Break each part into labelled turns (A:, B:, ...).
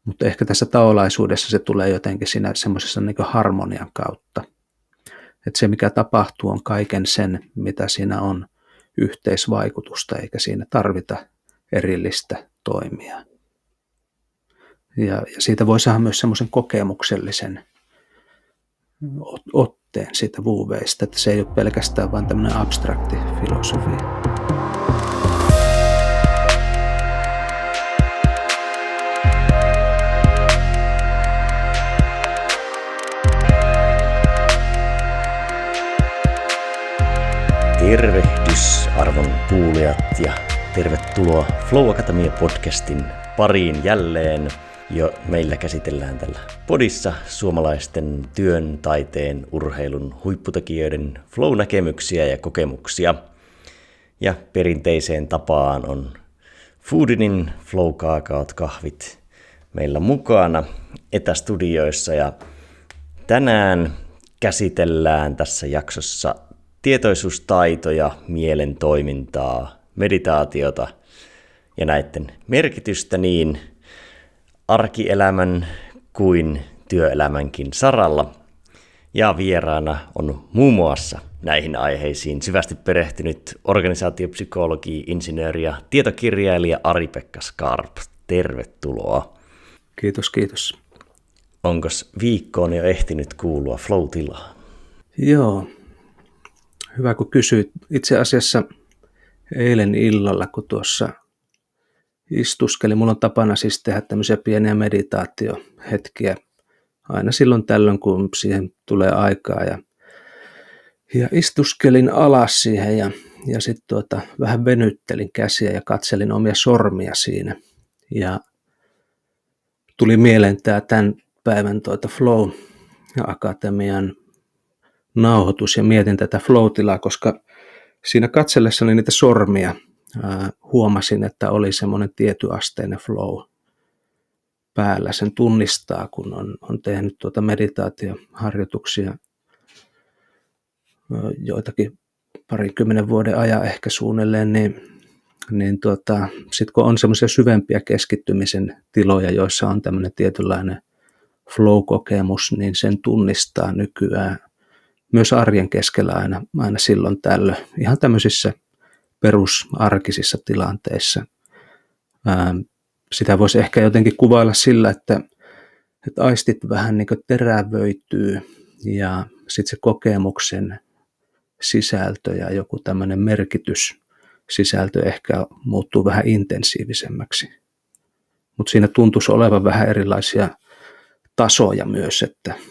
A: Mutta ehkä tässä taolaisuudessa se tulee jotenkin siinä semmoisessa niin kuin harmonian kautta. Että se, mikä tapahtuu, on kaiken sen, mitä siinä on, yhteisvaikutusta, eikä siinä tarvita erillistä toimia. Ja siitä voi saada myös semmoisen kokemuksellisen otteen siitä Wu-Weistä, että se ei ole pelkästään vain tämmöinen abstrakti filosofia.
B: Tervehdys arvon kuulijat ja tervetuloa Flow Akatemia podcastin pariin jälleen. Jo meillä käsitellään tällä podissa suomalaisten työn, taiteen, urheilun huipputekijöiden flow-näkemyksiä ja kokemuksia. Ja perinteiseen tapaan on Foodinin Flow-kaakaot kahvit meillä mukana etästudioissa. Ja tänään käsitellään tässä jaksossa tietoisuustaitoja, mielen toimintaa, meditaatiota ja näiden merkitystä niin arkielämän kuin työelämänkin saralla. Ja vieraana on muun muassa näihin aiheisiin syvästi perehtynyt organisaatiopsykologi, insinööri ja tietokirjailija Ari-Pekka Skarp. Tervetuloa.
A: Kiitos, kiitos.
B: Onkos viikkoon jo ehtinyt kuulua flow-tilaa?
A: Joo. Hyvä, kun kysyit. Itse asiassa eilen illalla, kun tuossa istuskelin, mulla on tapana siis tehdä tämmöisiä pieniä meditaatiohetkiä aina silloin tällöin, kun siihen tulee aikaa. Ja istuskelin alas siihen ja sitten vähän venyttelin käsiä ja katselin omia sormia siinä. Ja tuli mieleen tämän päivän Flow Akatemian nauhoitus ja mietin tätä flow-tilaa, koska siinä katsellessani niitä sormia huomasin, että oli semmoinen tietyasteinen flow päällä. Sen tunnistaa, kun on tehnyt meditaatioharjoituksia joitakin 20 vuoden ajan ehkä suunnilleen, niin sitten kun on semmoisia syvempiä keskittymisen tiloja, joissa on tämmöinen tietynlainen flow-kokemus, niin sen tunnistaa nykyään myös arjen keskellä aina silloin tällöin, ihan tämmöisissä perusarkisissa tilanteissa. Sitä voisi ehkä jotenkin kuvailla sillä, että aistit vähän niin kuin terävöityy ja sitten se kokemuksen sisältö ja joku tämmöinen merkityssisältö ehkä muuttuu vähän intensiivisemmäksi. Mutta siinä tuntuisi olevan vähän erilaisia tasoja myös,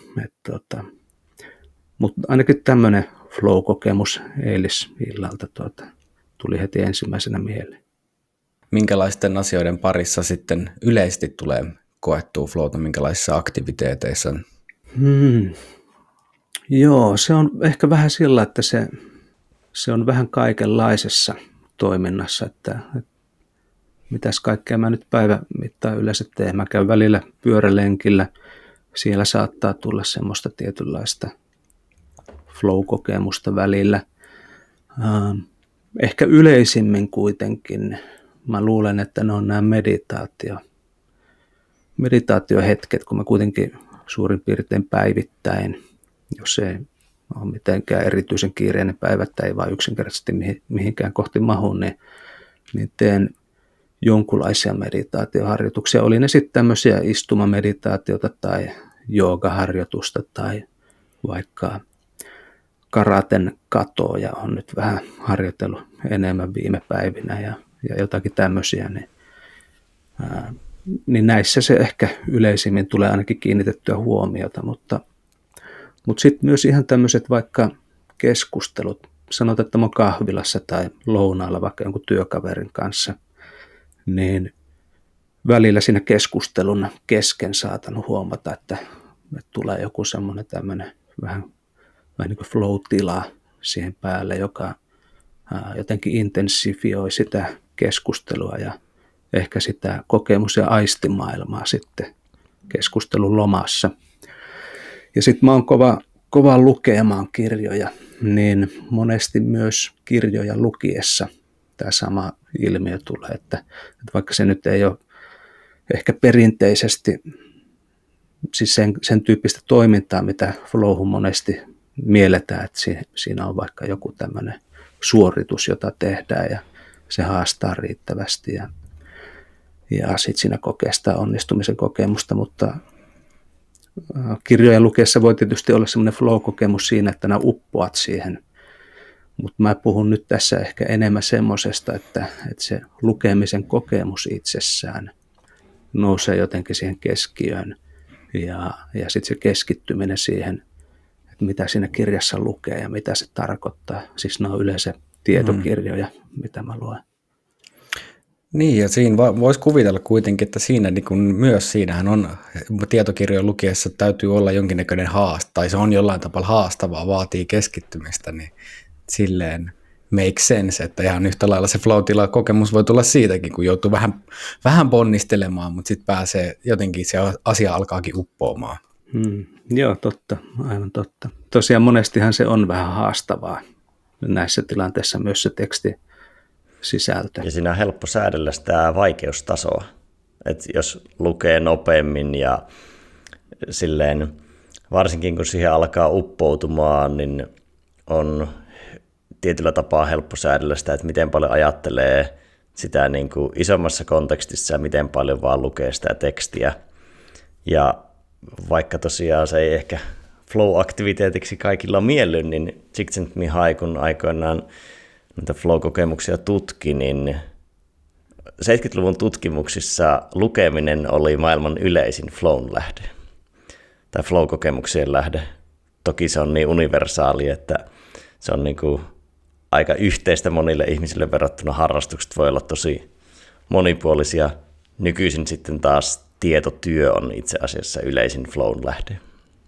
A: mutta ainakin tämmöinen flow-kokemus eilisillalta tuli heti ensimmäisenä mieleen.
C: Minkälaisten asioiden parissa sitten yleisesti tulee koettua flowta, minkälaisissa aktiviteeteissa?
A: Joo, se on ehkä vähän sillä, että se on vähän kaikenlaisessa toiminnassa, että mitäs kaikkea mä nyt päivän mittaan yleensä teen. Mä käyn välillä pyörälenkillä, siellä saattaa tulla semmoista tietynlaista flow-kokemusta välillä. Ehkä yleisimmin kuitenkin mä luulen, että ne on nämä meditaatiohetket, kun mä kuitenkin suurin piirtein päivittäin, jos ei ole mitenkään erityisen kiireinen päivä tai ei vaan yksinkertaisesti mihinkään kohti mahu, niin teen jonkunlaisia meditaatioharjoituksia. Oli ne sitten tämmöisiä istumameditaatiota tai joogaharjoitusta tai vaikka karaten katoja on nyt vähän harjoitellut enemmän viime päivinä ja jotakin tämmöisiä, niin näissä se ehkä yleisimmin tulee ainakin kiinnitettyä huomiota, mutta sitten myös ihan tämmöiset vaikka keskustelut, sanotaan, että mä oon kahvilassa tai lounaalla vaikka jonkun työkaverin kanssa, niin välillä siinä keskustelun kesken saatan huomata, että tulee joku semmoinen tämmöinen vähän niin kuin flow-tila siihen päälle, joka jotenkin intensifioi sitä keskustelua ja ehkä sitä kokemus- ja aistimaailmaa sitten keskustelun lomassa. Ja sitten mä oon kova lukemaan kirjoja, niin monesti myös kirjoja lukiessa tämä sama ilmiö tulee, että vaikka se nyt ei ole ehkä perinteisesti siis sen tyyppistä toimintaa, mitä flowhun monesti mielletään, että siinä on vaikka joku tämmöinen suoritus, jota tehdään ja se haastaa riittävästi ja sitten siinä kokee sitä onnistumisen kokemusta, mutta kirjojen lukiessa voi tietysti olla semmoinen flow-kokemus siinä, että nämä uppoat siihen, mutta mä puhun nyt tässä ehkä enemmän semmoisesta, että se lukemisen kokemus itsessään nousee jotenkin siihen keskiöön ja sitten se keskittyminen siihen, että mitä siinä kirjassa lukee ja mitä se tarkoittaa. Siis ne on yleensä tietokirjoja, mitä mä luen.
C: Niin, ja siinä voisi kuvitella kuitenkin, että siinä niin kun myös siinähän on tietokirjojen lukiessa täytyy olla jonkinnäköinen haaste, tai se on jollain tapaa haastavaa, vaatii keskittymistä, niin silleen make sense, että ihan yhtä lailla se flow-tila kokemus voi tulla siitäkin, kun joutuu vähän ponnistelemaan, mutta sitten pääsee jotenkin se asia alkaakin uppoamaan.
A: Joo, totta, aivan totta. Tosiaan monestihan se on vähän haastavaa näissä tilanteissa myös se teksti sisältö.
B: Ja siinä on helppo säädellä sitä vaikeustasoa, että jos lukee nopeammin ja silleen, varsinkin kun siihen alkaa uppoutumaan, niin on tietyllä tapaa helppo säädellä sitä, että miten paljon ajattelee sitä niin kuin isommassa kontekstissa ja miten paljon vaan lukee sitä tekstiä. Ja vaikka tosiaan se ei ehkä flow-aktiviteetiksi kaikilla mielly, niin Csikszentmihalyi, kun aikoinaan näitä flow-kokemuksia tutki, niin 70-luvun tutkimuksissa lukeminen oli maailman yleisin flown lähde, tai flow-kokemuksien lähde. Toki se on niin universaali, että se on niin kuin aika yhteistä monille ihmisille verrattuna. Harrastukset voi olla tosi monipuolisia. Nykyisin sitten taas tietotyö on itse asiassa yleisin flown lähde.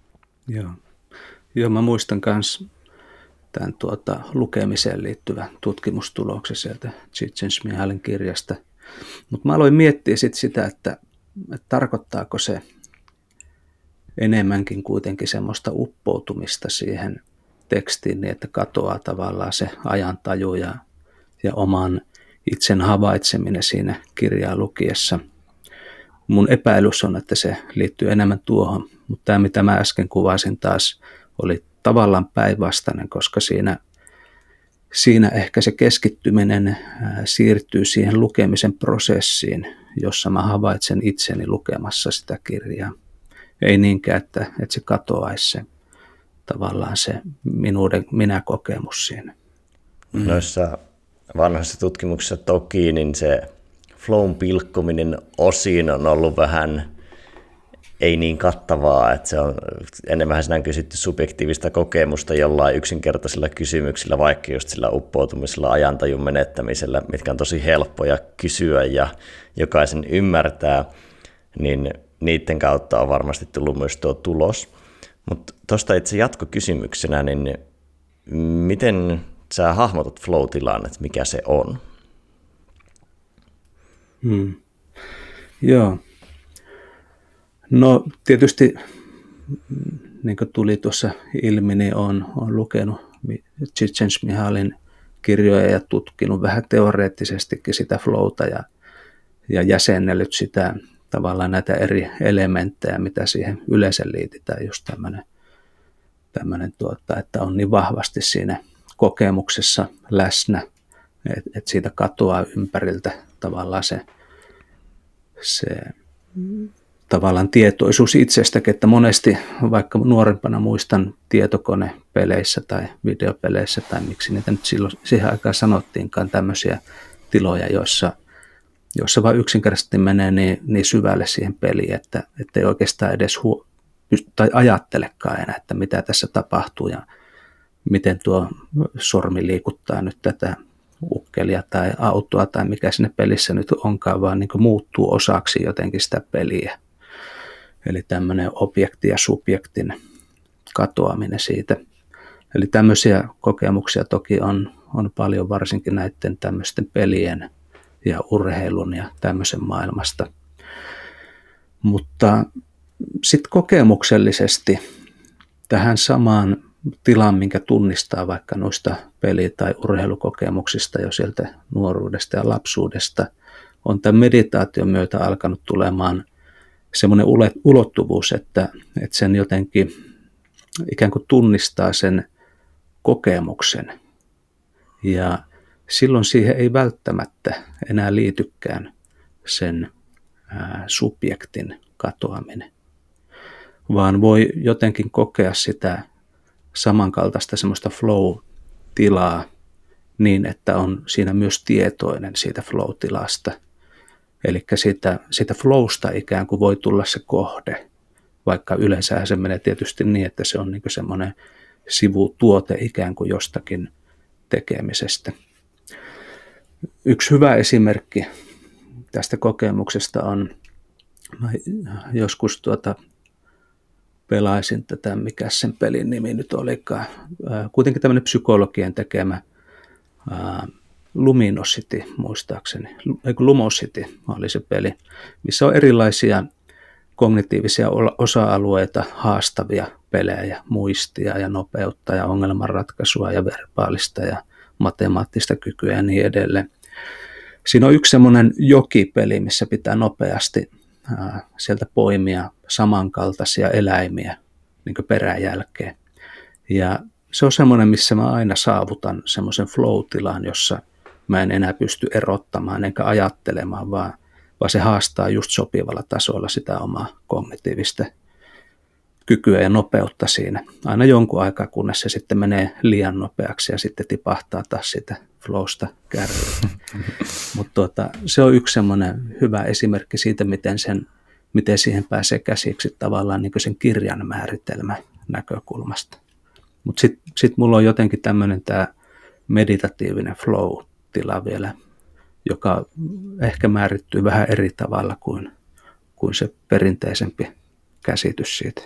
A: Joo, mä muistan myös tämän lukemiseen liittyvän tutkimustuloksen sieltä Csikszentmihalyin kirjasta. Mutta mä aloin miettiä sitä, että tarkoittaako se enemmänkin kuitenkin semmoista uppoutumista siihen tekstiin, niin että katoaa tavallaan se ajantaju ja oman itsen havaitseminen siinä kirjaa lukiessa. Mun epäilys on, että se liittyy enemmän tuohon, mutta tämä mitä mä äsken kuvasin taas oli tavallaan päinvastainen, koska siinä ehkä se keskittyminen siirtyy siihen lukemisen prosessiin, jossa mä havaitsen itseni lukemassa sitä kirjaa. Ei niinkään, että se katoaisi se tavallaan se minä-kokemus siinä.
B: Noissa vanhoissa tutkimuksissa toki, niin se flown pilkkominen osiin on ollut vähän ei niin kattavaa, että se on enemmän siinä on kysytty subjektiivista kokemusta jollain yksinkertaisilla kysymyksillä, vaikka just sillä uppoutumisella, ajantajun menettämisellä, mitkä on tosi helppoja kysyä ja jokaisen ymmärtää, niin niiden kautta on varmasti tullut myös tuo tulos. Mutta tuosta itse jatkokysymyksenä, niin miten sä hahmotat flow-tilan, että mikä se on?
A: Joo. No tietysti, niin kuin tuli tuossa ilmi, niin olen lukenut Csikszentmihalyin kirjoja ja tutkinut vähän teoreettisestikin sitä flowta ja jäsennellyt sitä tavallaan näitä eri elementtejä, mitä siihen yleensä liitetään, just tämmöinen että on niin vahvasti siinä kokemuksessa läsnä, että siitä katoaa ympäriltä tavallaan se tavallaan tietoisuus itsestäkin, että monesti vaikka nuorempana muistan tietokonepeleissä tai videopeleissä tai miksi niitä nyt silloin siihen aikaan sanottiinkaan tämmöisiä tiloja, joissa vaan yksinkertaisesti menee niin syvälle siihen peliin, että ei oikeastaan edes tai ajattelekaan enää, että mitä tässä tapahtuu ja miten tuo sormi liikuttaa nyt tätä ukkelia tai autoa tai mikä sinne pelissä nyt onkaan, vaan niin kuin muuttuu osaksi jotenkin sitä peliä. Eli tämmöinen objekti ja subjektin katoaminen siitä. Eli tämmöisiä kokemuksia toki on paljon varsinkin näiden tämmöisten pelien ja urheilun ja tämmöisen maailmasta. Mutta sitten kokemuksellisesti tähän samaan tilaan, minkä tunnistaa vaikka noista peli- tai urheilukokemuksista jo sieltä nuoruudesta ja lapsuudesta, on tämän meditaation myötä alkanut tulemaan semmoinen ulottuvuus, että sen jotenkin ikään kuin tunnistaa sen kokemuksen. Ja silloin siihen ei välttämättä enää liitykään sen subjektin katoaminen, vaan voi jotenkin kokea sitä samankaltaista semmoista flow-tilaa niin, että on siinä myös tietoinen siitä flow-tilasta. Eli siitä flowsta ikään kuin voi tulla se kohde, vaikka yleensä se menee tietysti niin, että se on niin kuin semmoinen sivutuote ikään kuin jostakin tekemisestä. Yksi hyvä esimerkki tästä kokemuksesta on, mä joskus pelaisin tätä, mikä sen pelin nimi nyt olikaan, kuitenkin tämmöinen psykologien tekemä Luminosity muistaakseni, Lumosity oli se peli, missä on erilaisia kognitiivisia osa-alueita, haastavia pelejä, muistia ja nopeutta ja ongelmanratkaisua ja verbaalista ja matemaattista kykyä ja niin edelleen. Siinä on yksi semmoinen jokipeli, missä pitää nopeasti sieltä poimia samankaltaisia eläimiä niin kuin peräjälkeen. Ja se on semmoinen, missä mä aina saavutan semmoisen flow-tilan, jossa mä en enää pysty erottamaan enkä ajattelemaan, vaan se haastaa just sopivalla tasolla sitä omaa kognitiivista kykyä ja nopeutta siinä. Aina jonkun aikaa, kunnes se sitten menee liian nopeaksi ja sitten tipahtaa taas sitä flowsta kärryyn. Mutta se on yksi semmoinen hyvä esimerkki siitä, miten siihen pääsee käsiksi tavallaan niin kuin sen kirjan määritelmä näkökulmasta. Mutta sitten mulla on jotenkin tämmöinen tämä meditatiivinen flow-tila vielä, joka ehkä määrittyy vähän eri tavalla kuin se perinteisempi käsitys siitä.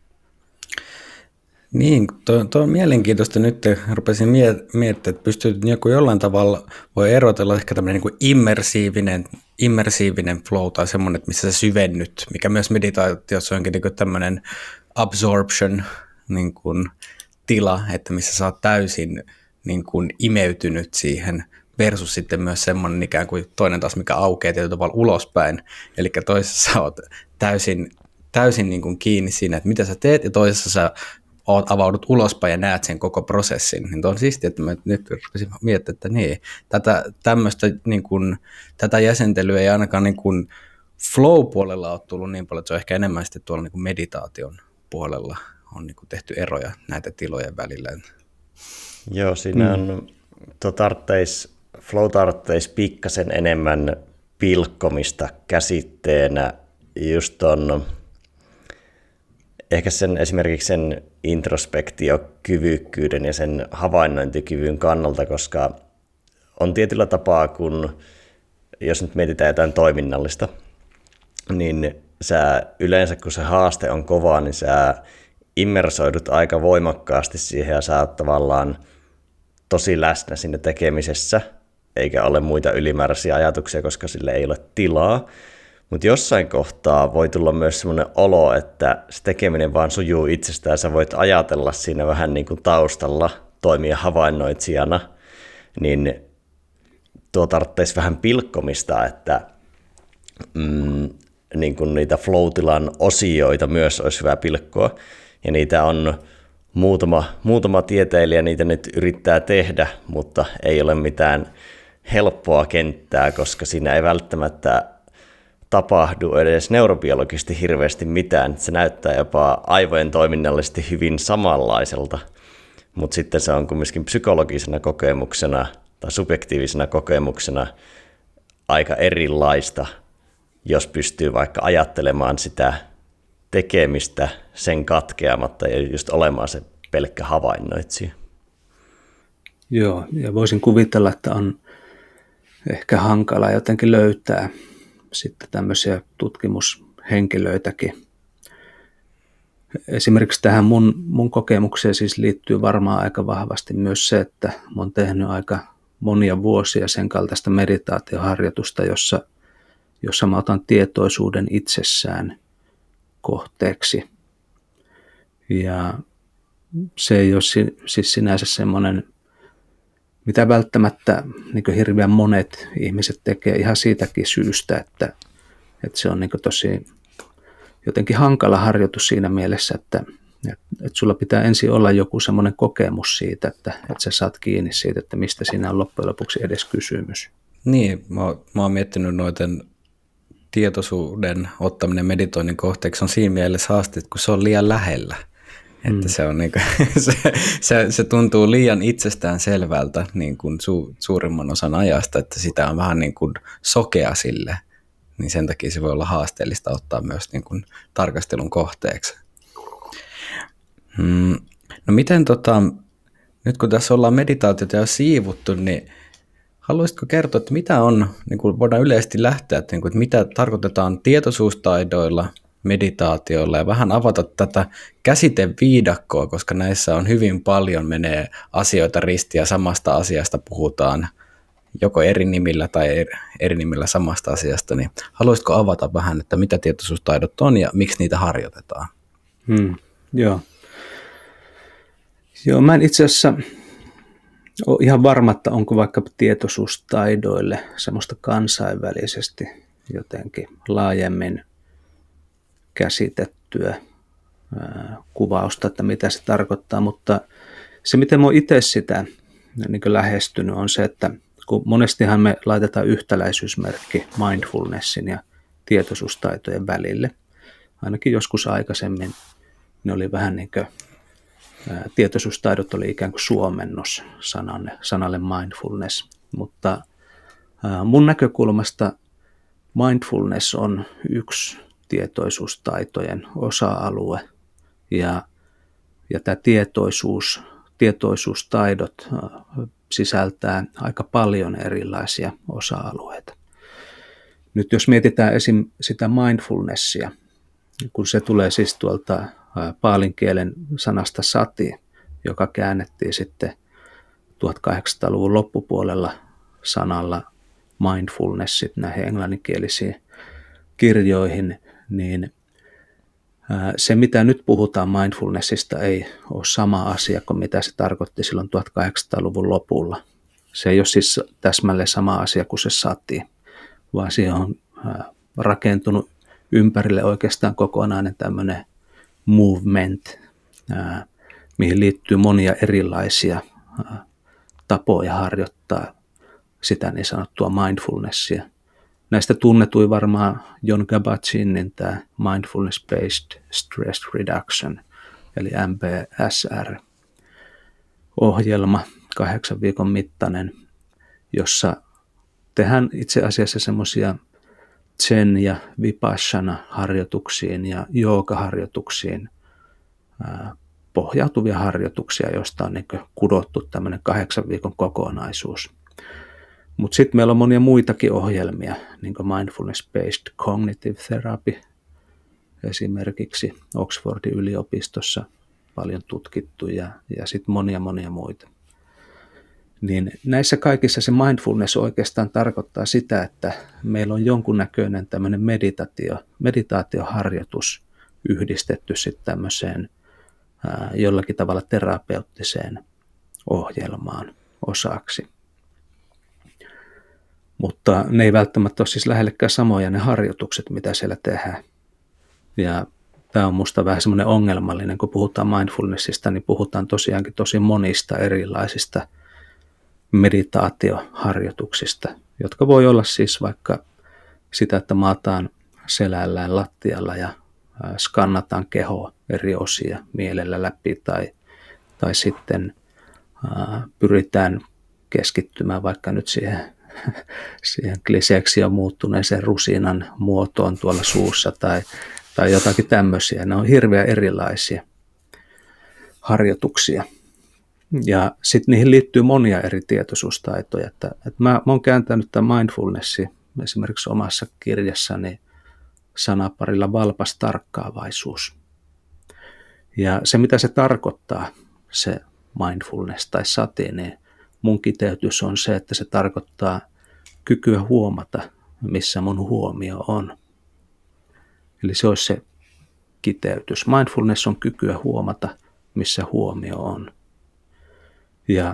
A: Niin,
C: tuo on mielenkiintoista nyt, rupesin miettimään, että pystyy jollain tavalla, voi erotella ehkä tämmöinen niin kuin immersiivinen flow tai semmoinen, missä sä syvennyt, mikä myös meditaatiossa onkin niin kuin tämmöinen absorption niin kuin tila, että missä sä oot täysin niin kuin imeytynyt siihen, versus sitten myös semmoinen ikään kuin toinen taas, mikä aukeaa tietyllä tavalla ulospäin, eli toisessa sä oot täysin niin kuin kiinni siinä, että mitä sä teet, ja toisessa sä avaudut ulospäin ja näet sen koko prosessin. Niin on siistiä, että mä nyt rupesin miettimään, että niin, tämmöistä niin kuin, tätä jäsentelyä ei ainakaan niin kuin flow-puolella ole tullut niin paljon, että se on ehkä enemmän sitten tuolla niin kuin meditaation puolella on niin kuin tehty eroja näitä tilojen välillä.
B: Joo, siinä on flow tarvitsisi pikkasen enemmän pilkkomista käsitteenä just on ehkä esimerkiksi sen introspektiokyvykkyyden ja sen havainnointikyvyn kannalta, koska on tietyllä tapaa, kun jos nyt mietitään jotain toiminnallista, niin sä yleensä kun se haaste on kova, niin sä immersoidut aika voimakkaasti siihen ja sä oot tavallaan tosi läsnä siinä tekemisessä, eikä ole muita ylimääräisiä ajatuksia, koska sille ei ole tilaa. Mutta jossain kohtaa voi tulla myös semmoinen olo, että se tekeminen vaan sujuu itsestään ja sä voit ajatella siinä vähän niin kuin taustalla, toimia havainnoitsijana, niin tuo tarvitsisi vähän pilkkomista, että niin kuin niitä flow-tilan osioita myös olisi hyvä pilkkoa. Ja niitä on muutama tieteilijä, niitä nyt yrittää tehdä, mutta ei ole mitään helppoa kenttää, koska siinä ei välttämättä tapahdu edes neurobiologisesti hirveästi mitään. Se näyttää jopa aivojen toiminnallisesti hyvin samanlaiselta, mutta sitten se on kumminkin psykologisena kokemuksena tai subjektiivisena kokemuksena aika erilaista, jos pystyy vaikka ajattelemaan sitä tekemistä sen katkeamatta ja just olemaan se pelkkä havainnoitsija.
A: Joo, ja voisin kuvitella, että on ehkä hankala jotenkin löytää sitten tämmöisiä tutkimushenkilöitäkin. Esimerkiksi tähän mun kokemukseen siis liittyy varmaan aika vahvasti myös se, että mä oon tehnyt aika monia vuosia sen kaltaista meditaatioharjoitusta, jossa mä otan tietoisuuden itsessään kohteeksi. Ja se ei ole siis sinänsä semmoinen mitä välttämättä niin hirveän monet ihmiset tekee ihan siitäkin syystä, että se on niin tosi jotenkin hankala harjoitus siinä mielessä, että sulla pitää ensin olla joku semmoinen kokemus siitä, että sä saat kiinni siitä, että mistä siinä on loppujen lopuksi edes kysymys.
C: Niin, mä oon miettinyt noiden tietoisuuden ottaminen meditoinnin kohteeksi on siinä mielessä haasteet, kun se on liian lähellä. Että se on niinku, se tuntuu liian itsestään selvältä niin kuin suurimman osan ajasta, että sitä on vähän niin kuin sokea sille, niin sen takia se voi olla haasteellista ottaa myös niin kuin tarkastelun kohteeksi. No miten nyt kun tässä ollaan meditaatiota jo siivuttu, niin haluaisitko kertoa, että mitä on, niin kuin voidaan yleisesti lähteä, että mitä tarkoitetaan tietoisuustaidoilla, meditaatioilla ja vähän avata tätä käsiteviidakkoa, koska näissä on hyvin paljon menee asioita ristiin ja samasta asiasta puhutaan joko eri nimillä tai eri nimillä samasta asiasta, niin haluaisitko avata vähän, että mitä tietoisuustaidot on ja miksi niitä harjoitetaan?
A: Joo, mä en itse asiassa ole ihan varma, että onko vaikka tietoisuustaidoille semmoista kansainvälisesti jotenkin laajemmin käsitettyä kuvausta, että mitä se tarkoittaa, mutta se, miten mä oon itse sitä niin lähestynyt, on se, että kun monestihan me laitetaan yhtäläisyysmerkki mindfulnessin ja tietoisuustaitojen välille, ainakin joskus aikaisemmin ne oli vähän niin kuin tietoisuustaidot oli ikään kuin suomennos sanalle mindfulness, mutta mun näkökulmasta mindfulness on yksi tietoisuustaitojen osa-alue ja tämä tietoisuustaidot sisältää aika paljon erilaisia osa-alueita. Nyt jos mietitään esim. Sitä mindfulnessia, kun se tulee siis tuolta paalin kielen sanasta sati, joka käännettiin sitten 1800-luvun loppupuolella sanalla mindfulnessit näihin englanninkielisiin kirjoihin, niin se, mitä nyt puhutaan mindfulnessista, ei ole sama asia kuin mitä se tarkoitti silloin 1800-luvun lopulla. Se ei ole siis täsmälleen sama asia kuin se sati, vaan siihen on rakentunut ympärille oikeastaan kokonainen tämmöinen movement, mihin liittyy monia erilaisia tapoja harjoittaa sitä niin sanottua mindfulnessia. Näistä tunnetui varmaan Jon Kabat-Zinn tämä Mindfulness-Based Stress Reduction, eli MBSR-ohjelma, 8 viikon mittainen, jossa tehdään itse asiassa semmoisia Zen- ja Vipassana-harjoituksiin ja joogaharjoituksiin pohjautuvia harjoituksia, joista on niin kudottu tämmöinen 8 viikon kokonaisuus. Mutta sitten meillä on monia muitakin ohjelmia, niin kuin Mindfulness-Based Cognitive Therapy, esimerkiksi Oxfordin yliopistossa paljon tutkittu ja sitten monia muita. Niin näissä kaikissa se mindfulness oikeastaan tarkoittaa sitä, että meillä on jonkunnäköinen tämmöinen meditaatioharjoitus yhdistetty sitten tämmöiseen jollakin tavalla terapeuttiseen ohjelmaan osaksi. Mutta ne ei välttämättä ole siis lähellekään samoja ne harjoitukset, mitä siellä tehdään. Ja tämä on musta vähän semmoinen ongelmallinen, kun puhutaan mindfulnessista, niin puhutaan tosiaankin tosi monista erilaisista meditaatioharjoituksista, jotka voi olla siis vaikka sitä, että maataan selällään lattialla ja skannataan kehoa eri osia mielellä läpi tai sitten pyritään keskittymään vaikka nyt siihen kliseeksi jo muuttuneeseen rusinan muotoon tuolla suussa tai jotakin tämmöisiä. Ne on hirveän erilaisia harjoituksia. Ja sitten niihin liittyy monia eri tietoisuustaitoja. Että mä oon kääntänyt tämän mindfulnessin esimerkiksi omassa kirjassani sanaparilla valpas tarkkaavaisuus. Ja se, mitä se tarkoittaa, se mindfulness tai sati, niin mun kiteytys on se, että se tarkoittaa kykyä huomata, missä mun huomio on. Eli se olisi se kiteytys. Mindfulness on kykyä huomata, missä huomio on. Ja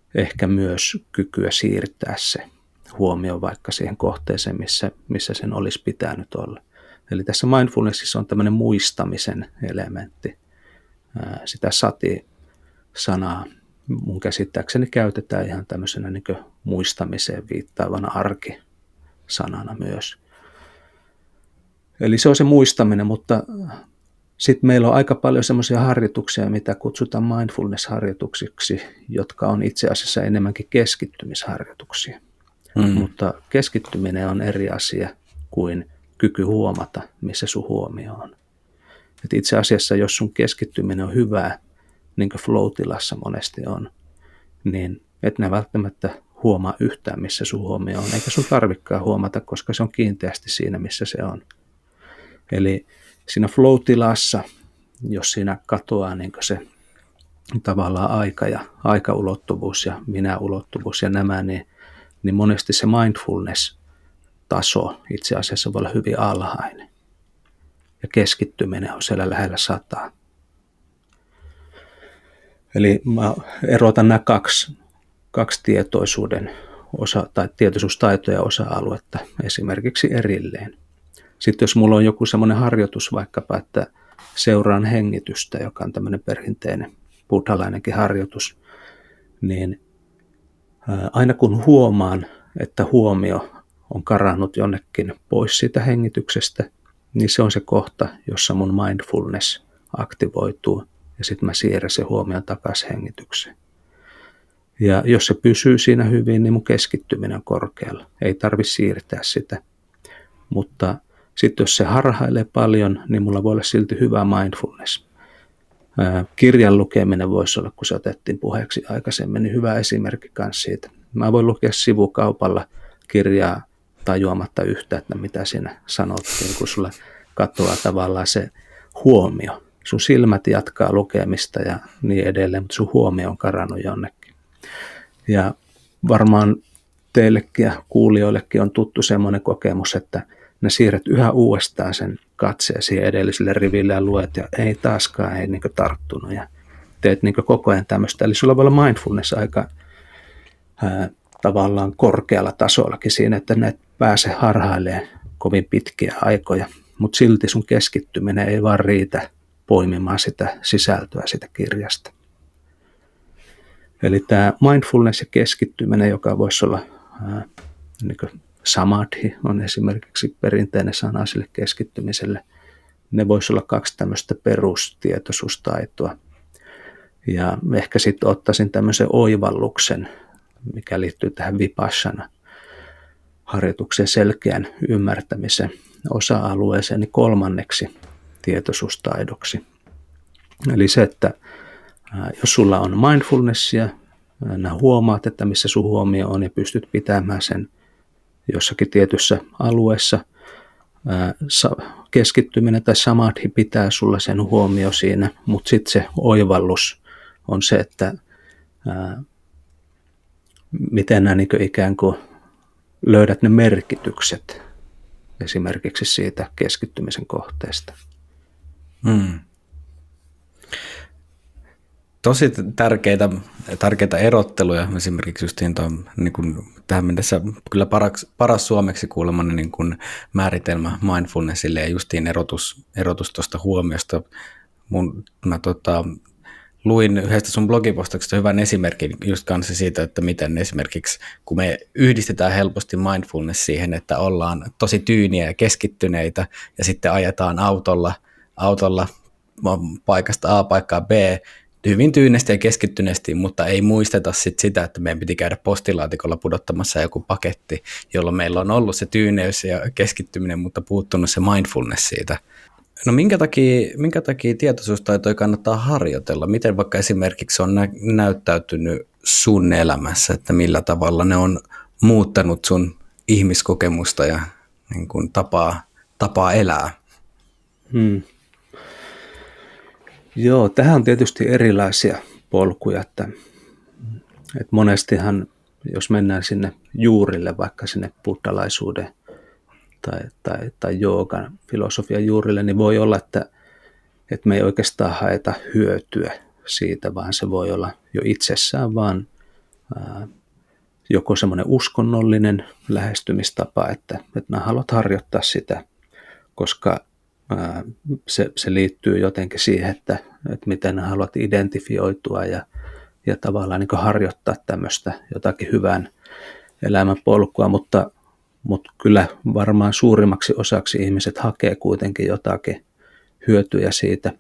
A: ehkä myös kykyä siirtää se huomio vaikka siihen kohteeseen, missä sen olisi pitänyt olla. Eli tässä mindfulnessissa on tämmöinen muistamisen elementti. Sitä sati-sanaa mun käsittääkseni käytetään ihan tämmöisenä niin kuin muistamiseen viittaavana arkisanana myös. Eli se on se muistaminen, mutta sitten meillä on aika paljon semmoisia harjoituksia, mitä kutsutaan mindfulness-harjoituksiksi, jotka on itse asiassa enemmänkin keskittymisharjoituksia. Mutta keskittyminen on eri asia kuin kyky huomata, missä sun huomio on. Et itse asiassa, jos sun keskittyminen on hyvää, niin kuin flow-tilassa monesti on, niin et nää välttämättä huomaa yhtään, missä sun huomio on, eikä sun tarvikaan huomata, koska se on kiinteästi siinä, missä se on. Eli siinä flow-tilassa, jos siinä katoaa niin se tavallaan aika ja aikaulottuvuus ja minä-ulottuvuus ja nämä, niin monesti se mindfulness-taso itse asiassa voi olla hyvin alhainen. Ja keskittyminen on siellä lähellä 100. Eli mä erotan nämä kaksi tietoisuuden tai tietoisuustaitoja osa-aluetta esimerkiksi erilleen. Sitten jos mulla on joku semmoinen harjoitus vaikkapa, että seuraan hengitystä, joka on tämmöinen perinteinen buddhalainenkin harjoitus, niin aina kun huomaan, että huomio on karannut jonnekin pois siitä hengityksestä, niin se on se kohta, jossa mun mindfulness aktivoituu ja sitten mä siirrän se huomion takaisin hengitykseen. Ja jos se pysyy siinä hyvin, niin mun keskittyminen on korkealla. Ei tarvitse siirtää sitä. Mutta sitten jos se harhailee paljon, niin mulla voi olla silti hyvä mindfulness. Kirjan lukeminen voisi olla, kun se otettiin puheeksi aikaisemmin, niin hyvä esimerkki myös siitä. Mä voin lukea sivukaupalla kirjaa tajuamatta yhtään, että mitä siinä sanottiin, kun sulle katoaa tavallaan se huomio. Sun silmät jatkaa lukemista ja niin edelleen, mutta sun huomio on karannut jonnekin. Ja varmaan teillekin ja kuulijoillekin on tuttu semmoinen kokemus, että ne siirret yhä uudestaan sen katseen siihen edelliselle riville ja luet ja ei taaskaan ei niin tarttunut ja teet niin koko ajan tämmöistä. Eli sulla voi olla mindfulness aika tavallaan korkealla tasollakin siinä, että ne et pääse harhailemaan kovin pitkiä aikoja, mutta silti sun keskittyminen ei vaan riitä poimimaan sitä sisältöä sitä kirjasta. Eli tämä mindfulness ja keskittyminen, joka voisi olla niin samadhi on esimerkiksi perinteinen sana sille keskittymiselle. Ne voisi olla kaksi tämmöistä perustietoisuustaitoa. Ja ehkä sitten ottaisin tämmöisen oivalluksen, mikä liittyy tähän vipassana-harjoitukseen selkeän ymmärtämisen osa-alueeseen, niin kolmanneksi tietoisuustaidoksi. Eli se, että jos sulla on mindfulnessia, huomaat, että missä sun huomio on ja pystyt pitämään sen jossakin tietyssä alueessa, keskittyminen tai samadhi pitää sulla sen huomio siinä, mutta sitten se oivallus on se, että miten nämä niin ikään kuin löydät ne merkitykset esimerkiksi siitä keskittymisen kohteesta.
C: Tosi tärkeitä erotteluja, esimerkiksi justiin niin kuin tähän mennessä kyllä paras suomeksi kuulemani niin kuin määritelmä mindfulnessille ja justiin erotus tuosta huomiosta. Mä luin yhdestä sun blogipostauksesta hyvän esimerkin just kanssa siitä, että miten esimerkiksi kun me yhdistetään helposti mindfulness siihen, että ollaan tosi tyyniä ja keskittyneitä ja sitten ajetaan autolla paikasta A paikkaan B, hyvin tyynesti ja keskittyneesti, mutta ei muisteta sitä, että meidän piti käydä postilaatikolla pudottamassa joku paketti, jolloin meillä on ollut se tyyneys ja keskittyminen, mutta puuttunut se mindfulness siitä. No minkä takia tietoisuustaitoja kannattaa harjoitella? Miten vaikka esimerkiksi on näyttäytynyt sun elämässä, että millä tavalla ne on muuttanut sun ihmiskokemusta ja niin kuin tapaa elää?
A: Joo, tähän on tietysti erilaisia polkuja, että monestihan, jos mennään sinne juurille, vaikka sinne buddhalaisuuden tai joogan filosofian juurille, niin voi olla, että me ei oikeastaan haeta hyötyä siitä, vaan se voi olla jo itsessään vaan joko semmoinen uskonnollinen lähestymistapa, että mä haluat harjoittaa sitä, koska se liittyy jotenkin siihen, että miten haluat identifioitua ja tavallaan niin harjoittaa tämmöistä jotakin hyvän elämän polkua, mutta kyllä varmaan suurimmaksi osaksi ihmiset hakee kuitenkin jotakin hyötyjä siitä.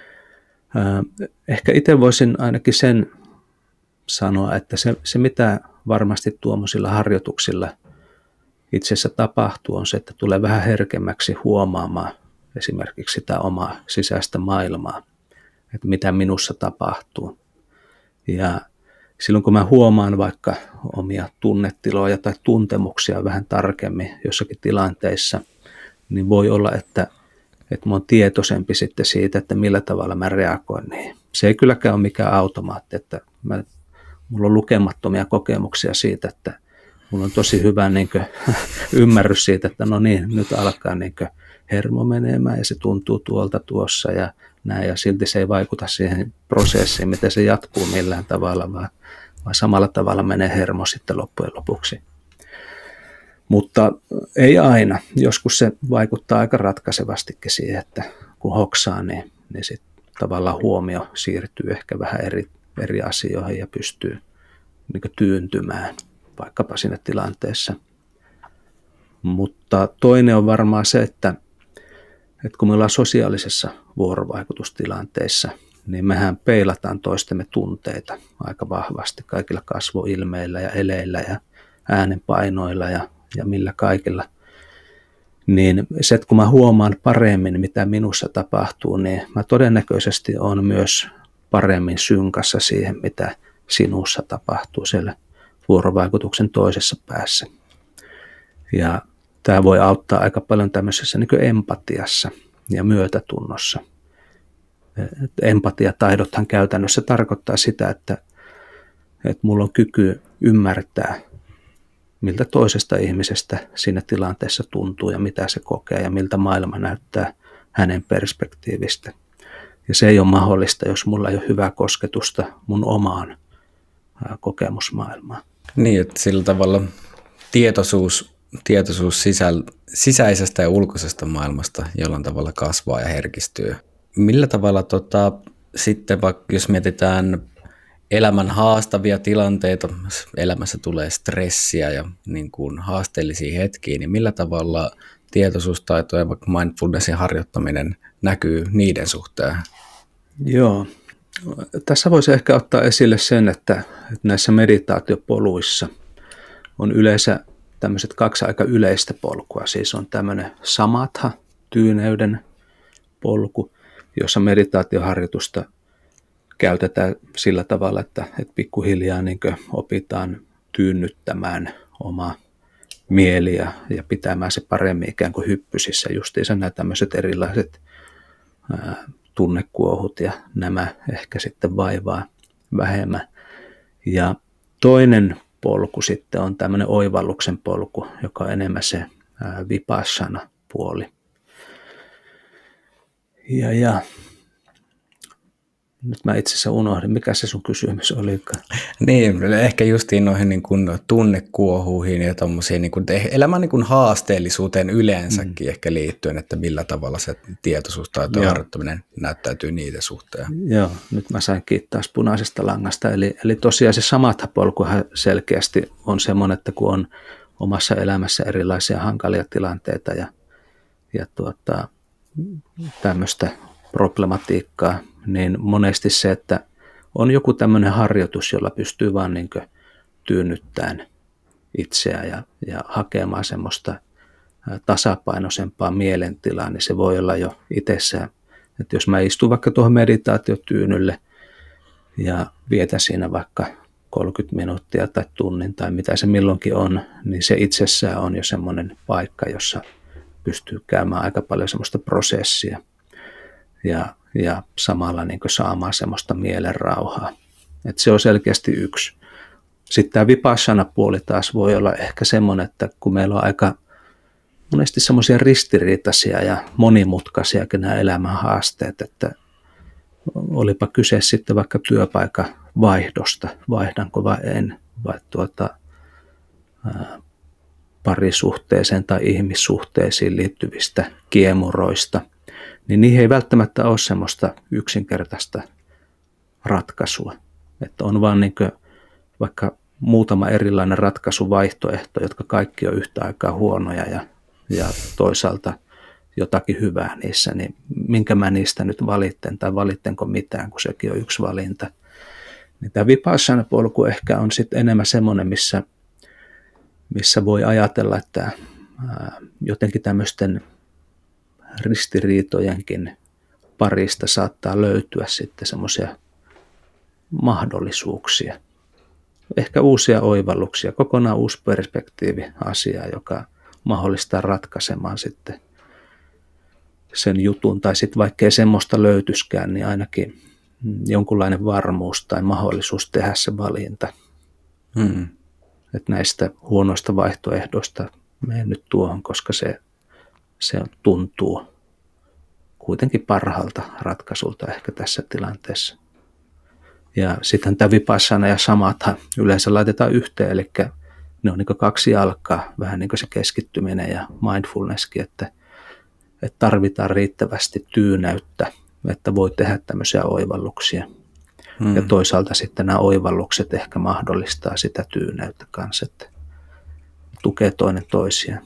A: Ehkä itse voisin ainakin sen sanoa, että se mitä varmasti tuommoisilla harjoituksilla itse asiassa tapahtuu, on se, että tulee vähän herkemmäksi huomaamaan esimerkiksi sitä omaa sisäistä maailmaa, että mitä minussa tapahtuu. Ja silloin kun mä huomaan vaikka omia tunnetiloja tai tuntemuksia vähän tarkemmin jossakin tilanteissa, niin voi olla, että mä oon tietoisempi sitten siitä, että millä tavalla mä reagoin niihin. Se ei kylläkään ole mikään automaatti, että mulla on lukemattomia kokemuksia siitä, että mulla on tosi hyvä ymmärrys siitä, että no niin, nyt alkaa hermo menemään ja se tuntuu tuolta tuossa ja näin, ja silti se ei vaikuta siihen prosessiin, miten se jatkuu millään tavalla, vaan samalla tavalla menee hermo sitten loppujen lopuksi. Mutta ei aina. Joskus se vaikuttaa aika ratkaisevastikin siihen, että kun hoksaa, niin sitten tavallaan huomio siirtyy ehkä vähän eri asioihin ja pystyy tyyntymään vaikkapa siinä tilanteessa. Mutta toinen on varmaan se, että kun me ollaan sosiaalisessa vuorovaikutustilanteissa, niin mehän peilataan toistemme tunteita aika vahvasti kaikilla kasvoilmeillä ja eleillä ja äänenpainoilla ja millä kaikilla. Niin se, että kun mä huomaan paremmin, mitä minussa tapahtuu, niin mä todennäköisesti olen myös paremmin synkassa siihen, mitä sinussa tapahtuu siellä vuorovaikutuksen toisessa päässä. Ja tämä voi auttaa aika paljon tämmöisessä empatiassa ja myötätunnossa. Empatiataidothan käytännössä tarkoittaa sitä, että mulla on kyky ymmärtää, miltä toisesta ihmisestä siinä tilanteessa tuntuu ja mitä se kokee ja miltä maailma näyttää hänen perspektiivistä. Ja se ei ole mahdollista, jos mulla ei ole hyvää kosketusta mun omaan kokemusmaailmaan.
C: Niin, että sillä tavalla tietoisuus sisäisestä ja ulkoisesta maailmasta jollain tavalla kasvaa ja herkistyy. Millä tavalla sitten vaikka jos mietitään elämän haastavia tilanteita, elämässä tulee stressiä ja niin kuin haasteellisia hetkiä, niin millä tavalla tietoisuustaito ja vaikka mindfulnessin harjoittaminen näkyy niiden suhteen?
A: Joo. Tässä voisi ehkä ottaa esille sen, että näissä meditaatiopoluissa on yleensä tämmöiset 2 aika yleistä polkua. Siis on tämmöinen samatha, tyyneyden polku, jossa meditaatioharjoitusta käytetään sillä tavalla, että pikkuhiljaa opitaan tyynnyttämään oma mieli ja pitämään se paremmin ikään kuin hyppysissä. Justiinsa nämä tämmöiset erilaiset tunnekuohut ja nämä ehkä sitten vaivaa vähemmän. Ja toinen polku sitten on tämmöinen oivalluksen polku, joka on enemmän se vipassana-puoli. Ja nyt mä itse asiassa unohdin, mikä se sun kysymys olikaan.
C: Niin, ehkä justiin noihin niin kuin tunnekuohuihin ja tommosiin niin kuin elämän niin kuin haasteellisuuteen yleensäkin ehkä liittyen, että millä tavalla se tietoisuustaito ja harjoittaminen näyttäytyy niiden suhteen.
A: Joo, nyt mä sain kiittää punaisesta langasta. Eli tosiaan se samatha-polkuhan selkeästi on semmoinen, että kun on omassa elämässä erilaisia hankalia tilanteita ja tämmöistä problematiikkaa, niin monesti se, että on joku tämmöinen harjoitus, jolla pystyy vaan tyynnyttämään itseään ja hakemaan semmoista tasapainoisempaa mielentilaa, niin se voi olla jo itsessään. Että jos mä istun vaikka tuohon meditaatiotyynylle ja vietän siinä vaikka 30 minuuttia tai tunnin tai mitä se milloinkin on, niin se itsessään on jo semmoinen paikka, jossa pystyy käymään aika paljon semmoista prosessia ja samalla saamaan semmoista mielenrauhaa. Et se on selkeästi yksi. Sitten tämä vipassana-puoli taas voi olla ehkä semmoinen, että kun meillä on aika monesti semmoisia ristiriitaisia ja monimutkaisiakin nämä elämän haasteet, että olipa kyse sitten vaikka työpaikan vaihdosta, vaihdanko vai en, vai parisuhteeseen tai ihmissuhteisiin liittyvistä kiemuroista, niin niihin ei välttämättä ole semmoista yksinkertaista ratkaisua. Että on vaan niin kuin vaikka muutama erilainen ratkaisuvaihtoehto, jotka kaikki on yhtä aikaa huonoja ja toisaalta jotakin hyvää niissä, niin minkä mä niistä nyt valitten tai valittenko mitään, kun sekin on yksi valinta. Niin tämä Vipassana-polku ehkä on sitten enemmän semmoinen, missä voi ajatella, että jotenkin tämmöisten ristiriitojenkin parista saattaa löytyä sitten semmoisia mahdollisuuksia. Ehkä uusia oivalluksia, kokonaan uusi perspektiivi asiaa, joka mahdollistaa ratkaisemaan sitten sen jutun, tai sitten vaikkei semmoista löytyskään, niin ainakin jonkunlainen varmuus tai mahdollisuus tehdä se valinta. Että näistä huonoista vaihtoehdoista mene nyt tuohon, koska se tuntuu kuitenkin parhaalta ratkaisulta ehkä tässä tilanteessa. Ja sitten tämä Vipassana ja samatha yleensä laitetaan yhteen, eli ne on niin kuin kaksi jalkaa, vähän niin kuin se keskittyminen ja mindfulnesskin, että tarvitaan riittävästi tyyneyttä, että voi tehdä tämmöisiä oivalluksia. Ja toisaalta sitten nämä oivallukset ehkä mahdollistaa sitä tyyneyttä kanssa, että tukee toinen toisiaan.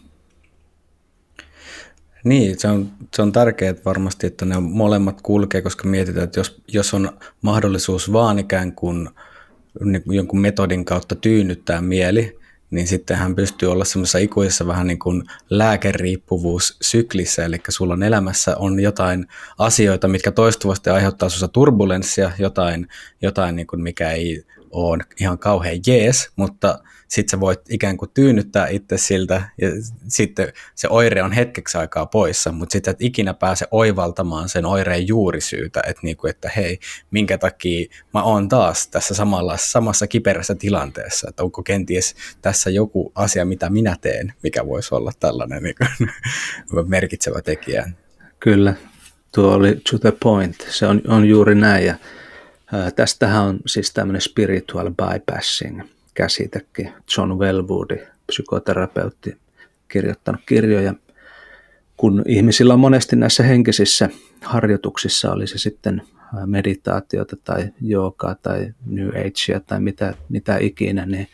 C: Niin, se on tärkeää varmasti, että ne molemmat kulkee, koska mietitään, että jos on mahdollisuus vaan ikään kuin jonkun metodin kautta tyynnyttää mieli, niin sitten hän pystyy olla semmoisessa ikuisessa vähän niin kuin lääkeriippuvuussyklissä, eli sulla on elämässä on jotain asioita, mitkä toistuvasti aiheuttaa sinussa turbulenssia, jotain niin kuin mikä ei ole ihan kauhean jees, mutta sitten sä voit ikään kuin tyynnyttää itse siltä, ja sitten se oire on hetkeksi aikaa poissa, mutta sitten et ikinä pääse oivaltamaan sen oireen juurisyytä, että hei, minkä takia mä oon taas tässä samassa kiperässä tilanteessa, että onko kenties tässä joku asia, mitä minä teen, mikä voisi olla tällainen niin kuin merkitsevä tekijä.
A: Kyllä, tuo oli to the point, se on juuri näin, ja tästähän on siis tämmöinen spiritual bypassing käsitekin. John Welwood, psykoterapeutti, kirjoittanut kirjoja. Kun ihmisillä on monesti näissä henkisissä harjoituksissa, oli se sitten meditaatiota tai joogaa tai New Agea tai mitä ikinä, niin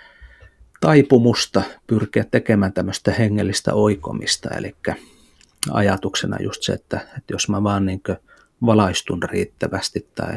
A: taipumusta pyrkiä tekemään tämmöistä hengellistä oikomista. Eli ajatuksena just se, että jos mä vaan niin kuin valaistun riittävästi tai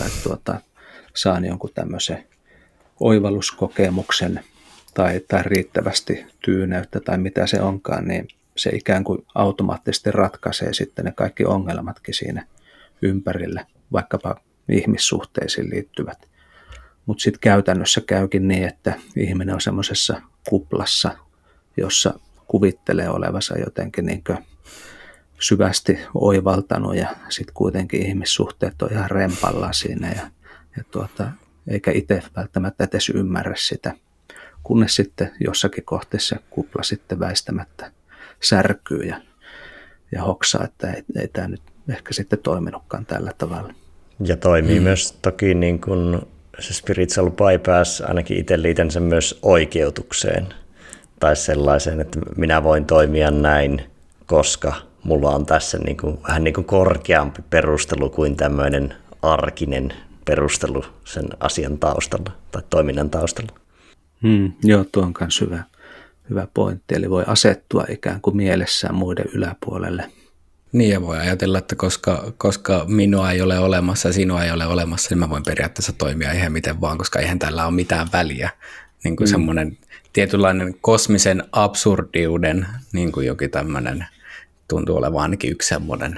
A: saan jonkun tämmöisen oivalluskokemuksen tai riittävästi tyyneyttä tai mitä se onkaan, niin se ikään kuin automaattisesti ratkaisee sitten ne kaikki ongelmatkin siinä ympärillä, vaikkapa ihmissuhteisiin liittyvät. Mutta sitten käytännössä käykin niin, että ihminen on semmoisessa kuplassa, jossa kuvittelee olevansa jotenkin niin kuin syvästi oivaltanut ja sitten kuitenkin ihmissuhteet on ihan rempallaan siinä eikä itse välttämättä edes ymmärrä sitä, kunnes sitten jossakin kohteessa kupla sitten väistämättä särkyy ja hoksaa, että ei tämä nyt ehkä sitten toiminutkaan tällä tavalla.
B: Ja toimii myös toki niin kuin se spiritual bypass, ainakin itse liitän sen myös oikeutukseen tai sellaiseen, että minä voin toimia näin, koska mulla on tässä niin kuin, vähän niin kuin korkeampi perustelu kuin tämmöinen arkinen perustelu sen asian taustalla tai toiminnan taustalla.
A: Joo, tuo on myös hyvä pointti. Eli voi asettua ikään kuin mielessään muiden yläpuolelle.
C: Niin, ja voi ajatella, että koska minua ei ole olemassa ja sinua ei ole olemassa, niin mä voin periaatteessa toimia ihan miten vaan, koska eihän tällä ole mitään väliä. Niin kuin semmoinen tietynlainen kosmisen absurdiuden, niin kuin jokin tämmöinen, tuntuu olevan ainakin yksi semmoinen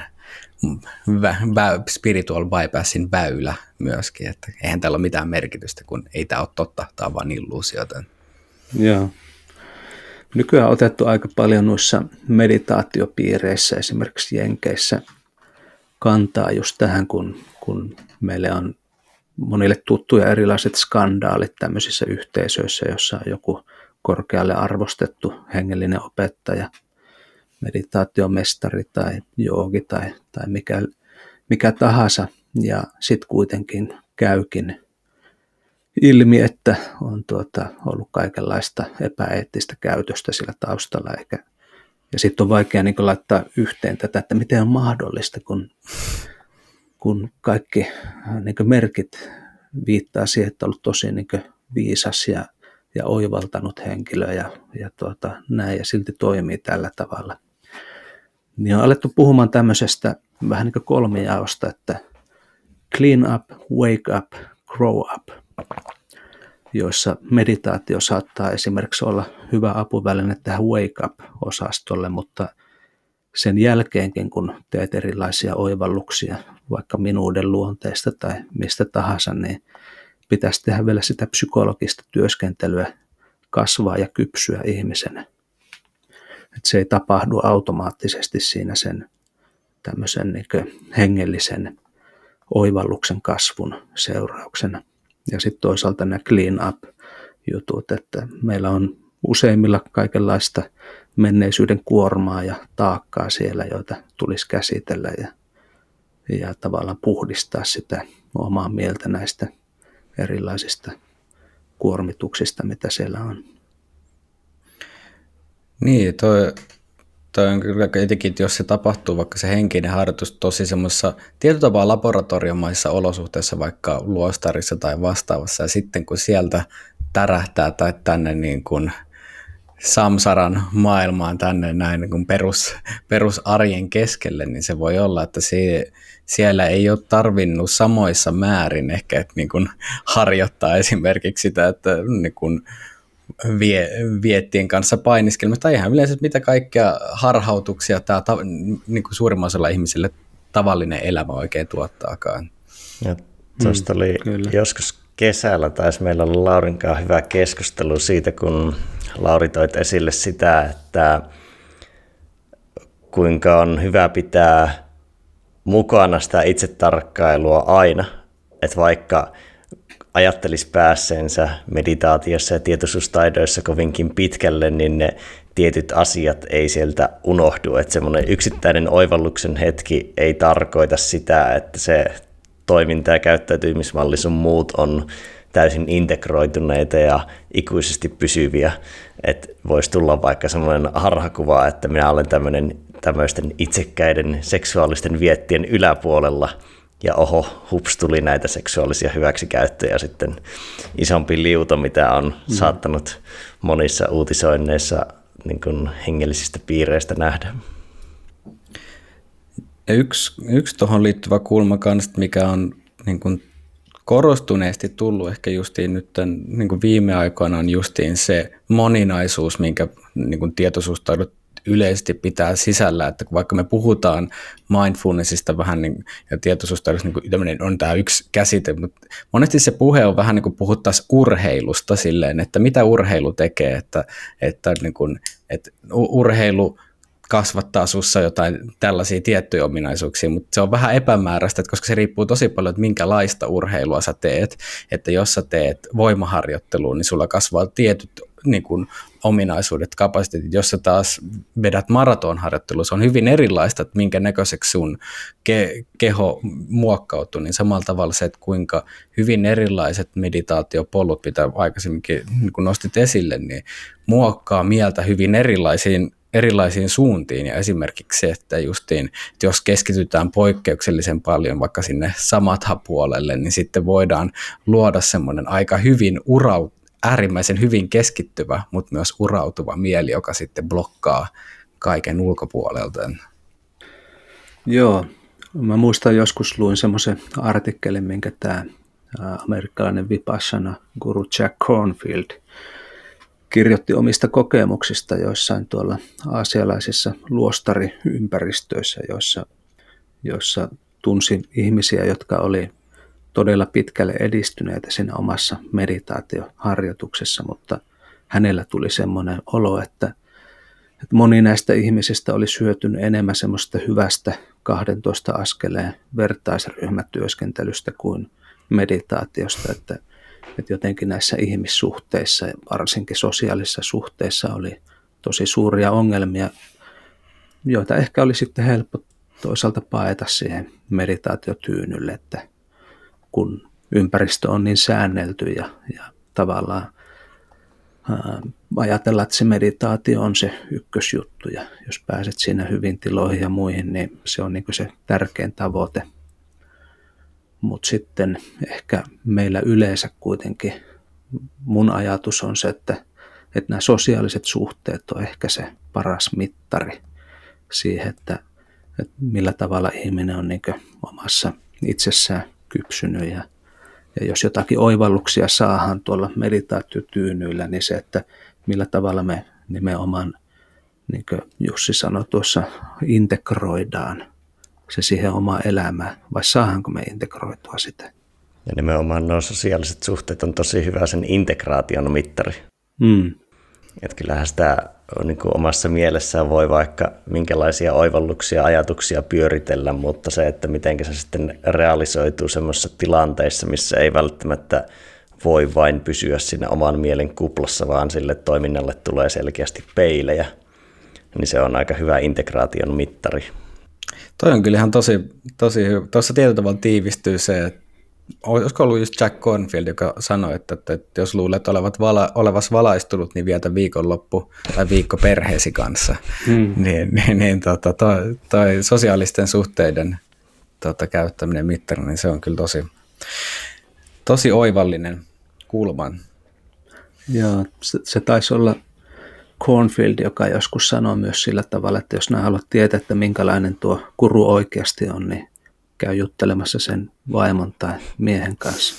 C: spiritual bypassin väylä myöskin, että eihän tällä ole mitään merkitystä, kun ei tämä ole totta, tämä on vain illuusiota.
A: Joo. Nykyään on otettu aika paljon noissa meditaatiopiireissä, esimerkiksi Jenkeissä, kantaa just tähän, kun meille on monille tuttuja erilaiset skandaalit tämmöisissä yhteisöissä, jossa on joku korkealle arvostettu hengellinen opettaja, meditaatiomestari tai joogi tai mikä tahansa, ja sitten kuitenkin käykin ilmi, että on ollut kaikenlaista epäeettistä käytöstä sillä taustalla. Ja sitten on vaikea niin kuin laittaa yhteen tätä, että miten on mahdollista, kun kaikki niin kuin merkit viittaa siihen, että on ollut tosi niin kuin viisas ja oivaltanut henkilö ja näin, ja silti toimii tällä tavalla. Niin on alettu puhumaan tämmöisestä vähän niin kuin kolmijaosta, että clean up, wake up, grow up, joissa meditaatio saattaa esimerkiksi olla hyvä apuväline tähän wake up-osastolle, mutta sen jälkeenkin, kun teet erilaisia oivalluksia, vaikka minuuden luonteesta tai mistä tahansa, niin pitäisi tehdä vielä sitä psykologista työskentelyä, kasvaa ja kypsyä ihmisenä. Että se ei tapahdu automaattisesti siinä sen tämmöisen niin kuin hengellisen oivalluksen kasvun seurauksena. Ja sitten toisaalta nämä clean up-jutut, että meillä on useimmilla kaikenlaista menneisyyden kuormaa ja taakkaa siellä, joita tulisi käsitellä ja tavallaan puhdistaa sitä omaa mieltä näistä erilaisista kuormituksista, mitä siellä on.
C: Niin, toi on kyllä jotenkin, että jos se tapahtuu, vaikka se henkinen harjoitus tosi semmoisessa tietyllä tapaa laboratoriomaisissa olosuhteissa, vaikka luostarissa tai vastaavassa, ja sitten kun sieltä tärähtää tai tänne niin kuin samsaran maailmaan, tänne näin niin kuin perusarjen keskelle, niin se voi olla, että siellä ei ole tarvinnut samoissa määrin ehkä että niin kuin harjoittaa esimerkiksi sitä, että niin kuin viettien kanssa painiskelmista tai ihan yleensä mitä kaikkea harhautuksia tämä niin kuin suurimman osalla ihmisille tavallinen elämä oikein tuottaakaan.
B: Ja tuosta oli joskus kesällä taisi meillä olla Laurin kanssa hyvä keskustelu siitä, kun Lauri toit esille sitä, että kuinka on hyvä pitää mukana sitä itsetarkkailua aina, että vaikka ajattelisi päässeensä meditaatiossa ja tietoisuustaidoissa kovinkin pitkälle, niin ne tietyt asiat ei sieltä unohdu. Että semmoinen yksittäinen oivalluksen hetki ei tarkoita sitä, että se toiminta ja käyttäytymismalli sun muut on täysin integroituneita ja ikuisesti pysyviä. Että voisi tulla vaikka semmoinen harhakuva, että minä olen tämmöisten itsekkäiden seksuaalisten viettien yläpuolella, ja oho, hups, tuli näitä seksuaalisia hyväksikäyttöjä sitten isompi liuto, mitä on saattanut monissa uutisoinneissa niin kuin hengellisistä piireistä nähdä.
C: Ja yksi tuohon liittyvä kulma kanssa, mikä on niin kuin korostuneesti tullut ehkä justiin nyt niin kuin viime aikoina, on justiin se moninaisuus, minkä niin kuin tietoisuustaidot yleisesti pitää sisällä, että vaikka me puhutaan mindfulnessista vähän niin, ja tietoisuustaidosta, niin on tämä yksi käsite, mutta monesti se puhe on vähän niin kuin puhuttaisiin urheilusta silleen, että mitä urheilu tekee, että urheilu kasvattaa sussa jotain tällaisia tiettyjä ominaisuuksia, mutta se on vähän epämääräistä, koska se riippuu tosi paljon, että minkälaista urheilua sä teet, että jos sä teet voimaharjoittelua, niin sulla kasvaa tietyt niin kuin ominaisuudet, kapasiteetit. Jos sä taas vedät maratonharjoittelua, se on hyvin erilaista, että minkä näköiseksi sun keho muokkautuu, niin samalla tavalla se, että kuinka hyvin erilaiset meditaatiopolut, mitä aikaisemminkin niin kuin nostit esille, niin muokkaa mieltä hyvin erilaisiin suuntiin, ja esimerkiksi se, että justiin, että jos keskitytään poikkeuksellisen paljon vaikka sinne samatha-puolelle, niin sitten voidaan luoda semmoinen aika hyvin äärimmäisen hyvin keskittyvä, mutta myös urautuva mieli, joka sitten blokkaa kaiken ulkopuolelta.
A: Joo, mä muistan joskus luin semmoisen artikkelin, minkä tämä amerikkalainen vipassana guru Jack Kornfield kirjoitti omista kokemuksista joissain tuolla aasialaisissa luostariympäristöissä, joissa tunsi ihmisiä, jotka oli todella pitkälle edistyneitä siinä omassa meditaatioharjoituksessa, mutta hänellä tuli semmoinen olo, että moni näistä ihmisistä oli hyötynyt enemmän semmoista hyvästä 12 askeleen vertaisryhmätyöskentelystä kuin meditaatiosta, että jotenkin näissä ihmissuhteissa ja varsinkin sosiaalisissa suhteissa oli tosi suuria ongelmia, joita ehkä oli sitten helppo toisaalta paeta siihen meditaatiotyynylle, että kun ympäristö on niin säännelty ja tavallaan ajatella, että se meditaatio on se ykkösjuttu ja jos pääset siinä hyvin tiloihin ja muihin, niin se on niin kuin se tärkein tavoite. Mutta sitten ehkä meillä yleensä kuitenkin mun ajatus on se, että nämä sosiaaliset suhteet on ehkä se paras mittari siihen, että millä tavalla ihminen on niin kuin omassa itsessään kypsynyt ja jos jotakin oivalluksia saadaan tuolla meditaatiotyynyillä, niin se, että millä tavalla me nimenomaan, niin kuin Jussi sanoi tuossa, integroidaan se siihen omaan elämään, vai saadaanko me integroitua sitä?
B: Ja nimenomaan nuo sosiaaliset suhteet on tosi hyvä sen integraation mittari. Että kyllähän sitä niin kuin omassa mielessään voi vaikka minkälaisia oivalluksia, ajatuksia pyöritellä, mutta se, että miten se sitten realisoituu semmoisissa tilanteissa, missä ei välttämättä voi vain pysyä siinä oman mielen kuplassa, vaan sille toiminnalle tulee selkeästi peilejä, niin se on aika hyvä integraation mittari.
C: Toi on kyllä ihan tosi hyvä. Tuossa tietyllä tavalla tiivistyy se, että olisiko ollut just Jack Kornfield, joka sanoi, että jos luulet olevas valaistunut, niin vietä viikonloppu tai viikko perheesi kanssa. Toi sosiaalisten suhteiden käyttäminen mittarina, niin se on kyllä tosi oivallinen kulman.
A: Joo, se taisi olla Kornfield, joka joskus sanoi myös sillä tavalla, että jos haluat tietää, että minkälainen tuo guru oikeasti on, niin käy juttelemassa sen vaimon tai miehen kanssa.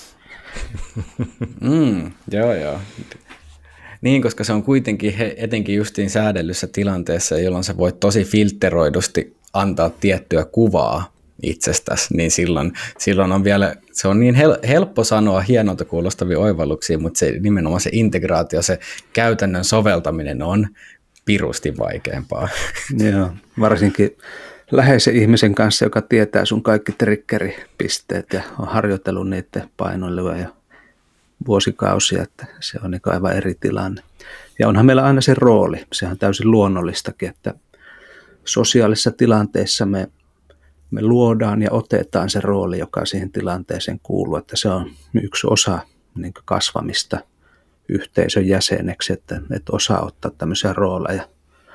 C: Joo. Niin, koska se on kuitenkin etenkin justiin säädellyssä tilanteessa, jolloin sä voit tosi filteroidusti antaa tiettyä kuvaa itsestäsi, niin silloin on vielä, se on niin helppo sanoa hienolta kuulostavia oivalluksia, mutta se nimenomaan se integraatio, se käytännön soveltaminen on pirusti vaikeampaa.
A: Joo, varsinkin läheisen ihmisen kanssa, joka tietää sun kaikki triggeripisteet ja on harjoitellut niiden painoiluja jo vuosikausia, että se on niin aivan eri tilanne. Ja onhan meillä aina se rooli, se on täysin luonnollistakin, että sosiaalisissa tilanteissa me luodaan ja otetaan se rooli, joka siihen tilanteeseen kuuluu, että se on yksi osa niin kasvamista yhteisön jäseneksi, että osaa ottaa tämmöisiä rooleja.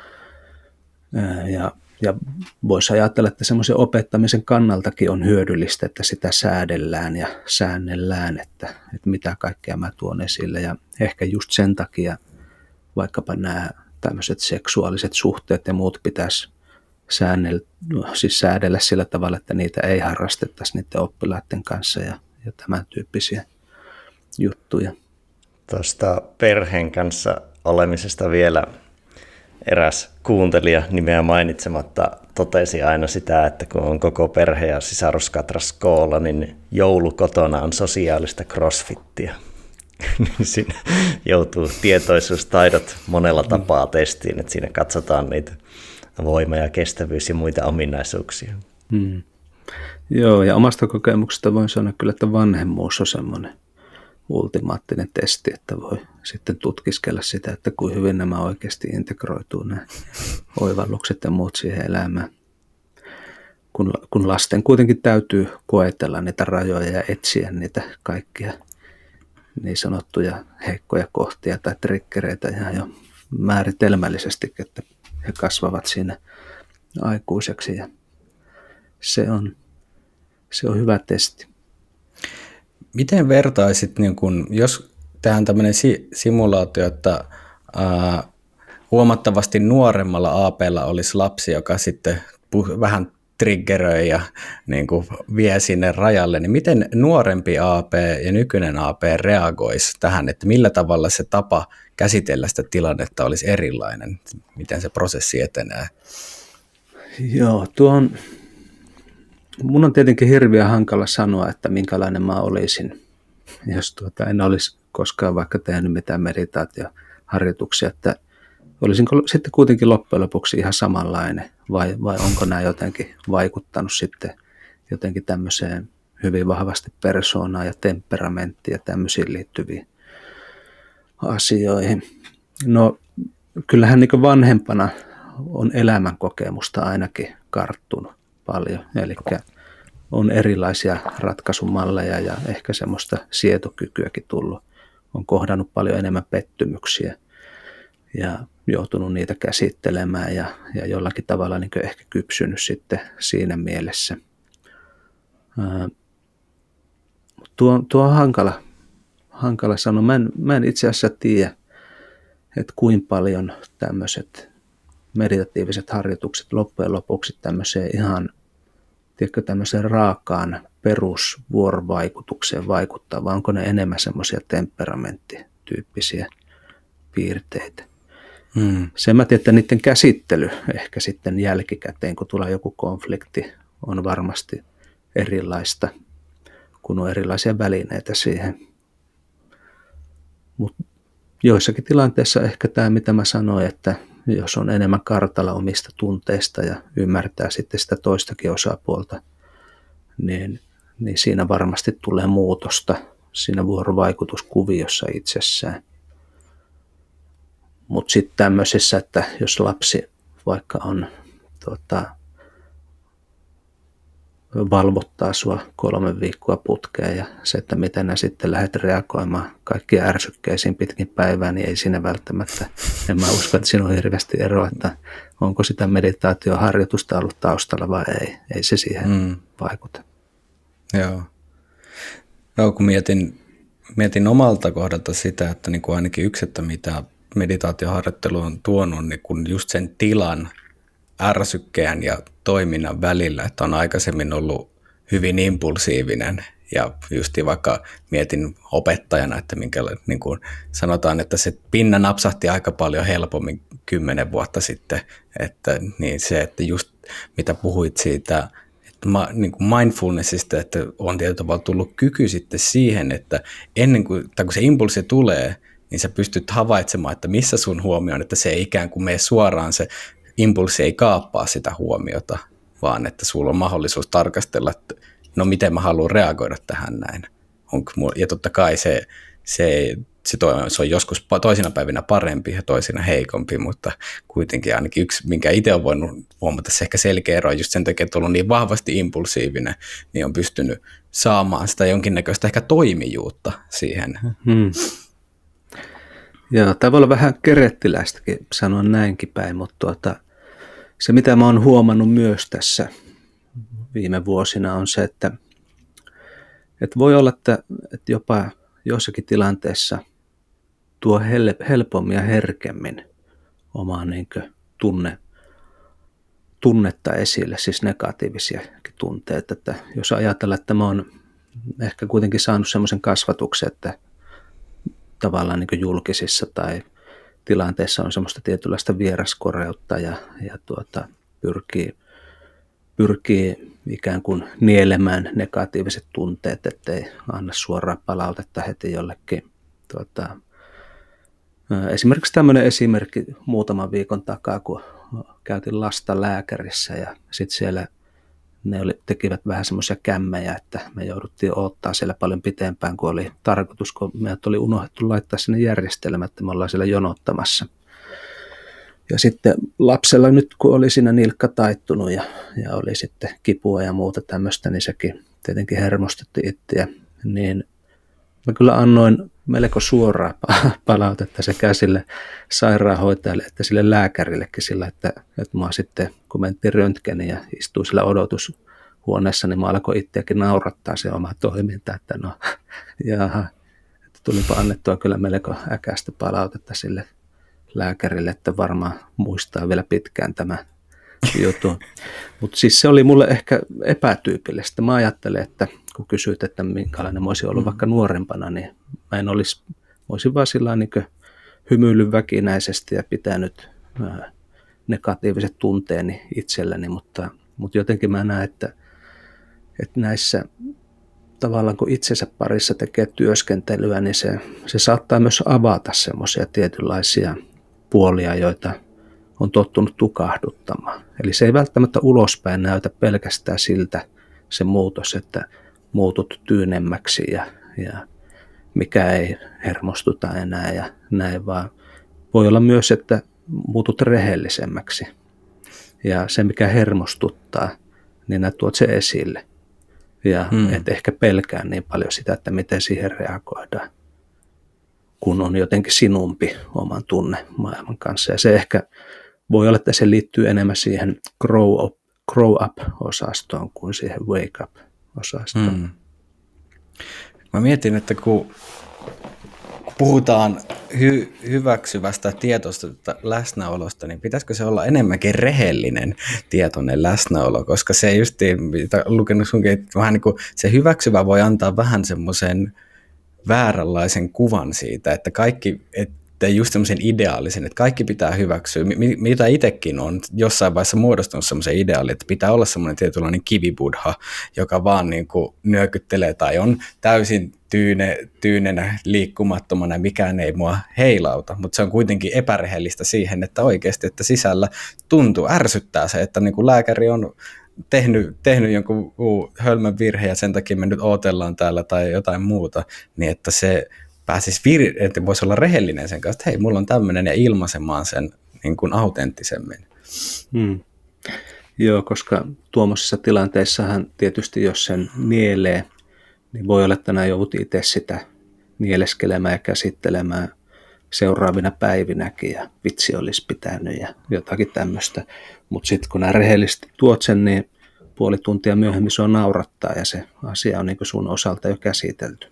A: Ja voisi ajatella, että semmoisen opettamisen kannaltakin on hyödyllistä, että sitä säädellään ja säännellään, että mitä kaikkea mä tuon esille. Ja ehkä just sen takia vaikkapa nämä tämmöiset seksuaaliset suhteet ja muut pitäisi säädellä sillä tavalla, että niitä ei harrastettaisi niiden oppilaiden kanssa ja tämän tyyppisiä juttuja.
B: Tuosta perheen kanssa olemisesta vielä eräs kuuntelija nimeä mainitsematta totesi aina sitä, että kun on koko perhe ja sisaruskatras koolla, niin joulu kotona on sosiaalista crossfittiä. Siinä joutuu tietoisuustaidot monella tapaa testiin, että siinä katsotaan niitä voima- ja kestävyys- ja muita ominaisuuksia.
A: Joo, ja omasta kokemuksesta voin sanoa kyllä, että vanhemmuus on semmoinen ultimaattinen testi, että voi sitten tutkiskella sitä, että kuinka hyvin nämä oikeasti integroituu, nämä oivallukset ja muut siihen elämään. Kun lasten kuitenkin täytyy koetella niitä rajoja ja etsiä niitä kaikkia niin sanottuja heikkoja kohtia tai triggereitä ihan jo määritelmällisesti, että he kasvavat siinä aikuiseksi ja se on hyvä testi.
C: Miten vertaisit, niin kun, jos tehdään tämmöinen simulaatio, että huomattavasti nuoremmalla AP:lla olisi lapsi, joka sitten vähän triggeröi ja niin kuin vie sinne rajalle, niin miten nuorempi AP ja nykyinen AP reagoisi tähän, että millä tavalla se tapa käsitellä sitä tilannetta olisi erilainen, miten se prosessi etenee?
A: Joo, mun on tietenkin hirveän hankala sanoa, että minkälainen mä olisin, jos en olisi koskaan vaikka tehnyt mitään meditaatioharjoituksia, että olisinko sitten kuitenkin loppujen lopuksi ihan samanlainen vai onko nämä jotenkin vaikuttanut sitten jotenkin tämmöiseen hyvin vahvasti persoonaan ja temperamenttiin ja tämmöisiin liittyviin asioihin. No kyllähän niin vanhempana on elämänkokemusta ainakin karttunut paljon, eli on erilaisia ratkaisumalleja ja ehkä semmoista sietokykyäkin tullut. On kohdannut paljon enemmän pettymyksiä ja joutunut niitä käsittelemään ja jollakin tavalla niin kuin ehkä kypsynyt sitten siinä mielessä. Tuo on hankala sanoa. Mä en itse asiassa tiedä, että kuinka paljon tämmöiset meditatiiviset harjoitukset loppujen lopuksi tämmöiseen ihan tämmöiseen raakaan perusvuorovaikutukseen vaikuttaa, vai onko ne enemmän semmoisia temperamenttityyppisiä piirteitä. Sen mä tiedän, että niiden käsittely ehkä sitten jälkikäteen, kun tulee joku konflikti, on varmasti erilaista, kun on erilaisia välineitä siihen. Mutta joissakin tilanteissa ehkä tämä, mitä mä sanoin, että jos on enemmän kartalla omista tunteista ja ymmärtää sitten sitä toistakin osapuolta, niin siinä varmasti tulee muutosta siinä vuorovaikutuskuviossa itsessään. Mutta sitten tämmöisessä, että jos lapsi vaikka on valvottaa sua 3 viikkoa putkeen ja se, että miten nää sitten lähdet reagoimaan kaikkiin ärsykkeisiin pitkin päivää, niin ei siinä välttämättä, en mä usko, että siinä on hirveästi eroa, että onko sitä meditaatioharjoitusta ollut taustalla vai ei. Ei se siihen vaikuta.
C: Joo. No, kun mietin omalta kohdalta sitä, että niin kuin ainakin yksi, että mitä meditaatioharjoittelu on tuonut, niin kun just sen tilan, ärsykkeen ja toiminnan välillä, että on aikaisemmin ollut hyvin impulsiivinen ja justiin vaikka mietin opettajana, että niin kuin sanotaan, että se pinna napsahti aika paljon helpommin 10 vuotta sitten, että niin se, että just mitä puhuit siitä, että niin kuin mindfulnessista, että on tietyllä tavalla tullut kyky sitten siihen, että ennen kuin, kun se impulssi tulee, niin sä pystyt havaitsemaan, että missä sun huomio on, että se ei ikään kuin mene suoraan, se impulssi ei kaappaa sitä huomiota, vaan että sulla on mahdollisuus tarkastella, että no miten mä haluan reagoida tähän näin. Ja totta kai se on joskus toisina päivinä parempi ja toisina heikompi, mutta kuitenkin ainakin yksi, minkä itse olen voinut huomata, se ehkä selkeä ero, just sen takia, että on ollut niin vahvasti impulsiivinen, niin on pystynyt saamaan sitä jonkinnäköistä ehkä toimijuutta siihen.
A: Joo, tämä voi olla vähän kerettiläistäkin sanoa näinkin päin, mutta se mitä mä oon huomannut myös tässä viime vuosina on se, että voi olla, että jopa jossakin tilanteessa tuo helpommin ja herkemmin omaa niin kuin tunnetta esille, siis negatiivisiakin tunteita. Että jos ajatellaan, että mä oon ehkä kuitenkin saanut semmoisen kasvatuksen, että tavallaan niin kuin julkisissa tai tilanteessa on semmoista tietynlaista vieraskoreutta ja pyrkii ikään kuin nielemään negatiiviset tunteet, ettei anna suoraa palautetta heti jollekin. Esimerkiksi tämmöinen esimerkki muutaman viikon takaa, kun käytin lasta lääkärissä ja sitten siellä tekivät vähän semmoisia kämmejä, että me jouduttiin odottaa siellä paljon pitempään kuin oli tarkoitus, kun meidät oli unohdettu laittaa sinne järjestelmään, että me ollaan siellä jonottamassa. Ja sitten lapsella nyt, kun oli siinä nilkka taittunut ja oli sitten kipua ja muuta tämmöistä, niin sekin tietenkin hermostutti itseä, niin mä kyllä annoin melko suoraa palautetta sekä sille sairaanhoitajalle että sille lääkärillekin sillä, että mä sitten, kun mentiin röntgeniin ja istuin sillä odotushuoneessa, niin mä alkoin itseäkin naurattaa se oma toiminta, että no jaha, että tulipa annettua kyllä melko äkäistä palautetta sille lääkärille, että varmaan muistaa vielä pitkään tämä juttu. Mutta siis se oli mulle ehkä epätyypillistä. Mä ajattelen, että kun kysyit, että minkälainen mä olisin ollut vaikka nuorempana, niin mä olisin vaan sillä niin hymyillyt väkinäisesti ja pitänyt negatiiviset tunteeni itselläni, mutta jotenkin mä näen, että näissä tavallaan kun itsensä parissa tekee työskentelyä, niin se saattaa myös avata semmoisia tietynlaisia puolia, joita on tottunut tukahduttamaan. Eli se ei välttämättä ulospäin näytä pelkästään siltä se muutos, että muutut tyynemmäksi ja mikä ei hermostuta enää ja näin, vaan voi olla myös, että muutut rehellisemmäksi. Ja se, mikä hermostuttaa, niin tuot se esille. Ja et ehkä pelkää niin paljon sitä, että miten siihen reagoidaan, kun on jotenkin sinumpi oman tunnemaailman kanssa. Ja se ehkä voi olla, että se liittyy enemmän siihen grow up-osastoon kuin siihen wake up-osastoon.
C: Mä mietin, että kun puhutaan hyväksyvästä tietoisesta läsnäolosta, niin pitäisikö se olla enemmänkin rehellinen tietoinen läsnäolo, koska se justiin, mitä lukenut sunkin, että vähän niin kuin se hyväksyvä voi antaa vähän semmoisen vääränlaisen kuvan siitä, että kaikki, että just semmoisen ideaalisen, että kaikki pitää hyväksyä, mitä itsekin on jossain vaiheessa muodostunut semmoisen ideaalin, että pitää olla semmoinen tietynlainen kivibudha, joka vaan niin kuin nyökyttelee tai on täysin tyynenä, liikkumattomana, mikään ei mua heilauta, mutta se on kuitenkin epärehellistä siihen, että oikeasti, että sisällä ärsyttää se, että niin kuin lääkäri on tehnyt jonkun hölmön virhe ja sen takia me nyt odotellaan täällä tai jotain muuta, niin että se pääsisi että voisi olla rehellinen sen kanssa, että hei, mulla on tämmöinen ja ilmaisemaan sen niin kuin autenttisemmin.
A: Joo, koska tuommoisissa tilanteissahan tietysti, jos sen nielee, niin voi olla, että nämä joudut itse sitä nieleskelemään ja käsittelemään seuraavina päivinäkin ja vitsi olisi pitänyt ja jotakin tämmöistä. Mutta sitten kun nämä rehellisesti tuot sen, niin puoli tuntia myöhemmin se on naurattaa ja se asia on niin sun osalta jo käsitelty.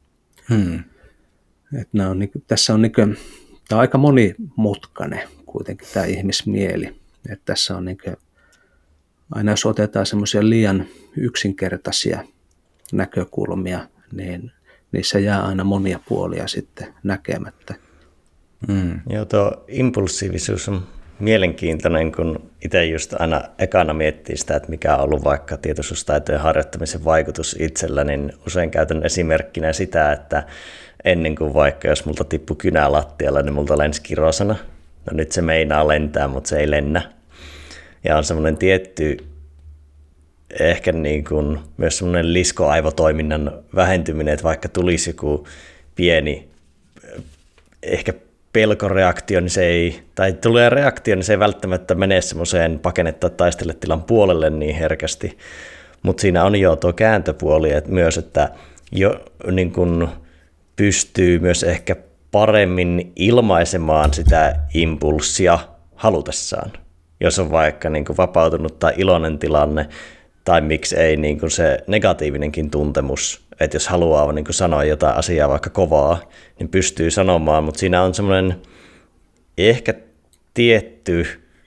A: Tässä on tämä on aika monimutkainen kuitenkin tämä ihmismieli. Että tässä on aina jos otetaan semmoisia liian yksinkertaisia näkökulmia, niin niissä jää aina monia puolia sitten näkemättä.
B: Joo, tuo impulsiivisuus on mielenkiintoinen, kun itse just aina ekana miettii sitä, että mikä on ollut vaikka tietoisuustaitojen harjoittamisen vaikutus itsellä, niin usein käytän esimerkkinä sitä, että ennen kuin vaikka jos multa tippui kynä lattialla, niin multa lensi kirosana. No nyt se meinaa lentää, mutta se ei lennä. Ja on semmoinen tietty, ehkä niin kuin myös semmoinen liskoaivotoiminnan vähentyminen, että vaikka tulisi joku pieni ehkä pelkoreaktio, niin se ei, tai tulee reaktio, niin se ei välttämättä mene semmoiseen pakennetta taisteletilan puolelle niin herkästi. Mutta siinä on jo tuo kääntöpuoli että myös, että jo niin kuin pystyy myös ehkä paremmin ilmaisemaan sitä impulssia halutessaan. Jos on vaikka niin kuin vapautunut tai iloinen tilanne, tai miksi ei niin kuin se negatiivinenkin tuntemus, että jos haluaa niin kuin sanoa jotain asiaa vaikka kovaa, niin pystyy sanomaan, mutta siinä on semmoinen ehkä tietty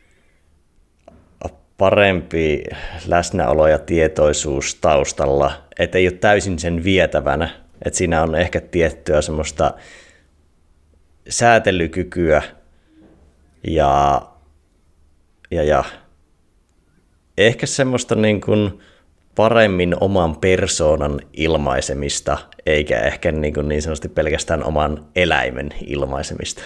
B: parempi läsnäolo ja tietoisuus taustalla, että ei ole täysin sen vietävänä, että siinä on ehkä tiettyä semmoista säätelykykyä ja ehkä semmoista niin kuin paremmin oman persoonan ilmaisemista, eikä ehkä niin sanotusti pelkästään oman eläimen ilmaisemista.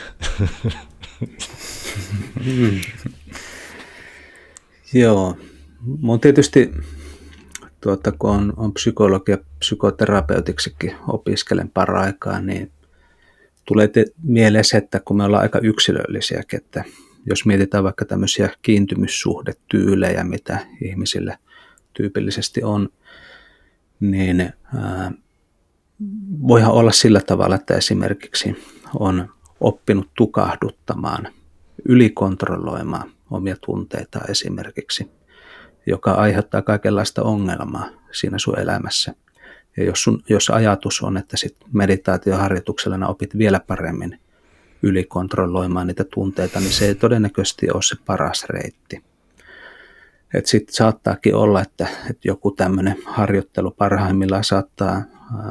A: Joo, mun tietysti kun on psykologia psykoterapeutiksikin opiskelen paraikaa, niin tulee mieleen se, että kun me ollaan aika yksilöllisiäkin, että jos mietitään vaikka tämmöisiä kiintymyssuhdetyylejä, mitä ihmisille tyypillisesti on, niin voihan olla sillä tavalla, että esimerkiksi on oppinut tukahduttamaan, ylikontrolloimaan omia tunteita esimerkiksi, joka aiheuttaa kaikenlaista ongelmaa siinä sun elämässä. Ja jos ajatus on, että sit meditaatioharjoituksella opit vielä paremmin ylikontrolloimaan niitä tunteita, niin se ei todennäköisesti ole se paras reitti. Sitten saattaakin olla, että joku tämmöinen harjoittelu parhaimmillaan saattaa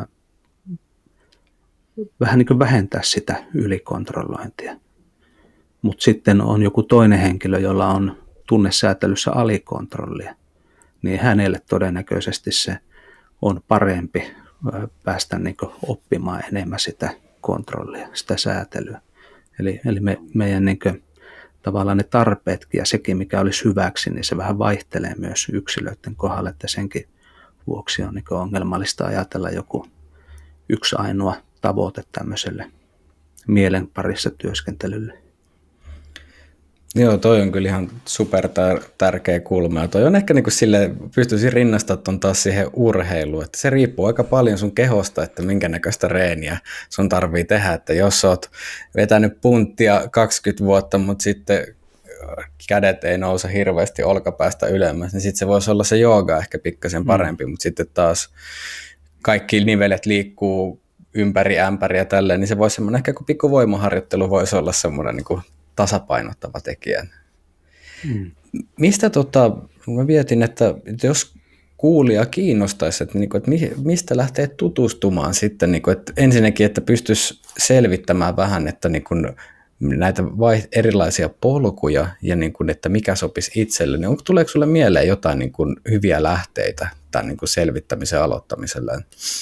A: vähän niin kuin vähentää sitä ylikontrollointia. Mutta sitten on joku toinen henkilö, jolla on tunnesäätelyssä alikontrollia, niin hänelle todennäköisesti se on parempi päästä niin kuin oppimaan enemmän sitä kontrollia, sitä säätelyä. Eli meidän niin kuin, tavallaan ne tarpeetkin ja sekin, mikä olisi hyväksi, niin se vähän vaihtelee myös yksilöiden kohdalla, että senkin vuoksi on niin kuin ongelmallista ajatella joku yksi ainoa tavoite tämmöiselle mielen parissa työskentelylle.
C: Joo, toi on kyllä ihan super tärkeä kulma. Ja toi on ehkä niin kuin sille, pystyisin rinnastamaan ton taas siihen urheiluun, että se riippuu aika paljon sun kehosta, että minkä näköistä reeniä sun tarvii tehdä. Että jos oot vetänyt punttia 20 vuotta, mutta sitten kädet ei nouse hirveästi olkapäästä ylemmäs, niin sitten se voisi olla se jooga ehkä pikkasen parempi, mutta sitten taas kaikki nivelet liikkuu ympäri ämpäriä tälleen, niin se voisi semmoinen ehkä pikku voimaharjoittelu voisi olla semmoinen niin kuin tasapainottava tekijä. Mistä mä mietin, että jos kuulija kiinnostaisi, että mistä lähtee tutustumaan sitten, että ensinnäkin, että pystyisi selvittämään vähän, että näitä erilaisia polkuja ja että mikä sopisi itselle, niin tuleeko sulle mieleen jotain hyviä lähteitä tämän selvittämisen aloittamiselle?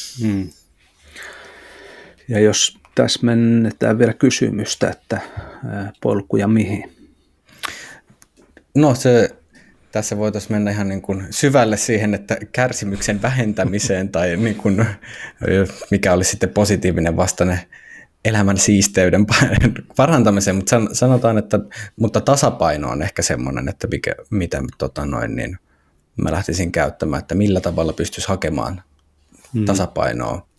A: Ja jos täsmennetään vielä kysymystä, että polkuja mihin?
C: No tässä voitaisiin mennä ihan syvälle siihen, että kärsimyksen vähentämiseen tai mikä olisi sitten positiivinen vastane elämän siisteyden parantamiseen, mutta sanotaan, että mutta tasapaino on ehkä semmoinen, että mitä niin mä lähtisin käyttämään, että millä tavalla pystyisi hakemaan tasapainoa.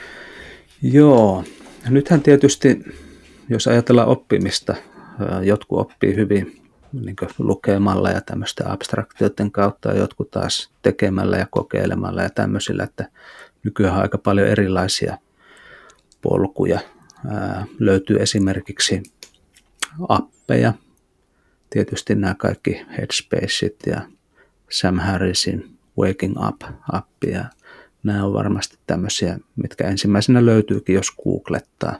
A: Joo, nythän tietysti, jos ajatellaan oppimista, jotkut oppii hyvin lukemalla ja tämmöisten abstraktioiden kautta, ja jotkut taas tekemällä ja kokeilemalla ja tämmöisillä, että nykyään on aika paljon erilaisia polkuja. Löytyy esimerkiksi appeja, tietysti nämä kaikki Headspaceit ja Sam Harrisin Waking Up-appi, ja nämä on varmasti tämmöisiä, mitkä ensimmäisenä löytyykin, jos googlettaa.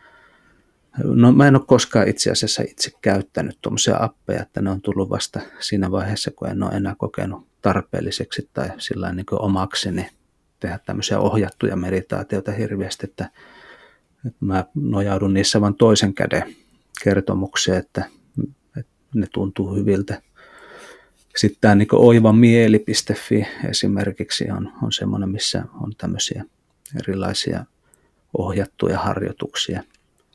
A: No mä en ole koskaan itse asiassa itse käyttänyt tuommoisia appeja, että ne on tullut vasta siinä vaiheessa, kun en ole enää kokenut tarpeelliseksi tai sillä omakseni tehdä tämmöisiä ohjattuja meditaatioita hirveästi, että mä nojaudun niissä vain toisen käden kertomukseen, että ne tuntuu hyviltä. Sitten tämä oivamieli.fi esimerkiksi on semmoinen, missä on tämmöisiä erilaisia ohjattuja harjoituksia.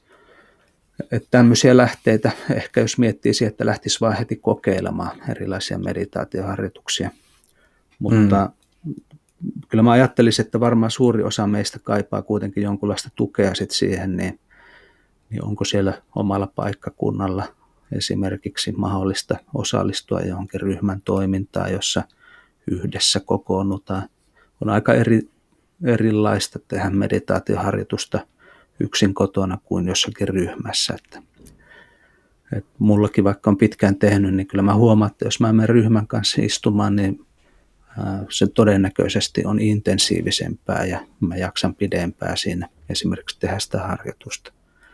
A: Että tämmöisiä lähteitä, ehkä jos miettii siihen, että lähtisi vaan heti kokeilemaan erilaisia meditaatioharjoituksia. Mutta kyllä mä ajattelisin, että varmaan suuri osa meistä kaipaa kuitenkin jonkunlaista tukea sit siihen, niin onko siellä omalla paikkakunnalla esimerkiksi mahdollista osallistua johonkin ryhmän toimintaan, jossa yhdessä kokoonnutaan. On aika erilaista tehdä meditaatioharjoitusta yksin kotona kuin jossakin ryhmässä. Että mullakin vaikka on pitkään tehnyt, niin kyllä mä huomaan, että jos mä menen ryhmän kanssa istumaan, niin se todennäköisesti on intensiivisempää ja mä jaksan pidempään siinä esimerkiksi tehdä sitä harjoitusta.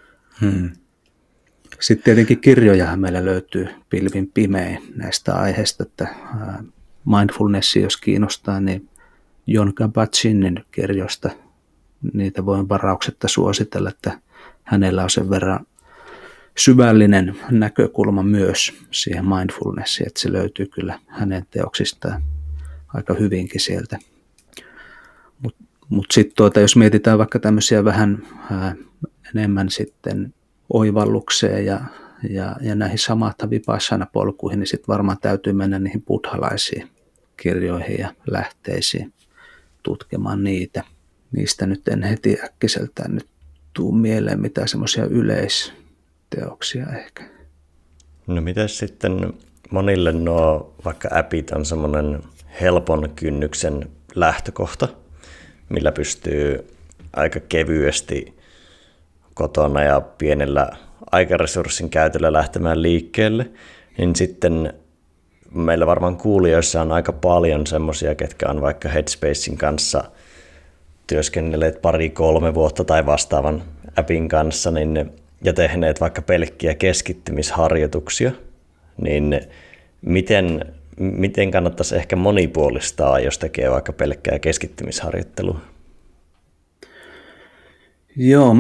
A: Sitten tietenkin kirjojahan meillä löytyy pilvin pimein näistä aiheista, että mindfulness, jos kiinnostaa, niin Jon Kabat-Zinin kirjoista niitä voin varauksetta suositella, että hänellä on sen verran syvällinen näkökulma myös siihen mindfulnessiin, että se löytyy kyllä hänen teoksistaan aika hyvinkin sieltä. Mut sitten jos mietitään vaikka tämmöisiä vähän enemmän sitten oivallukseen ja näihin samatha vipassana-polkuihin, niin sitten varmaan täytyy mennä niihin buddhalaisiin kirjoihin ja lähteisiin tutkimaan niitä. Niistä nyt en heti äkkiseltään nyt tuu mieleen mitään semmoisia yleisteoksia ehkä.
B: No mitäs sitten monille nuo vaikka appit on semmoinen helpon kynnyksen lähtökohta, millä pystyy aika kevyesti kotona ja pienellä aikaresurssin käytöllä lähtemään liikkeelle, niin sitten meillä varmaan kuulijoissa on aika paljon semmoisia, ketkä on vaikka Headspacein kanssa työskennelleet 2-3 vuotta tai vastaavan appin kanssa ja tehneet vaikka pelkkiä keskittymisharjoituksia, niin miten kannattaisi ehkä monipuolistaa, jos tekee vaikka pelkkää keskittymisharjoittelua?
A: Joo,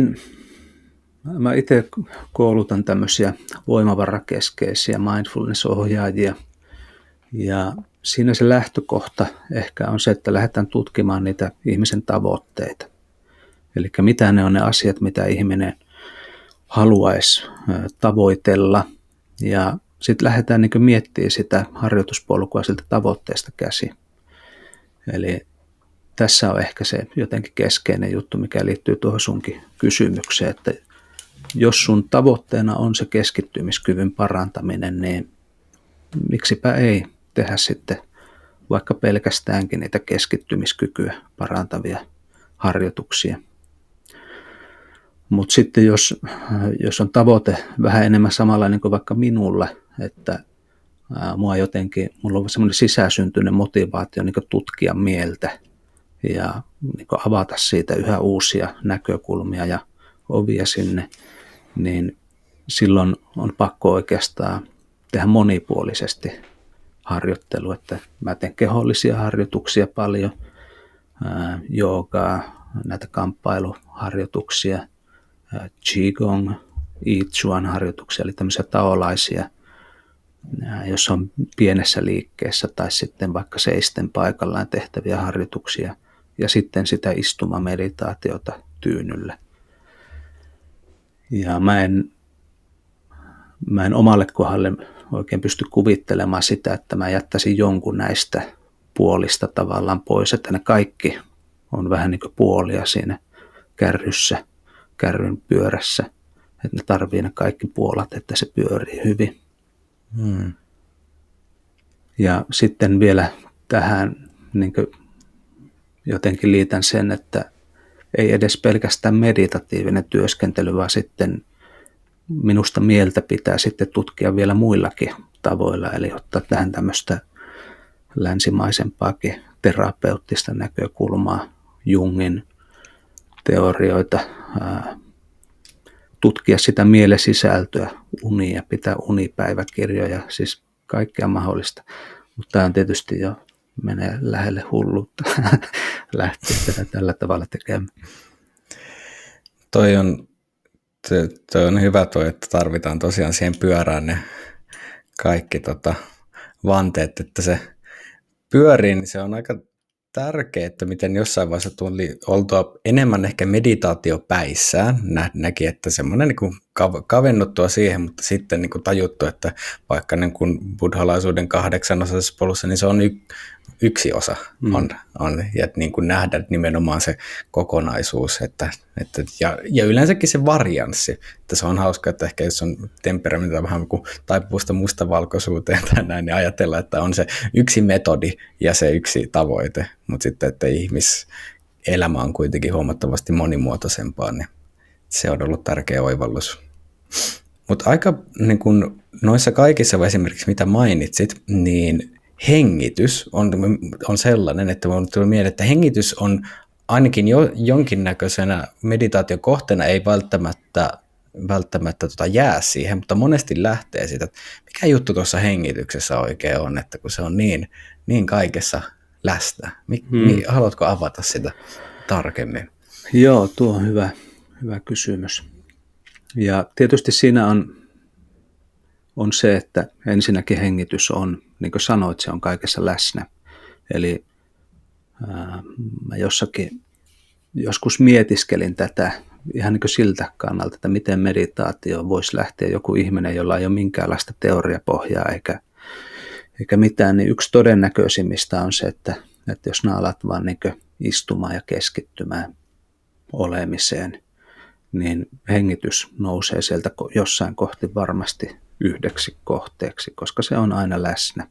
A: mä itse koulutan tämmöisiä voimavarakeskeisiä mindfulness-ohjaajia, ja siinä se lähtökohta ehkä on se, että lähdetään tutkimaan niitä ihmisen tavoitteita. Eli mitä ne on ne asiat, mitä ihminen haluaisi tavoitella Ja sitten lähdetään niin miettimään sitä harjoituspolkua siltä tavoitteesta käsi. Eli tässä on ehkä se jotenkin keskeinen juttu, mikä liittyy tuohon sunkin kysymykseen, että jos sun tavoitteena on se keskittymiskyvyn parantaminen, niin miksipä ei tehdä sitten vaikka pelkästäänkin niitä keskittymiskykyä parantavia harjoituksia. Mutta sitten jos on tavoite vähän enemmän samanlainen kuin vaikka minulla, että mulla on semmoinen sisäsyntyinen motivaatio niin tutkia mieltä ja niin avata siitä yhä uusia näkökulmia ja ovia sinne, niin silloin on pakko oikeastaan tehdä monipuolisesti harjoittelua, että mä teen kehollisia harjoituksia paljon, joogaa, näitä kamppailuharjoituksia, qigong, I Chuan harjoituksia, eli tämmöisiä taolaisia, jos on pienessä liikkeessä tai sitten vaikka seisten paikallaan tehtäviä harjoituksia ja sitten sitä istumameditaatiota tyynyllä. Ja mä en omalle kohdalle oikein pysty kuvittelemaan sitä, että mä jättäisin jonkun näistä puolista tavallaan pois, että ne kaikki on vähän niin kuin puolia siinä kärryssä, kärryn pyörässä, että ne tarvii ne kaikki puolat, että se pyörii hyvin. Ja sitten vielä tähän niin kuin jotenkin liitän sen, että ei edes pelkästään meditatiivinen työskentely, vaan sitten minusta mieltä pitää sitten tutkia vielä muillakin tavoilla, eli ottaa tähän tämmöistä länsimaisempaakin terapeuttista näkökulmaa, Jungin teorioita, tutkia sitä mielen sisältöä, unia, pitää unipäiväkirjoja, siis kaikkea mahdollista. Mutta tämä on tietysti jo menee lähelle hulluutta lähteä tätä tällä tavalla tekemään.
C: Toi on hyvä että tarvitaan tosiaan siihen pyörään ne kaikki vanteet, että se pyörii, niin se on aika tärkeää, että miten jossain vaiheessa tuli oltua enemmän ehkä meditaatiopäissään, näki, että semmoinen niin kavennuttua siihen, mutta sitten niin kuin tajuttu, että vaikka niin kuin buddhalaisuuden 8-osaisessa polussa, niin se on yksi osa on ja niin kuin nähdä nimenomaan se kokonaisuus, ja yleensäkin se varianssi, että se on hauska, että ehkä jos on temperamentia vähän kuin taipuvusta mustavalkoisuuteen tai näin, niin ajatella, että on se yksi metodi ja se yksi tavoite, mutta sitten, että ihmiselämä on kuitenkin huomattavasti monimuotoisempaa, niin se on ollut tärkeä oivallus. Mutta aika niin kun noissa kaikissa esimerkiksi mitä mainitsit, niin hengitys on sellainen, että mun tuli mieleen, että hengitys on ainakin jonkinnäköisenä meditaatiokohteena ei välttämättä jää siihen, mutta monesti lähtee siitä, että mikä juttu tuossa hengityksessä oikein on, että kun se on niin kaikessa läsnä. Haluatko avata sitä tarkemmin?
A: Joo, tuo on hyvä kysymys. Ja tietysti siinä on se, että ensinnäkin hengitys on, niin kuin sanoit, se on kaikessa läsnä. Eli mä joskus mietiskelin tätä ihan niin kuin siltä kannalta, että miten meditaatio voisi lähteä joku ihminen, jolla ei ole minkäänlaista teoriapohjaa eikä mitään, niin yksi todennäköisimmistä on se, että jos nää alat vaan niin kuin istumaan ja keskittymään olemiseen, niin hengitys nousee sieltä jossain kohti varmasti yhdeksi kohteeksi, koska se on aina läsnä.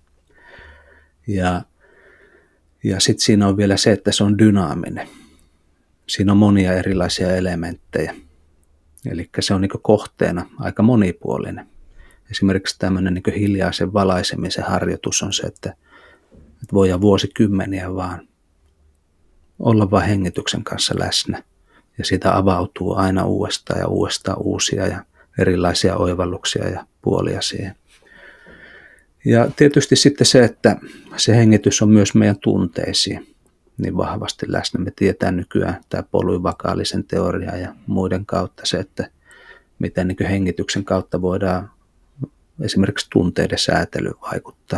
A: Ja sitten siinä on vielä se, että se on dynaaminen. Siinä on monia erilaisia elementtejä. Eli se on niin kohteena aika monipuolinen. Esimerkiksi tämmöinen niin hiljaisen valaisemisen harjoitus on se, että voidaan vuosikymmeniä vaan olla vain hengityksen kanssa läsnä. Ja siitä avautuu aina uudestaan ja uudestaan uusia ja erilaisia oivalluksia ja puolia siihen. Ja tietysti sitten se, että se hengitys on myös meidän tunteisiin niin vahvasti läsnä. Me tietää nykyään tämä polyvakaalisen teoria ja muiden kautta se, että miten niin hengityksen kautta voidaan esimerkiksi tunteiden säätelyyn vaikuttaa.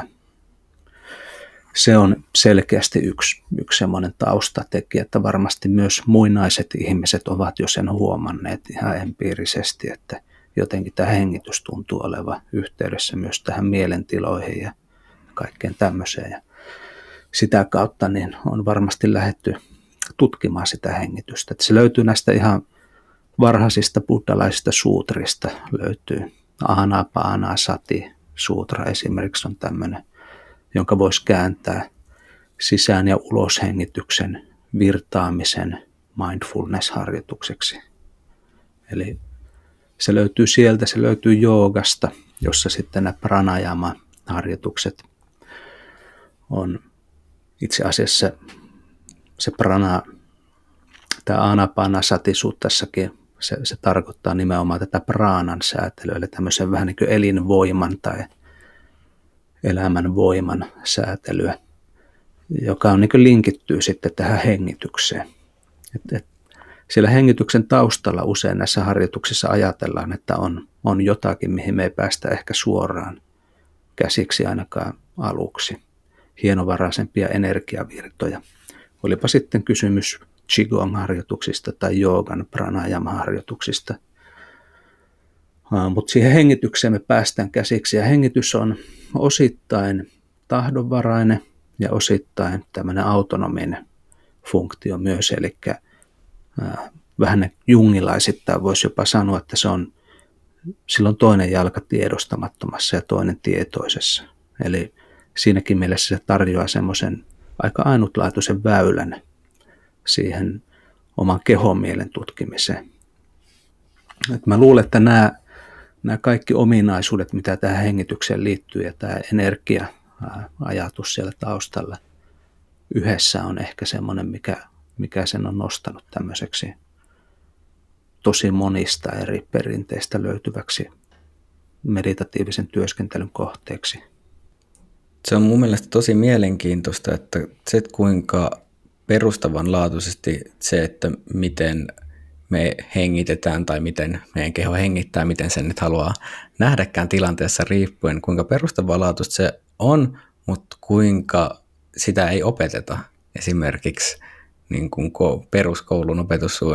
A: Se on selkeästi yksi semmoinen taustatekijä, että varmasti myös muinaiset ihmiset ovat jo sen huomanneet ihan empiirisesti, että jotenkin tämä hengitys tuntuu olevan yhteydessä myös tähän mielentiloihin ja kaikkeen tämmöiseen. Ja sitä kautta niin on varmasti lähdetty tutkimaan sitä hengitystä. Että se löytyy näistä ihan varhaisista buddhalaisista suutrista. Löytyy Anapanasati suutra esimerkiksi on tämmöinen, jonka voisi kääntää sisään- ja uloshengityksen virtaamisen mindfulness-harjoitukseksi. Eli se löytyy sieltä, se löytyy joogasta, jossa sitten nämä pranayama-harjoitukset on itse asiassa se prana, tämä Anapanasati-suttassakin, se tarkoittaa nimenomaan tätä praanan säätelyä, eli tämmöisen vähän niin kuin elinvoiman tai elämän voiman säätelyä, joka on niin kuin linkittyy sitten tähän hengitykseen. Siellä hengityksen taustalla usein näissä harjoituksissa ajatellaan, että on jotakin, mihin me ei päästä ehkä suoraan käsiksi ainakaan aluksi. Hienovaraisempia energiavirtoja. Olipa sitten kysymys Qigong-harjoituksista tai joogan pranayama-harjoituksista. Mutta siihen hengitykseen me päästään käsiksi ja hengitys on osittain tahdonvarainen ja osittain tämmöinen autonominen funktio myös, eli vähän jungilaisittain voisi jopa sanoa, että silloin toinen jalka tiedostamattomassa ja toinen tietoisessa. Eli siinäkin mielessä se tarjoaa semmoisen aika ainutlaatuisen väylän siihen oman kehon mielen tutkimiseen. Et mä luulen, että nämä kaikki ominaisuudet, mitä tähän hengitykseen liittyy ja tämä energia-ajatus siellä taustalla yhdessä on ehkä semmoinen, mikä sen on nostanut tämmöiseksi tosi monista eri perinteistä löytyväksi meditatiivisen työskentelyn kohteeksi.
C: Se on mun mielestä tosi mielenkiintoista, että se kuinka perustavanlaatuisesti se, että miten me hengitetään tai miten meidän keho hengittää, miten sen nyt haluaa nähdäkään tilanteessa riippuen, kuinka perustavanlaatuista se on, mutta kuinka sitä ei opeteta esimerkiksi niin kuin peruskoulun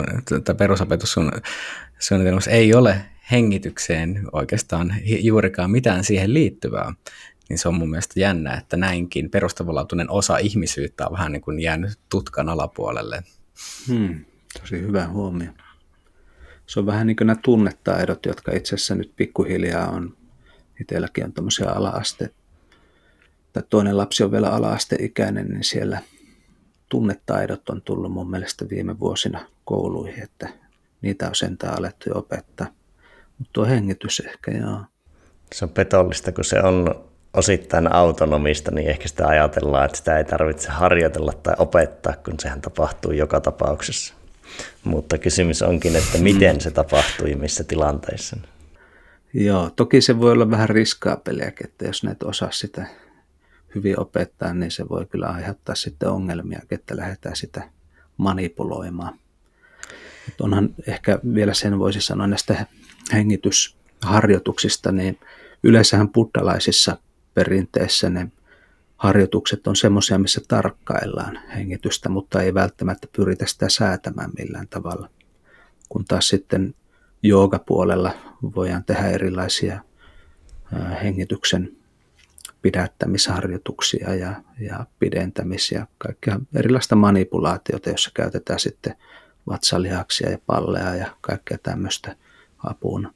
C: perusopetussuunnitelmassa ei ole hengitykseen oikeastaan juurikaan mitään siihen liittyvää. Niin se on mun mielestä jännä, että näinkin perustavanlaatuinen osa ihmisyyttä on vähän niin kuin jäänyt tutkan alapuolelle.
A: Tosi hyvä huomio. Se on vähän niin kuin nämä tunnetaidot, jotka itse asiassa nyt pikkuhiljaa on, itselläkin on tämmöisiä ala-aste, tai toinen lapsi on vielä ala-asteikäinen, niin siellä tunnetaidot on tullut mun mielestä viime vuosina kouluihin, että niitä on sentään alettu jo opettaa. Mutta tuo hengitys ehkä, joo.
B: Se on petollista, kun se on osittain autonomista, niin ehkä sitä ajatellaan, että sitä ei tarvitse harjoitella tai opettaa, kun sehän tapahtuu joka tapauksessa. Mutta kysymys onkin, että miten se tapahtuu ja missä tilanteissa.
A: Joo, toki se voi olla vähän riskaapeliäkin, että jos ne et osaa sitä hyvin opettaa, niin se voi kyllä aiheuttaa sitten ongelmia, että lähdetään sitä manipuloimaan. Et onhan ehkä vielä sen voisi sanoa näistä hengitysharjoituksista, niin yleensähän buddhalaisissa perinteissä ne harjoitukset on semmoisia, missä tarkkaillaan hengitystä, mutta ei välttämättä pyritä sitä säätämään millään tavalla. Kun taas sitten joogapuolella voidaan tehdä erilaisia hengityksen pidättämisharjoituksia ja pidentämisiä, kaikkea erilaista manipulaatiota, jossa käytetään sitten vatsalihaksia ja palleja ja kaikkea tämmöistä apuna.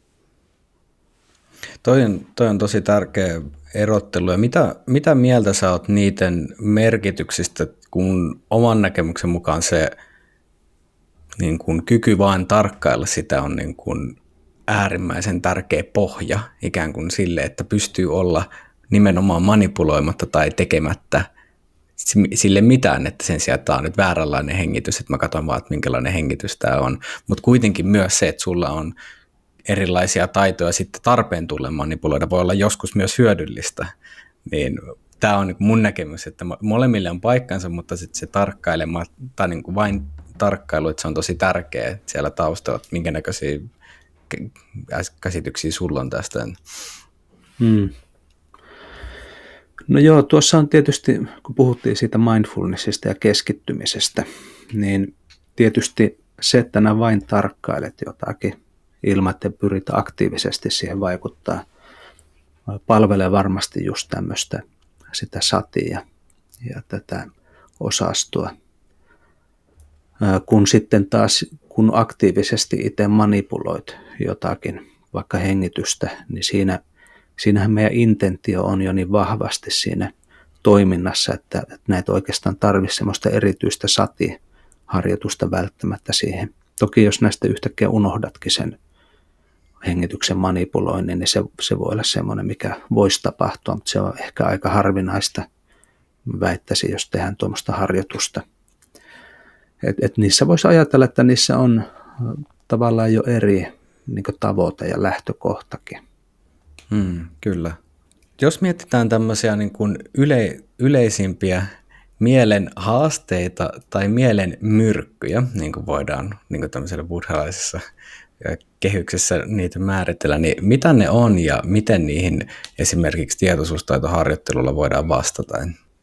C: Toi on tosi tärkeä erottelu. Ja mitä mieltä sä oot niiden merkityksistä, kun oman näkemyksen mukaan se niin kun kyky vaan tarkkailla sitä on niin kun äärimmäisen tärkeä pohja ikään kuin sille, että pystyy olla nimenomaan manipuloimatta tai tekemättä sille mitään, että sen sijaan tämä on nyt vääränlainen hengitys, että mä katson vaan, että minkälainen hengitys tämä on. Mutta kuitenkin myös se, että sulla on erilaisia taitoja sitten tarpeen tullen manipuloida, voi olla joskus myös hyödyllistä. Niin tämä on mun näkemys, että molemmille on paikkansa, mutta sitten se tarkkailema, tai niin kuin vain tarkkailu, että se on tosi tärkeä siellä taustalla, että minkä näköisiä käsityksiä sulla on tästä.
A: No joo, tuossa on tietysti, kun puhuttiin siitä mindfulnessista ja keskittymisestä, niin tietysti se, että nämä vain tarkkailet jotakin ilman, että pyritään aktiivisesti siihen vaikuttaa. Palvelee varmasti just tämmöistä sitä satia ja tätä osastoa. Kun sitten taas, kun aktiivisesti itse manipuloit jotakin, vaikka hengitystä, niin siinähän meidän intentio on jo niin vahvasti siinä toiminnassa, että näitä oikeastaan tarvitsisi semmoista erityistä satiharjoitusta välttämättä siihen. Toki jos näistä yhtäkkiä unohdatkin sen hengityksen manipuloinnin, niin se voi olla semmoinen, mikä voisi tapahtua, mutta se on ehkä aika harvinaista, väittäisin, jos tehdään tuommoista harjoitusta. Et niissä voisi ajatella, että niissä on tavallaan jo eri niin kuin tavoite ja lähtökohtakin.
C: Kyllä. Jos mietitään tämmöisiä niin kuin yleisimpiä mielen haasteita tai mielen myrkkyjä, niin kuin voidaan niin kuin tämmöisellä buddhalaisessa kehyksessä niitä määritellä, niin mitä ne on ja miten niihin esimerkiksi tietoisuustaitoharjoittelulla voidaan vastata?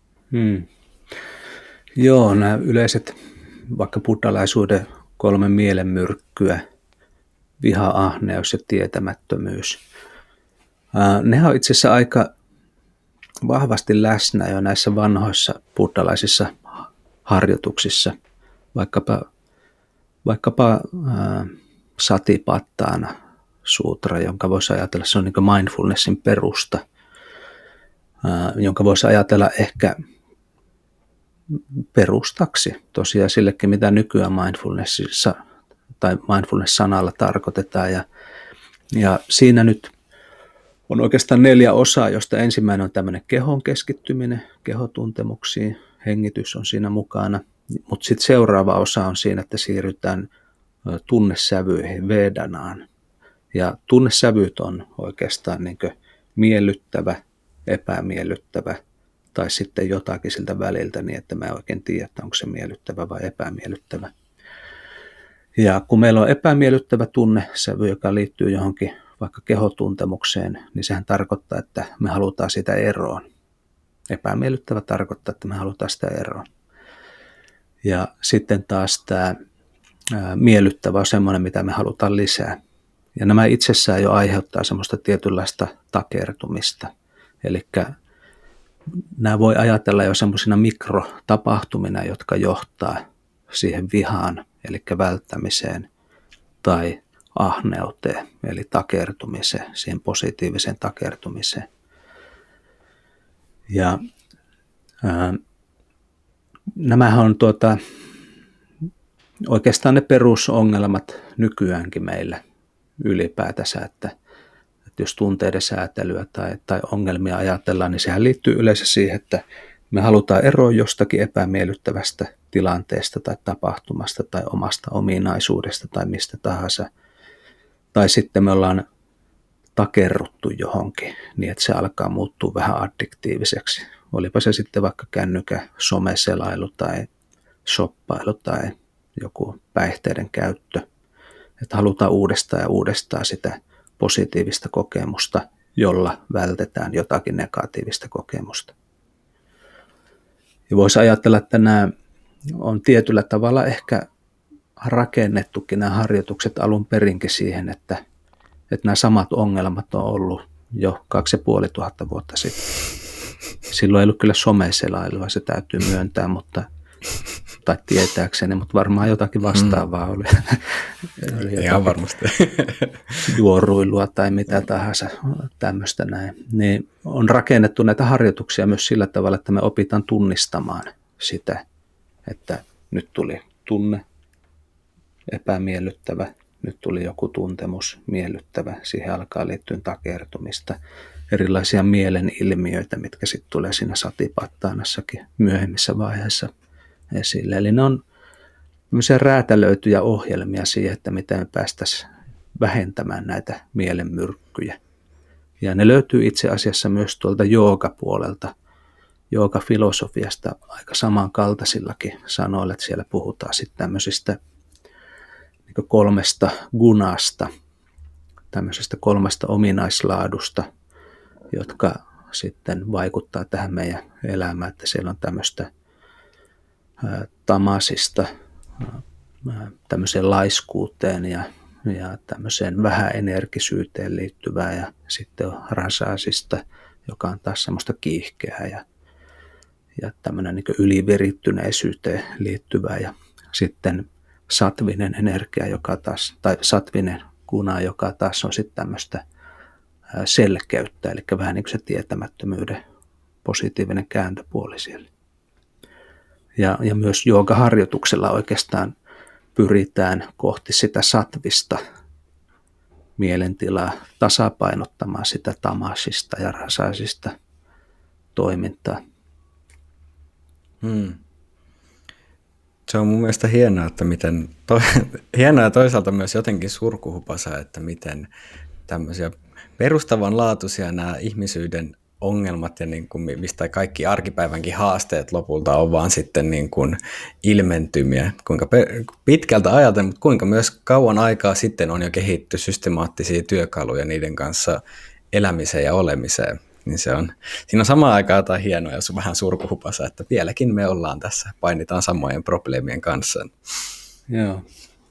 A: Joo, nämä yleiset vaikka buddhalaisuuden 3 mielenmyrkkyä, viha, ahneus ja tietämättömyys. Nehän on itse asiassa aika vahvasti läsnä jo näissä vanhoissa buddhalaisissa harjoituksissa, vaikkapa Satipatthana sutra, jonka voisi ajatella, se on niin kuin mindfulnessin perusta, jonka voisi ajatella ehkä perustaksi tosiaan sillekin, mitä nykyään mindfulnessissa tai mindfulness-sanalla tarkoitetaan. Ja siinä nyt on oikeastaan 4 osaa, josta ensimmäinen on tämmöinen kehon keskittyminen, kehotuntemuksiin, hengitys on siinä mukana, mutta sitten seuraava osa on siinä, että siirrytään tunnesävyihin, vedanaan. Ja tunnesävyt on oikeastaan niin kuin miellyttävä, epämiellyttävä tai sitten jotakin siltä väliltä niin, että mä en oikein tiedä, että onko se miellyttävä vai epämiellyttävä. Ja kun meillä on epämiellyttävä tunnesävy, joka liittyy johonkin vaikka kehotuntemukseen, niin sehän tarkoittaa, että me halutaan sitä eroon. Epämiellyttävä tarkoittaa, että me halutaan sitä eroon. Ja sitten taas tämä miellyttävä on semmoinen, mitä me halutaan lisää. Ja nämä itsessään jo aiheuttaa semmoista tietynlaista takertumista. Eli nämä voi ajatella jo semmoisina mikrotapahtumina, jotka johtaa siihen vihaan, eli välttämiseen, tai ahneuteen, eli takertumiseen, siihen positiiviseen takertumiseen. Ja nämähän on oikeastaan ne perusongelmat nykyäänkin meillä ylipäätänsä, että jos tunteiden säätelyä tai ongelmia ajatellaan, niin sehän liittyy yleensä siihen, että me halutaan eroa jostakin epämiellyttävästä tilanteesta tai tapahtumasta tai omasta ominaisuudesta tai mistä tahansa. Tai sitten me ollaan takerruttu johonkin niin, että se alkaa muuttua vähän addiktiiviseksi. Olipa se sitten vaikka kännykän someselailu tai shoppailu tai joku päihteiden käyttö. Että halutaan uudestaan ja uudestaan sitä positiivista kokemusta, jolla vältetään jotakin negatiivista kokemusta. Ja voisi ajatella, että nämä on tietyllä tavalla ehkä rakennettukin nämä harjoitukset alun perinkin siihen, että nämä samat ongelmat on ollut jo 2500 vuotta sitten. Silloin ei ollut kyllä someselailua, se täytyy myöntää, tai tietääkseni, mutta varmaan jotakin vastaavaa oli.
C: Ihan varmasti.
A: Juoruilua tai mitä tahansa tämmöistä näin. Niin on rakennettu näitä harjoituksia myös sillä tavalla, että me opitaan tunnistamaan sitä, että nyt tuli tunne, epämiellyttävä, nyt tuli joku tuntemus, miellyttävä, siihen alkaa liittyä takertumista, erilaisia mielen ilmiöitä, mitkä sitten tulee siinä Satipattanassakin myöhemmissä vaiheissa esille. Eli ne on räätälöityjä ohjelmia siihen, että miten me päästäisiin vähentämään näitä mielenmyrkkyjä. Ja ne löytyy itse asiassa myös tuolta joogapuolelta, joogafilosofiasta aika samankaltaisillakin sanoilla, että siellä puhutaan sitten tämmöisistä niin 3 gunasta, tämmöisestä 3 ominaislaadusta, jotka sitten vaikuttaa tähän meidän elämään, että siellä on tämmöistä tamasista tämmöiseen laiskuuteen ja ja tämmöiseen vähäenergisyyteen liittyvää ja sitten on rasaasista, joka on taas semmoista kiihkeää ja tämmöinen niin ylivirittyneisyyteen liittyvää ja sitten satvinen energia, joka taas, tai satvinen guna, joka taas on sitten tämmöistä selkeyttä, eli vähän niin kuin se tietämättömyyden positiivinen kääntöpuoli siellä. Ja myös joogaharjoituksella oikeastaan pyritään kohti sitä satvista mielentilaa tasapainottamaan sitä tamasista ja rasaisista toimintaa.
C: Se on mun mielestä hienoa, että hienoa ja toisaalta myös jotenkin surkuhupasaa, että miten tämmöisiä perustavanlaatuisia nämä ihmisyyden ongelmat ja niin kuin mistä kaikki arkipäivänkin haasteet lopulta on vaan sitten niin kuin ilmentymiä, kuinka pitkältä ajatellen, mutta kuinka myös kauan aikaa sitten on jo kehitty systemaattisia työkaluja niiden kanssa elämiseen ja olemiseen. Niin siinä on samaan aikaan jotain hienoa, jos on vähän surkuhupasa, että vieläkin me ollaan tässä, painitaan samojen probleemien kanssa.
A: Joo.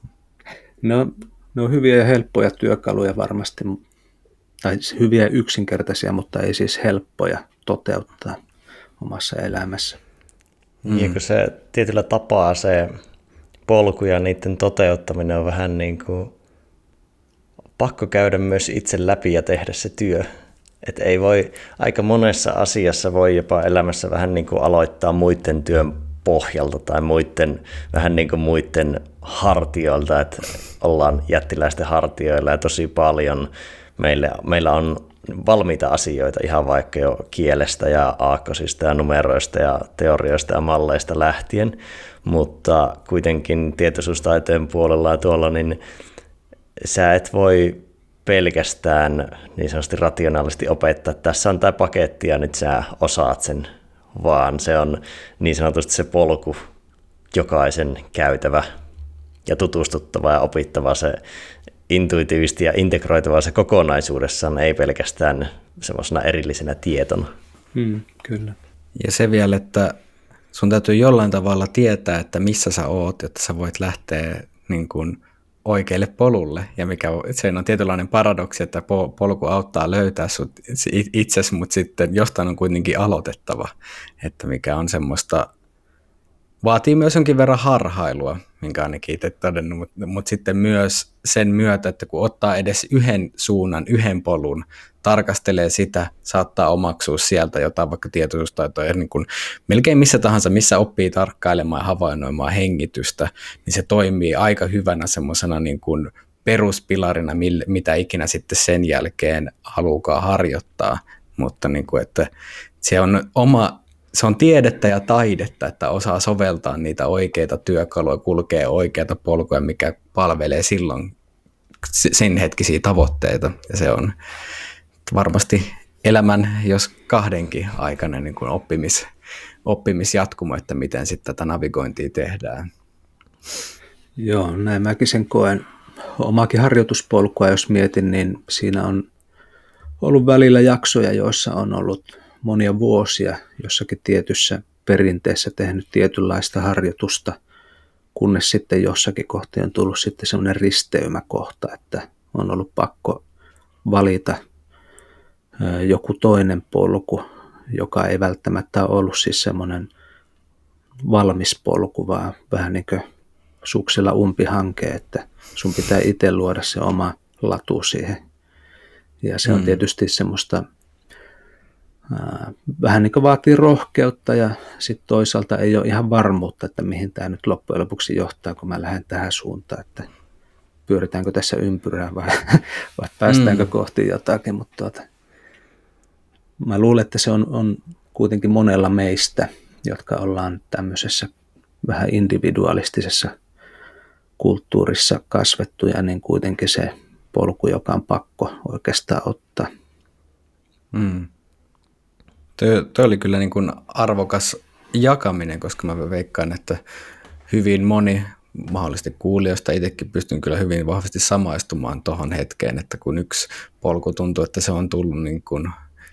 A: Ne on hyviä ja helppoja työkaluja varmasti, tai hyviä ja yksinkertaisia, mutta ei siis helppoja toteuttaa omassa elämässä.
B: Ja kun se tietyllä tapaa se polku ja niiden toteuttaminen on vähän niin kuin pakko käydä myös itse läpi ja tehdä se työ. Että ei voi, aika monessa asiassa voi jopa elämässä vähän niin kuin aloittaa muiden työn pohjalta tai vähän niin kuin muiden hartioilta, että ollaan jättiläisten hartioilla ja tosi paljon meillä on valmiita asioita ihan vaikka jo kielestä ja aakkosista ja numeroista ja teorioista ja malleista lähtien, mutta kuitenkin tietoisuustaiteen puolella ja tuolla, niin sä et voi pelkästään niin sanotusti rationaalisesti opettaa, että tässä on tämä paketti ja nyt sä osaat sen, vaan se on niin sanotusti se polku, jokaisen käytävä ja tutustuttava ja opittava se intuitiivisesti ja integroitava se kokonaisuudessaan, ei pelkästään semmoisena erillisenä tietona.
A: Kyllä.
C: Ja se vielä, että sun täytyy jollain tavalla tietää, että missä sä oot, jotta sä voit lähteä niin kuin oikealle polulle. Ja se on tietynlainen paradoksi, että polku auttaa löytää sut itsesi, mutta sitten jostain on kuitenkin aloitettava, että mikä on semmoista, vaatii myös jonkin verran harhailua, minkä ainakin itse todennut, mutta sitten myös sen myötä, että kun ottaa edes yhden suunnan, yhden polun, tarkastelee sitä, saattaa omaksua sieltä jotain vaikka tietoisuustaitoja, niin kuin melkein missä tahansa, missä oppii tarkkailemaan ja havainnoimaan hengitystä, niin se toimii aika hyvänä semmoisena niin kuin peruspilarina, mitä ikinä sitten sen jälkeen haluukaan harjoittaa, mutta niin kuin, että se on tiedettä ja taidetta, että osaa soveltaa niitä oikeita työkaluja, kulkee oikeita polkuja, mikä palvelee silloin sen hetkisiä tavoitteita. Ja se on varmasti elämän, jos kahdenkin aikana niin kuin oppimisjatkumo, että miten sitten tätä navigointia tehdään.
A: Joo, näin mäkin sen koen. Omaakin harjoituspolkua, jos mietin, niin siinä on ollut välillä jaksoja, joissa on ollut monia vuosia jossakin tietyssä perinteessä tehnyt tietynlaista harjoitusta, kunnes sitten jossakin kohti on tullut sitten semmoinen risteymäkohta, että on ollut pakko valita joku toinen polku, joka ei välttämättä ole ollut siis semmoinen valmis polku, vaan vähän niin kuin suksella umpihanke, että sun pitää itse luoda se oma latu siihen. Ja se on tietysti semmoista, vähän niin kuin vaatii rohkeutta ja sitten toisaalta ei ole ihan varmuutta, että mihin tämä nyt loppujen lopuksi johtaa, kun mä lähden tähän suuntaan, että pyöritäänkö tässä ympyrää vai päästäänkö kohti jotakin, mutta mä luulen, että se on kuitenkin monella meistä, jotka ollaan tämmöisessä vähän individualistisessa kulttuurissa kasvettuja, niin kuitenkin se polku, joka on pakko oikeastaan ottaa.
C: Tuo oli kyllä niin kuin arvokas jakaminen, koska mä veikkaan, että hyvin moni mahdollisesti kuulijoista itsekin pystyn kyllä hyvin vahvasti samaistumaan tuohon hetkeen, että kun yksi polku tuntuu, että se on tullut niin kuin,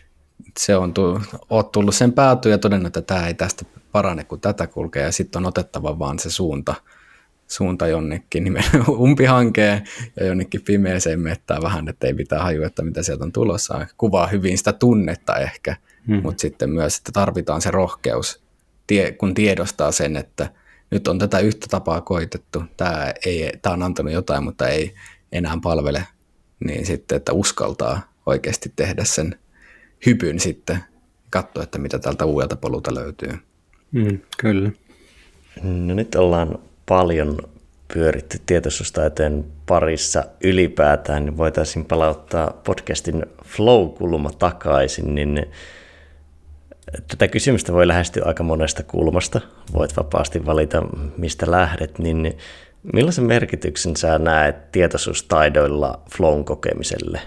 C: oot tullut sen päätyyn ja todennut, että tämä ei tästä parane, kun tätä kulkee ja sitten on otettava vaan se suunta suunta jonnekin umpihankeen ja jonnekin pimeeseen mettään vähän, että ei mitään hajua, että mitä sieltä on tulossa. Kuvaa hyvin sitä tunnetta ehkä, mutta sitten myös, että tarvitaan se rohkeus, kun tiedostaa sen, että nyt on tätä yhtä tapaa koitettu, tämä on antanut jotain, mutta ei enää palvele, niin sitten, että uskaltaa oikeasti tehdä sen hypyn sitten, katsoa, että mitä tältä uudelta polulta löytyy.
A: Kyllä.
C: Mm.
B: No nyt ollaan paljon pyöritty tietoisuustaitojen parissa ylipäätään, niin voitaisiin palauttaa podcastin flow-kulma takaisin, niin tätä kysymystä voi lähestyä aika monesta kulmasta. Voit vapaasti valita, mistä lähdet, niin millaisen merkityksen sä näet tietoisuustaidoilla flown kokemiselle?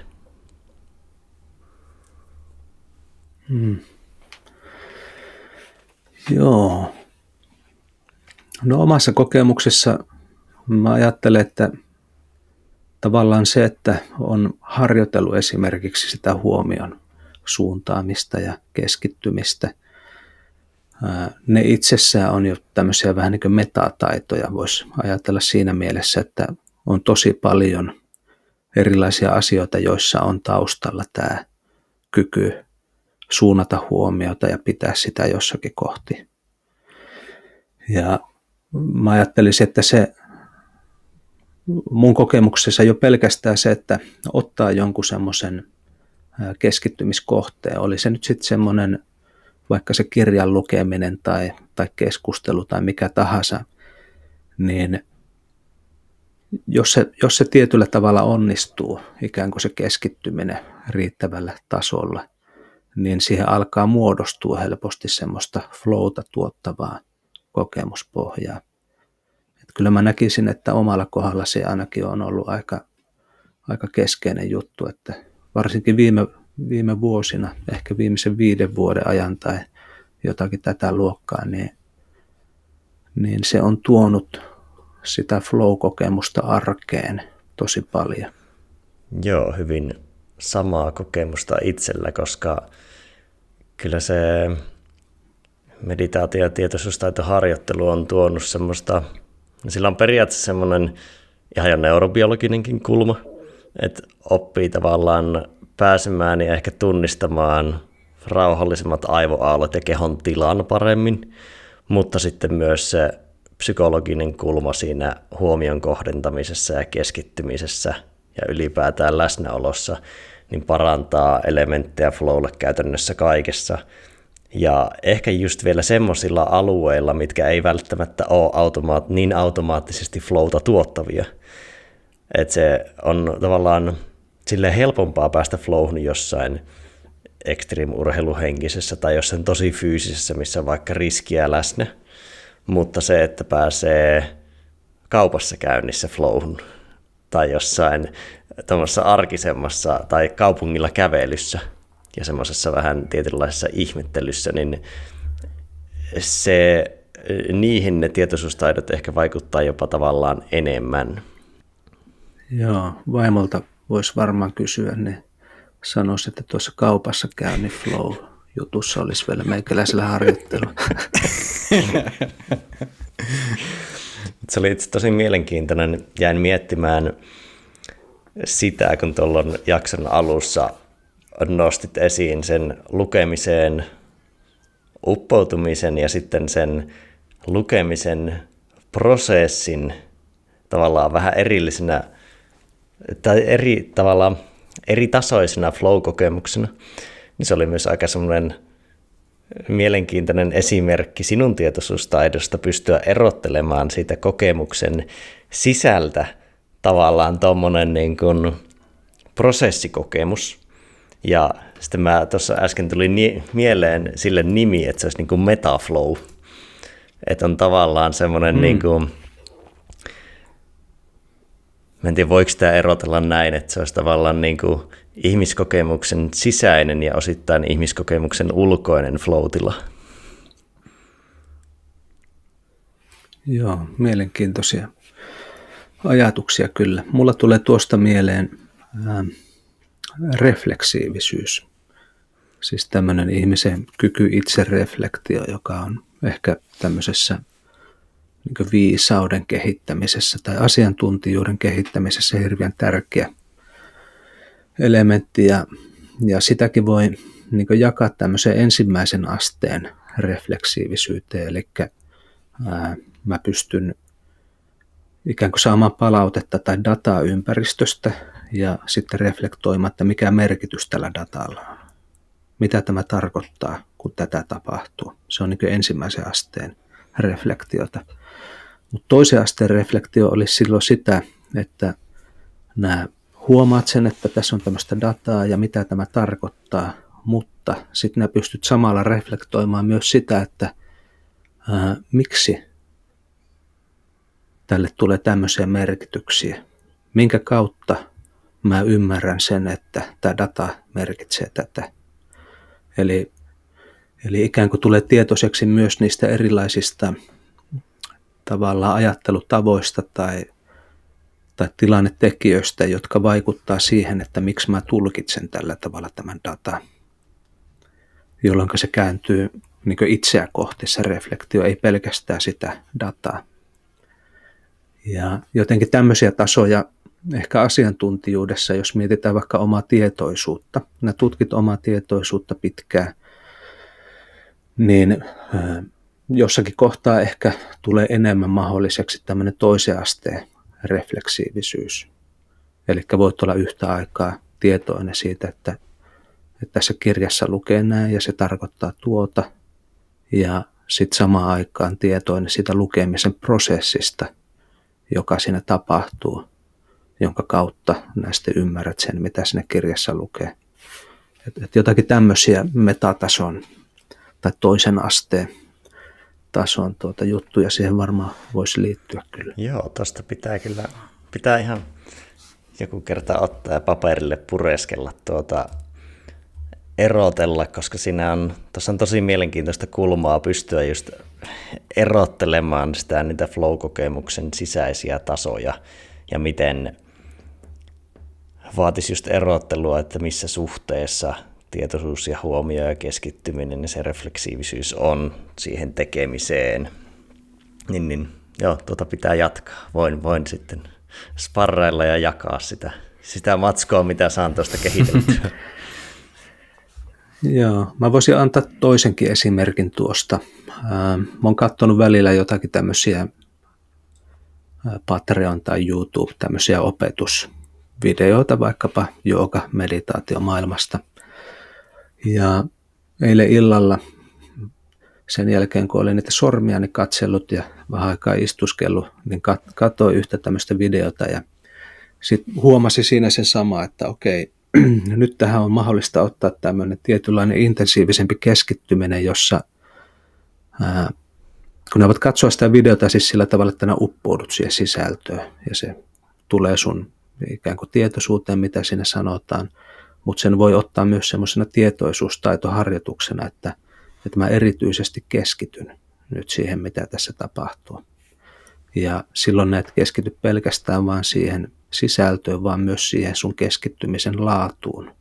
A: Joo. No omassa kokemuksessa mä ajattelen, että tavallaan se, että on harjoitellut esimerkiksi sitä huomion suuntaamista ja keskittymistä, ne itsessään on jo tämmöisiä vähän niin kuin metataitoja, voisi ajatella siinä mielessä, että on tosi paljon erilaisia asioita, joissa on taustalla tämä kyky suunnata huomiota ja pitää sitä jossakin kohti. Ja mä ajattelisin, että se mun kokemuksessa jo pelkästään se, että ottaa jonkun semmoisen keskittymiskohteen, oli se nyt sitten semmoinen vaikka se kirjan lukeminen tai keskustelu tai mikä tahansa, niin jos se tietyllä tavalla onnistuu, ikään kuin se keskittyminen riittävällä tasolla, niin siihen alkaa muodostua helposti semmoista flowta tuottavaa kokemuspohjaa. Että kyllä mä näkisin, että omalla kohdalla se ainakin on ollut aika keskeinen juttu, että varsinkin viime vuosina, ehkä viimeisen 5 vuoden ajan tai jotakin tätä luokkaa, niin se on tuonut sitä flow-kokemusta arkeen tosi paljon.
B: Joo, hyvin samaa kokemusta itsellä, koska kyllä se meditaatio- ja tietoisuustaitoharjoittelu on tuonut semmoista, sillä on periaatteessa semmoinen ihan jo neurobiologinenkin kulma, että oppii tavallaan pääsemään ja ehkä tunnistamaan rauhallisemmat aivoaallot ja kehon tilan paremmin, mutta sitten myös se psykologinen kulma siinä huomion kohdentamisessa ja keskittymisessä ja ylipäätään läsnäolossa niin parantaa elementtejä flowlle käytännössä kaikessa. Ja ehkä just vielä semmoisilla alueilla, mitkä ei välttämättä ole niin automaattisesti flowta tuottavia. Että se on tavallaan silleen helpompaa päästä flowhun jossain extreme-urheiluhenkisessä tai jossain tosi fyysisessä, missä on vaikka riskiä läsnä. Mutta se, että pääsee kaupassa käynnissä flowhun tai jossain tuommoisessa arkisemmassa tai kaupungilla kävelyssä ja semmoisessa vähän tietynlaisessa ihmettelyssä, niin niihin ne tietoisuustaidot ehkä vaikuttaa jopa tavallaan enemmän.
A: Joo, vaimolta voisi varmaan kysyä, niin sanoisi, että tuossa kaupassa käynnin flow-jutussa olisi vielä meikäläisellä harjoittelu.
B: Se oli itse tosi mielenkiintoinen. Jäin miettimään sitä, kun tuolloin jakson alussa nostit esiin sen lukemiseen uppoutumisen ja sitten sen lukemisen prosessin tavallaan vähän erillisenä tai eri tasoisena flow-kokemuksena, niin se oli myös aika semmoinen mielenkiintoinen esimerkki sinun tietoisuustaidosta pystyä erottelemaan siitä kokemuksen sisältä tavallaan tuommoinen niin kuin prosessikokemus. Ja sitten mä tuossa äsken tuli mieleen sille nimi, että se olisi niin kuin metaflow. Että on tavallaan semmoinen niin kuin, mä en tiedä voiko tämä erotella näin, että se olisi tavallaan niin kuin ihmiskokemuksen sisäinen ja osittain ihmiskokemuksen ulkoinen flow-tila.
A: Joo, mielenkiintoisia ajatuksia kyllä. Mulla tulee tuosta mieleen refleksiivisyys. Siis tämmöinen ihmisen kyky itsereflektio, joka on ehkä tämmöisessä niin viisauden kehittämisessä tai asiantuntijuuden kehittämisessä hirveän tärkeä elementti, ja sitäkin voi niin jakaa tämmöiseen ensimmäisen asteen refleksiivisyyteen, eli mä pystyn ikään kuin saamaan palautetta tai dataa ympäristöstä ja sitten reflektoimaan, että mikä merkitys tällä datalla on. Mitä tämä tarkoittaa, kun tätä tapahtuu. Se on niin kuin ensimmäisen asteen reflektiota. Mutta toisen asteen reflektio olisi silloin sitä, että huomaat sen, että tässä on tämmöistä dataa ja mitä tämä tarkoittaa, mutta sitten pystyt samalla reflektoimaan myös sitä, että miksi tälle tulee tämmöisiä merkityksiä. Minkä kautta mä ymmärrän sen, että tämä data merkitsee tätä. Eli ikään kuin tulee tietoiseksi myös niistä erilaisista tavallaan ajattelutavoista tai tilannetekijöistä, jotka vaikuttaa siihen, että miksi mä tulkitsen tällä tavalla tämän datan, jolloin se kääntyy niin kuin itseä kohti se reflektio, ei pelkästään sitä dataa. Ja jotenkin tämmöisiä tasoja ehkä asiantuntijuudessa, jos mietitään vaikka omaa tietoisuutta, nää tutkit omaa tietoisuutta pitkään, niin jossakin kohtaa ehkä tulee enemmän mahdolliseksi tämmöinen toisen asteen refleksiivisyys. Eli voit olla yhtä aikaa tietoinen siitä, että tässä kirjassa lukee näin ja se tarkoittaa tuota, ja sitten samaan aikaan tietoinen siitä lukemisen prosessista, joka siinä tapahtuu, jonka kautta näistä ymmärrät sen, mitä siinä kirjassa lukee. Et jotakin tämmöisiä metatason tai toisen asteen tason juttuja siihen varmaan voisi liittyä kyllä.
B: Joo, tuosta pitää ihan joku kerta ottaa ja paperille pureskella erotella, koska tuossa on tosi mielenkiintoista kulmaa pystyä just erottelemaan niitä flow-kokemuksen sisäisiä tasoja ja miten vaatisi just erottelua, että missä suhteessa tietoisuus ja huomio ja keskittyminen ja se refleksiivisyys on siihen tekemiseen. Niin joo, pitää jatkaa. Voin sitten sparrailla ja jakaa sitä matskoa, mitä saan tuosta kehiteltyä.
A: Joo, mä voisin antaa toisenkin esimerkin tuosta. Mä oon katsonut välillä jotakin tämmöisiä Patreon tai YouTube, tämmöisiä opetusvideoita vaikkapa jooga-meditaatiomaailmasta. Ja eilen illalla sen jälkeen, kun olin niitä sormiani katsellut ja vähän aikaa istuskellut, niin katsoin yhtä tämmöistä videota ja sitten huomasin siinä sen sama, että okei, nyt tähän on mahdollista ottaa tämmöinen tietynlainen intensiivisempi keskittyminen, jossa kun ne voit katsoa sitä videota siis sillä tavalla, että ne uppoudut siihen sisältöön ja se tulee sun ikään kuin tietoisuuteen, mitä siinä sanotaan, mutta sen voi ottaa myös semmoisena tietoisuustaitoharjoituksena, että mä erityisesti keskityn nyt siihen, mitä tässä tapahtuu. Ja silloin et keskity pelkästään vaan siihen sisältöön, vaan myös siihen sun keskittymisen laatuun,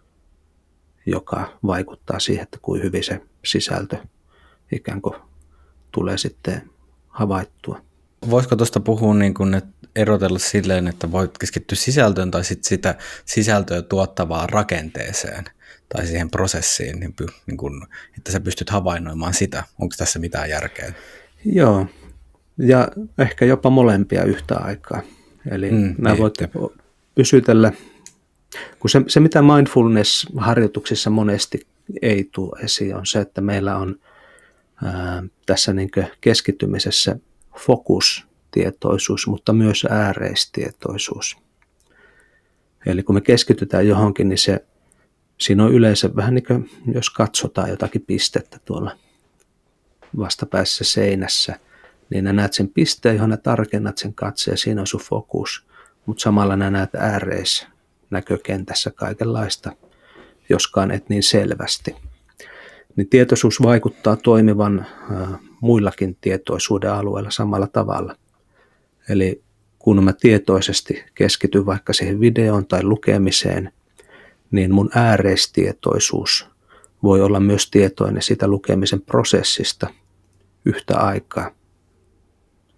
A: joka vaikuttaa siihen, että kuinka hyvin se sisältö ikään kuin tulee sitten havaittua.
C: Voisiko tuosta puhua niin kuin, että erotella silleen, että voit keskittyä sisältöön tai sitten sitä sisältöä tuottavaan rakenteeseen tai siihen prosessiin, niin kuin, että sä pystyt havainnoimaan sitä. Onko tässä mitään järkeä?
A: Joo, ja ehkä jopa molempia yhtä aikaa. Eli nämä voit pysytellä, kun se mitä mindfulness-harjoituksissa monesti ei tule esiin, on se, että meillä on tässä niin keskittymisessä fokustietoisuus, mutta myös ääreistietoisuus. Eli kun me keskitytään johonkin, niin siinä on yleensä vähän niin kuin, jos katsotaan jotakin pistettä tuolla vastapäisessä seinässä, niin nää näet sen pisteen, johon nää tarkennat sen katseen, siinä on sun fokus, mutta samalla nää näet ääreisnäkökentässä kaikenlaista, joskaan et niin selvästi. Niin tietoisuus vaikuttaa toimivan muillakin tietoisuuden alueilla samalla tavalla. Eli kun mä tietoisesti keskityn vaikka siihen videoon tai lukemiseen, niin mun ääreistietoisuus voi olla myös tietoinen sitä lukemisen prosessista yhtä aikaa.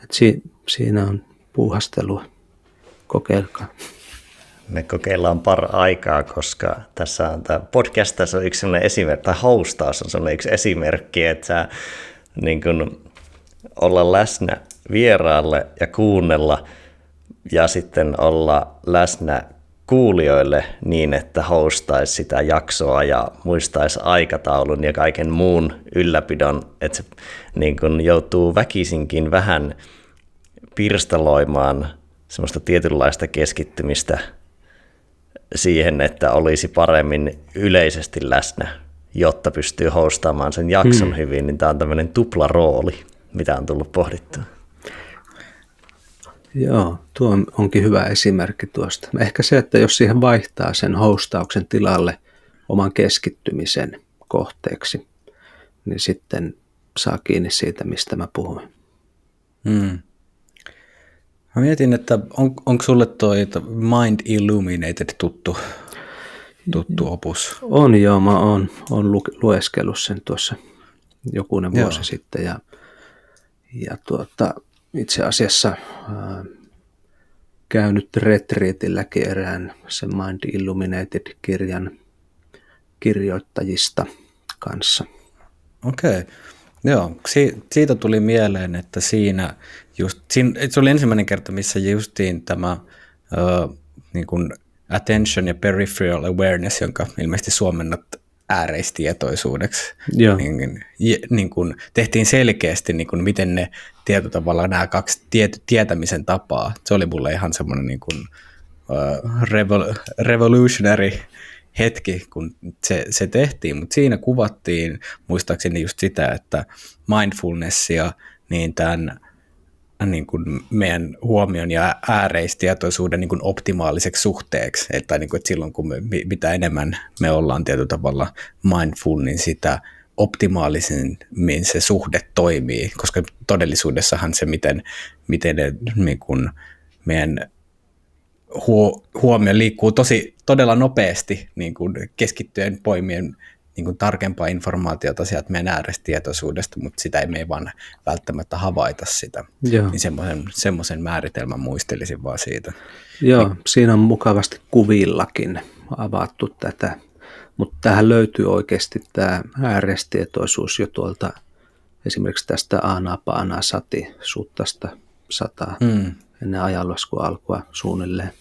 A: Siinä on puuhastelua. Kokeilkaa.
B: Me kokeillaan aikaa, koska tässä on tämä podcast, tässä on yksi sellainen esimerkki, tai hostaus on sellainen yksi esimerkki, että sä niin kun olla läsnä vieraalle ja kuunnella ja sitten olla läsnä kuulijoille niin, että hostaisi sitä jaksoa ja muistaisi aikataulun ja kaiken muun ylläpidon, että se niin kun joutuu väkisinkin vähän pirstaloimaan semmoista tietynlaista keskittymistä siihen, että olisi paremmin yleisesti läsnä, jotta pystyy hostaamaan sen jakson hyvin, niin tämä on tämmöinen tuplarooli, mitä on tullut pohdittua.
A: Joo, tuo onkin hyvä esimerkki tuosta. Ehkä se, että jos siihen vaihtaa sen hostauksen tilalle oman keskittymisen kohteeksi, niin sitten saa kiinni siitä, mistä mä puhuin.
C: Mä mietin, että onko sulle toi Mind Illuminated tuttu opus?
A: On joo, mä oon lueskellut sen tuossa jokunen vuosi sitten ja itse asiassa käynyt retriitilläkin erään sen Mind Illuminated-kirjan kirjoittajista kanssa.
C: Okei. Joo, siitä tuli mieleen, että siinä se oli ensimmäinen kerta, missä justiin tämä niin kuin attention ja peripheral awareness, jonka ilmeisesti suomennat ääreistietoisuudeksi, niin kuin tehtiin selkeästi, niin kuin miten ne tietotavalla nämä kaksi tietämisen tapaa. Se oli mulle ihan semmoinen niin kuin revolutionary hetki, kun se tehtiin, mutta siinä kuvattiin muistaakseni just sitä, että mindfulnessia niin tämän niin kuin meidän huomion ja ääreistietoisuuden niin kuin optimaaliseksi suhteeksi, että, niin kuin, että silloin kun mitä enemmän me ollaan tietyllä tavalla mindful, niin sitä optimaalisemmin se suhde toimii, koska todellisuudessahan se, miten niin kuin meidän huomio liikkuu todella nopeasti niin kuin keskittyen poimien niin kuin tarkempaa informaatiota sieltä meidän ääreistietoisuudesta, mutta sitä me ei vaan välttämättä havaita sitä. Joo. Niin semmoisen määritelmän muistelisin vaan siitä.
A: Joo, siinä on mukavasti kuvillakin avattu tätä, mutta tähän löytyy oikeasti tämä ääreistietoisuus jo tuolta esimerkiksi tästä Anapanasati suttasta 100 ennen ajanlaskun alkua suunnilleen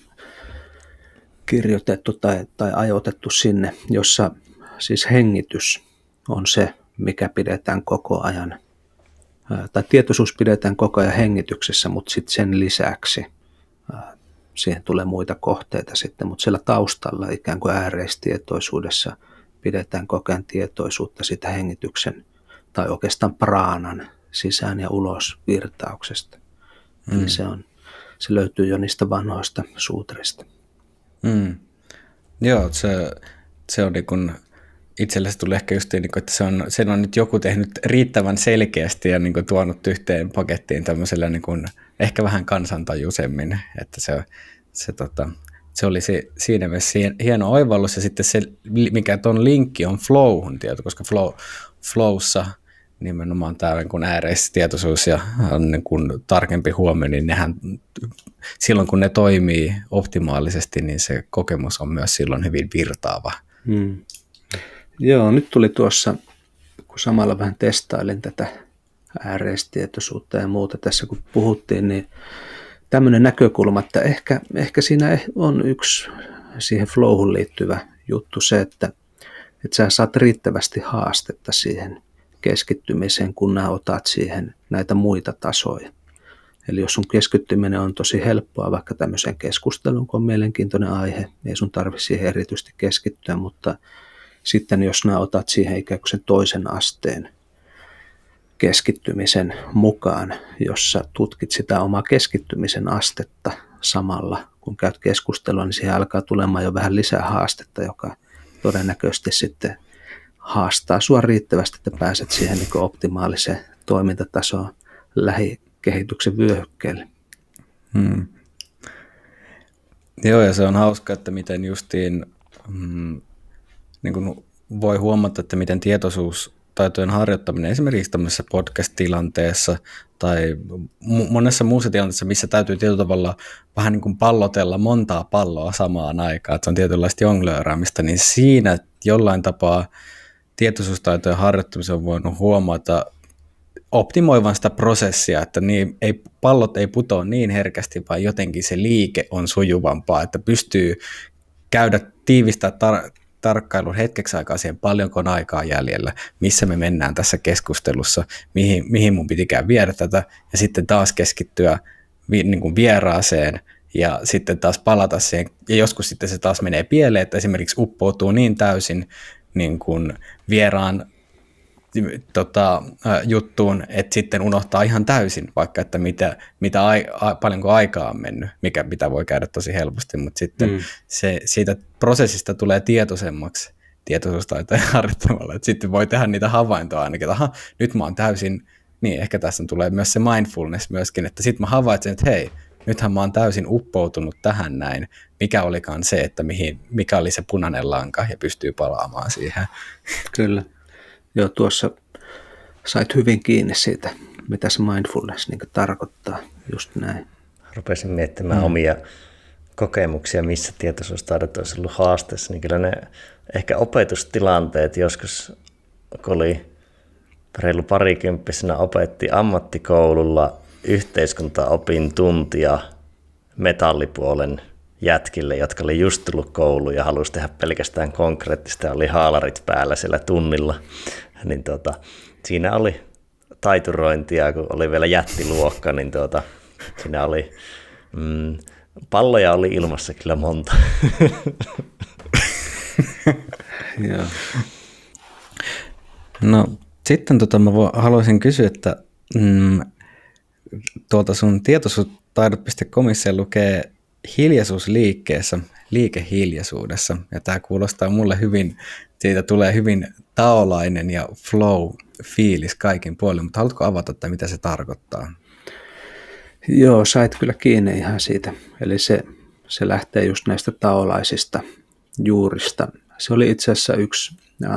A: kirjoitettu tai ajoitettu sinne, jossa siis hengitys on se, mikä pidetään koko ajan, tai tietoisuus pidetään koko ajan hengityksessä, mutta sitten sen lisäksi siihen tulee muita kohteita sitten, mutta siellä taustalla ikään kuin ääreistietoisuudessa pidetään koko ajan tietoisuutta sitä hengityksen tai oikeastaan praanan sisään ja ulos virtauksesta. Eli se löytyy jo niistä vanhoista suutrista.
C: Joo, se on niin kuin itsellesi tuli ehkä just niin kuin, että sen on nyt joku tehnyt riittävän selkeästi ja niin kuin tuonut yhteen pakettiin tämmöisellä niin kuin ehkä vähän kansantajuisemmin, että se oli siinä mielessä hieno oivallus ja sitten se, mikä tuon linkki on flowhun tieto, koska flowssa nimenomaan tämä niin kuin ääreistietoisuus ja niin kuin tarkempi huomio, niin nehän silloin kun ne toimii optimaalisesti, niin se kokemus on myös silloin hyvin virtaava.
A: Joo, nyt tuli tuossa, kun samalla vähän testailin tätä ääreistietoisuutta ja muuta tässä kun puhuttiin, niin tämmöinen näkökulma, että ehkä siinä on yksi siihen flowhun liittyvä juttu se, että sä saat riittävästi haastetta siihen keskittymiseen, kun otat siihen näitä muita tasoja. Eli jos sun keskittyminen on tosi helppoa vaikka tämmöiseen keskusteluun, kun on mielenkiintoinen aihe, ei sun tarvitse siihen erityisesti keskittyä, mutta sitten jos otat siihen ikään kuin sen toisen asteen keskittymisen mukaan, jossa tutkit sitä omaa keskittymisen astetta samalla, kun käyt keskustelua, niin siihen alkaa tulemaan jo vähän lisää haastetta, joka todennäköisesti sitten haastaa sua riittävästi, että pääset siihen niin kuin optimaaliseen toimintatasoon lähikehityksen vyöhykkeelle.
C: Joo, ja se on hauska, että miten justiin niin kuin voi huomata, että miten tietoisuus tietosuustaitojen harjoittaminen esimerkiksi tämmöisessä podcast-tilanteessa tai monessa muussa tilanteessa, missä täytyy tietyllä tavalla vähän niin kuin pallotella montaa palloa samaan aikaan, että se on tietynlaista jonglööraamista, niin siinä jollain tapaa tietoisuustaitojen harjoittamisen on voinut huomata optimoivan sitä prosessia, että pallot ei putoa niin herkästi, vaan jotenkin se liike on sujuvampaa, että pystyy käydä tiivistää tarkkailun hetkeksi aikaa siihen, paljonko on aikaa jäljellä, missä me mennään tässä keskustelussa, mihin mun pitikään viedä tätä, ja sitten taas keskittyä niin kuin vieraaseen, ja sitten taas palata siihen, ja joskus sitten se taas menee pieleen, että esimerkiksi uppoutuu niin täysin niin kuin vieraan juttuun, että sitten unohtaa ihan täysin, vaikka että paljonko aikaa on mennyt, mitä voi käydä tosi helposti, mutta sitten siitä prosessista tulee tietoisemmaksi tietoisuustaitojen harjoittamalla, että sitten voi tehdä niitä havaintoja ainakin, että nyt mä oon täysin, niin ehkä tässä tulee myös se mindfulness myöskin, että sitten mä havaitsen, että hei, nythän mä oon täysin uppoutunut tähän näin, mikä olikaan se, että mikä oli se punainen lanka ja pystyy palaamaan siihen.
A: Kyllä. Joo, tuossa sait hyvin kiinni siitä, mitä se mindfulness niin tarkoittaa, just näin.
B: Rupesin miettimään omia kokemuksia, missä tietoisuustaidot olisi ollut haasteessa, niin kyllä ne ehkä opetustilanteet joskus, kun oli reilu parikymppisenä, opetti ammattikoululla yhteiskuntaopin tuntia metallipuolen jätkille, jotka oli just tullut kouluun ja halusi tehdä pelkästään konkreettista ja oli haalarit päällä siellä tunnilla. Niin siinä oli taiturointia, kun oli vielä jättiluokka, niin siinä oli palloja oli ilmassa kyllä monta.
A: Joo.
C: No sitten mä haluaisin kysyä, että tuolta sun tietoisuustaidot.comissa lukee hiljaisuusliikkeessä, liikehiljaisuudessa, ja tämä kuulostaa mulle hyvin, siitä tulee hyvin taolainen ja flow-fiilis kaikin puolin, mutta haluatko avata, että mitä se tarkoittaa?
A: Joo, sait kyllä kiinni ihan siitä, eli se lähtee just näistä taolaisista juurista. Se oli itse asiassa yksi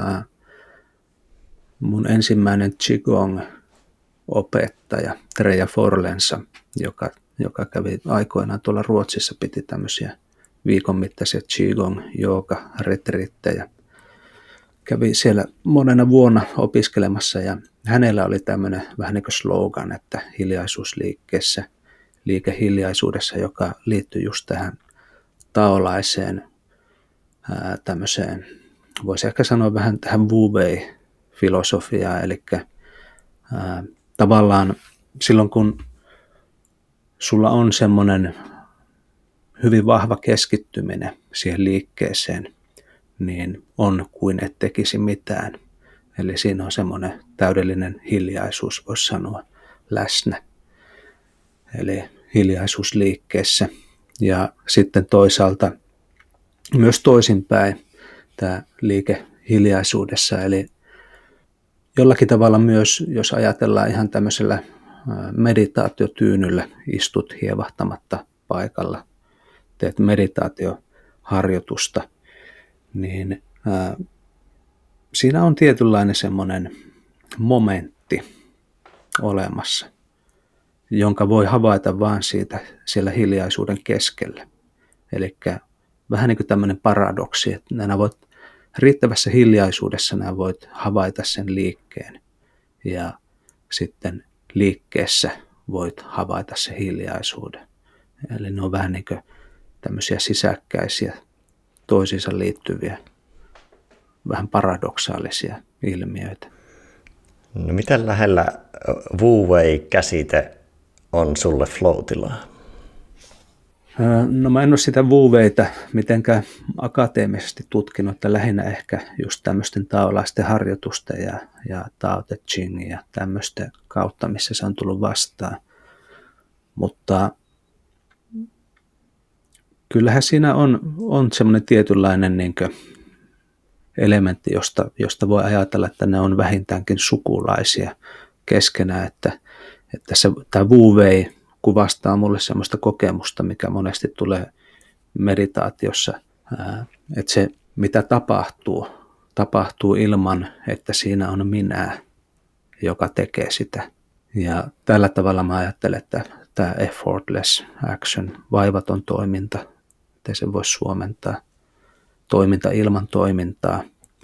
A: mun ensimmäinen Qigong-opettaja, Treija Forlensa, joka kävi aikoinaan tuolla Ruotsissa, piti tämmöisiä viikon mittaisia Qigong-jooga-retriittejä. Kävi siellä monena vuonna opiskelemassa ja hänellä oli tämmöinen vähän niin kuin slogan, että hiljaisuusliikkeessä, liikehiljaisuudessa, joka liittyy just tähän taolaiseen tämmöiseen, voisi ehkä sanoa vähän tähän Wu Wei-filosofiaan, eli tavallaan silloin kun sulla on semmoinen hyvin vahva keskittyminen siihen liikkeeseen, niin on kuin et tekisi mitään. Eli siinä on semmoinen täydellinen hiljaisuus, voisi sanoa, läsnä. Eli hiljaisuus liikkeessä. Ja sitten toisaalta myös toisinpäin tämä liike hiljaisuudessa. Eli jollakin tavalla myös, jos ajatellaan ihan tämmöisellä meditaatiotyynyllä, istut hievahtamatta paikalla, teet meditaatioharjoitusta, niin siinä on tietynlainen semmoinen momentti olemassa, jonka voi havaita vaan siellä hiljaisuuden keskellä. Eli vähän niin kuin tämmöinen paradoksi, että riittävässä hiljaisuudessa nämä voit havaita sen liikkeen ja sitten liikkeessä voit havaita sen hiljaisuuden. Eli ne on vähän niin kuin tämmöisiä sisäkkäisiä, toisiinsa liittyviä, vähän paradoksaalisia ilmiöitä.
B: No miten lähellä Wu Wei-käsite on sulle flow-tilaa?
A: No mä en ole sitä Wu Weitä mitenkään akateemisesti tutkinut, että lähinnä ehkä just tämmöisten taolaisten harjoitusten ja Tao Te Chingin ja tämmöisten kautta, missä se on tullut vastaan. Mutta kyllähän siinä on semmoinen tietynlainen niin kuin elementti, josta voi ajatella, että ne on vähintäänkin sukulaisia keskenään, että tämä Wu Wei kuvastaa mulle semmoista kokemusta, mikä monesti tulee meditaatiossa, että se mitä tapahtuu tapahtuu ilman, että siinä on minä, joka tekee sitä. Ja tällä tavalla mä ajattelen, että tämä effortless action, vaivaton toiminta, miten se voisi suomentaa, toiminta ilman toimintaa,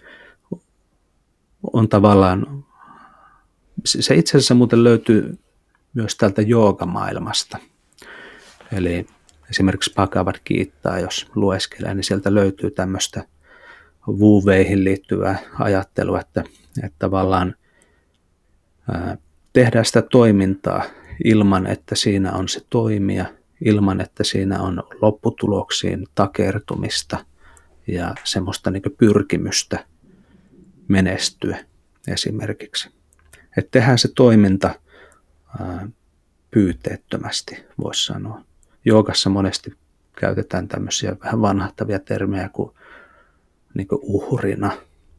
A: on tavallaan, se itse asiassa muuten löytyy myös tältä joogamaailmasta. Eli esimerkiksi Bhagavad Gitaa, jos lueskelee, niin sieltä löytyy tämmöistä wu-weihin liittyvää ajattelua, että tavallaan tehdään sitä toimintaa ilman, että siinä on se toimija, ilman, että siinä on lopputuloksiin takertumista ja semmoista niin kuin pyrkimystä menestyä esimerkiksi. Että tehdään se toiminta pyyteettömästi, voisi sanoa. Joogassa monesti käytetään tämmöisiä vähän vanhahtavia termejä kuin uhrina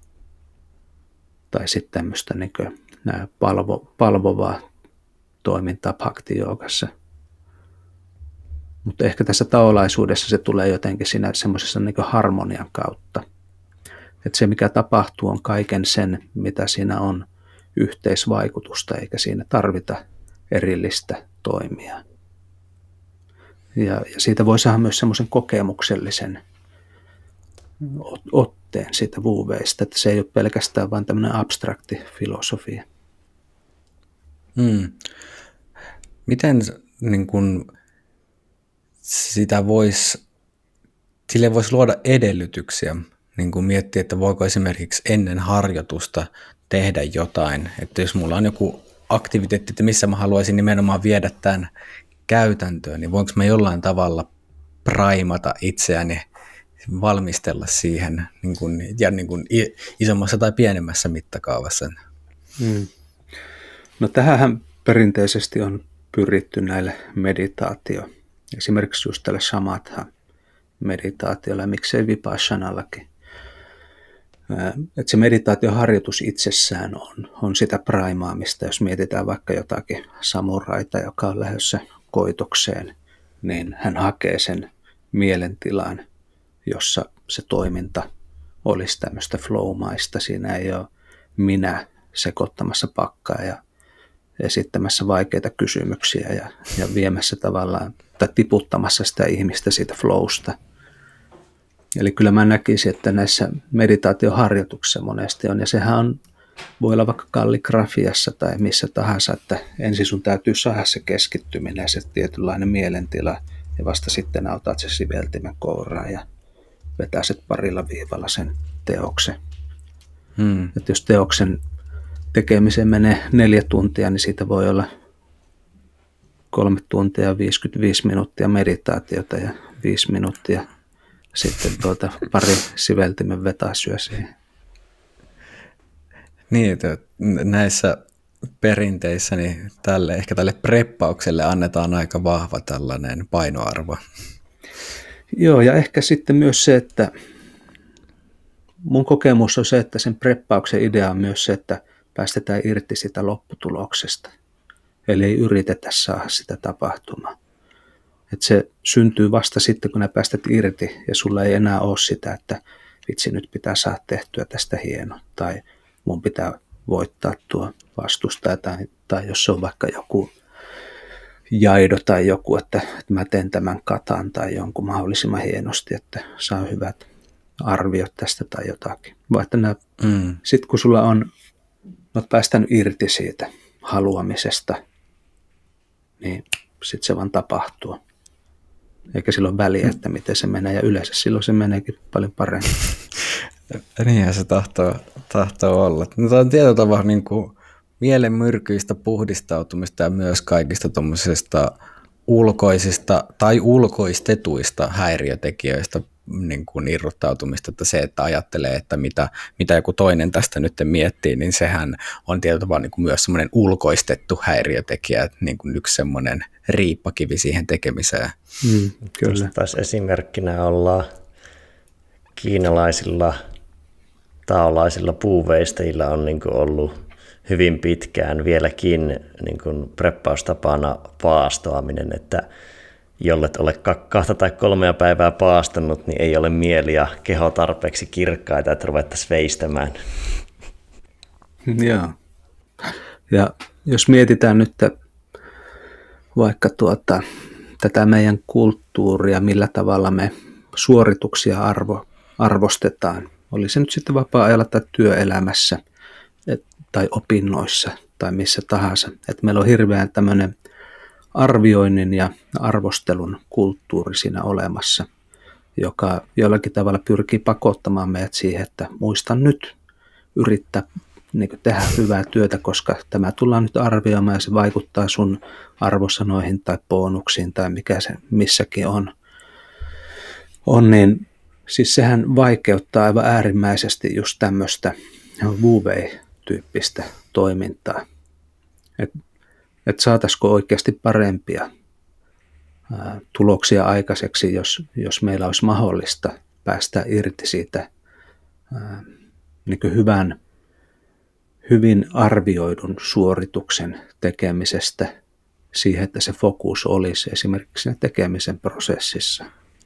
A: tai sitten tämmöistä palvovaa toimintaa bhakti-joogassa. Mutta ehkä tässä taolaisuudessa se tulee jotenkin siinä semmoisessa harmonian kautta. Että se mikä tapahtuu on kaiken sen, mitä siinä on yhteisvaikutusta, eikä siinä tarvita erillistä toimia. Ja siitä voi saada myös semmoisen kokemuksellisen otteen siitä wu-weista, että se ei ole pelkästään vain tämmöinen abstrakti filosofia.
C: Miten niin kun, sille voisi luoda edellytyksiä, niin kun miettiä, että voiko esimerkiksi ennen harjoitusta tehdä jotain, että jos mulla on joku aktiviteetti, että missä mä haluaisin nimenomaan viedä tämän käytäntöön, niin voinko mä jollain tavalla praimata itseäni, valmistella siihen niin kuin isommassa tai pienemmässä mittakaavassa?
A: No tähän perinteisesti on pyritty näille esimerkiksi just tälle samatha-meditaatiolla ja miksei vipassanallakin. Että se meditaatioharjoitus itsessään on sitä praimaamista, jos mietitään vaikka jotakin samuraita, joka on lähdössä koitokseen, niin hän hakee sen mielentilan, jossa se toiminta olisi tämmöistä flow-maista. Siinä ei ole minä sekoittamassa pakkaa ja esittämässä vaikeita kysymyksiä ja viemässä tavallaan tai tiputtamassa sitä ihmistä siitä flowsta. Eli kyllä mä näkisin, että näissä meditaatioharjoituksissa monesti on, ja sehän voi olla vaikka kalligrafiassa tai missä tahansa, että ensin sun täytyy saada se keskittyminen ja se tietynlainen mielentila, ja vasta sitten autat se siveltimen kouraan ja vetäiset parilla viivalla sen teoksen. Että jos teoksen tekemiseen menee 4 tuntia, niin siitä voi olla 3 tuntia ja 55 minuuttia meditaatiota ja 5 minuuttia sitten pari siveltimen vetäisyä siihen.
C: Niin, että näissä perinteissä niin ehkä tälle preppaukselle annetaan aika vahva tällainen painoarvo.
A: Joo, ja ehkä sitten myös se, että mun kokemus on se, että sen preppauksen idea on myös se, että päästetään irti sitä lopputuloksesta. Eli ei yritetä saada sitä tapahtumaan. Että se syntyy vasta sitten, kun ne päästät irti ja sulla ei enää ole sitä, että vitsi, nyt pitää saada tehtyä tästä hieno. Tai mun pitää voittaa tuo vastustaja. Tai jos se on vaikka joku jaido tai joku, että mä teen tämän katan tai jonkun mahdollisimman hienosti, että saa hyvät arviot tästä tai jotakin. Vai että sitten kun sulla on päästänyt irti siitä haluamisesta, niin sitten se vaan tapahtuu. Eikä silloin väliä, että miten se menee, ja yleensä silloin se meneekin paljon paremmin.
C: Niinhän se tahtoo olla. No, tämä on tietyllä tavalla niin kuin mielenmyrkyistä puhdistautumista ja myös kaikista tuommoisista ulkoisista tai ulkoistetuista häiriötekijöistä niin kuin irrottautumista, että se, että ajattelee, että mitä joku toinen tästä nyt miettii, niin sehän on tietyllä tavalla niin kuin myös semmoinen ulkoistettu häiriötekijä, niin kuin yksi semmoinen riippakivi siihen tekemiseen.
B: Kyllä. Taas esimerkkinä ollaan kiinalaisilla taolaisilla puuveistajilla on niin kuin ollut hyvin pitkään vieläkin niin kuin preppaustapana paastoaminen, että jollet ole 2 tai 3 päivää paastanut, niin ei ole mieli ja keho tarpeeksi kirkkaita, että ruvettaisiin veistämään.
A: Joo. Ja jos mietitään nyt vaikka tätä meidän kulttuuria, millä tavalla me suorituksia arvostetaan, oli se nyt sitten vapaa-ajalla tai työelämässä tai opinnoissa tai missä tahansa. Että meillä on hirveän tämmöinen arvioinnin ja arvostelun kulttuuri siinä olemassa, joka jollakin tavalla pyrkii pakottamaan meidät siihen, että muistan nyt yrittää tehdä hyvää työtä, koska tämä tullaan nyt arvioimaan ja se vaikuttaa sun arvosanoihin tai bonuksiin tai mikä se missäkin on niin siis sehän vaikeuttaa aivan äärimmäisesti just tämmöistä Wu-Wei-tyyppistä toimintaa. Että saataisiko oikeasti parempia tuloksia aikaiseksi, jos meillä olisi mahdollista päästä irti siitä hyvin arvioidun suorituksen tekemisestä siihen, että se fokus olisi esimerkiksi siinä tekemisen prosessissa.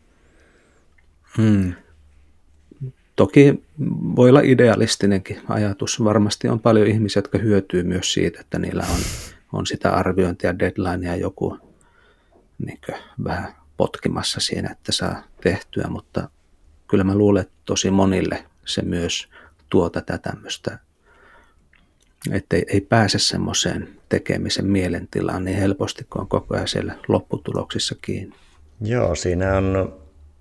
A: Toki voi olla idealistinenkin ajatus. Varmasti on paljon ihmisiä, jotka hyötyy myös siitä, että niillä on sitä arviointia, deadlinea joku vähän potkimassa siinä, että saa tehtyä, mutta kyllä mä luulen, että tosi monille se myös tuo tätä tämmöistä, että ei pääse semmoiseen tekemisen mielentilaan niin helposti, kun on koko ajan siellä lopputuloksissa kiinni.
B: Joo, siinä on,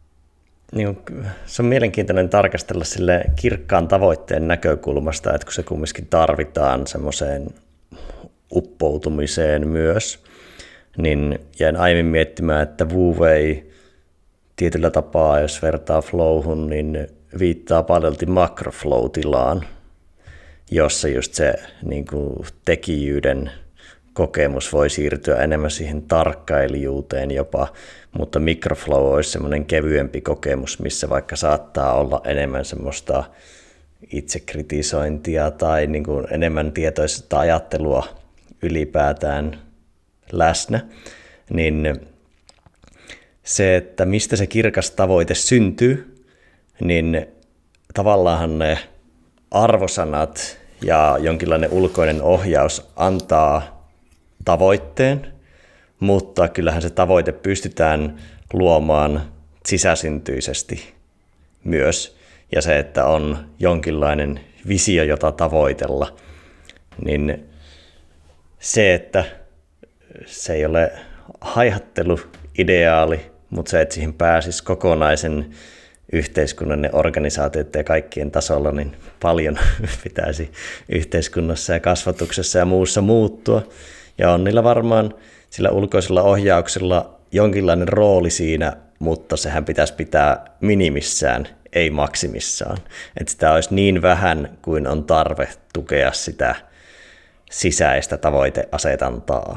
B: se on mielenkiintoinen tarkastella sille kirkkaan tavoitteen näkökulmasta, että kun se kumminkin tarvitaan semmoiseen uppoutumiseen myös, niin jäin aiemmin miettimään, että Wu-Wei tietyllä tapaa, jos vertaa flowhun, niin viittaa paljolti makroflow-tilaan, jossa just se tekijyyden kokemus voi siirtyä enemmän siihen tarkkailijuuteen jopa, mutta mikroflow olisi semmoinen kevyempi kokemus, missä vaikka saattaa olla enemmän semmoista itsekritisointia tai enemmän tietoista ajattelua ylipäätään läsnä, niin se, että mistä se kirkas tavoite syntyy, niin tavallaan ne arvosanat ja jonkinlainen ulkoinen ohjaus antaa tavoitteen, mutta kyllähän se tavoite pystytään luomaan sisäsyntyisesti myös. Ja se, että on jonkinlainen visio, jota tavoitella, niin se, että se ei ole haihatteluideaali, mutta se, että siihen pääsisi kokonaisen yhteiskunnan ja organisaatioiden ja kaikkien tasolla, niin paljon pitäisi yhteiskunnassa ja kasvatuksessa ja muussa muuttua. Ja on niillä varmaan sillä ulkoisella ohjauksella jonkinlainen rooli siinä, mutta sehän pitäisi pitää minimissään, ei maksimissaan. Että sitä olisi niin vähän kuin on tarve tukea sitä sisäistä tavoiteasetantaa.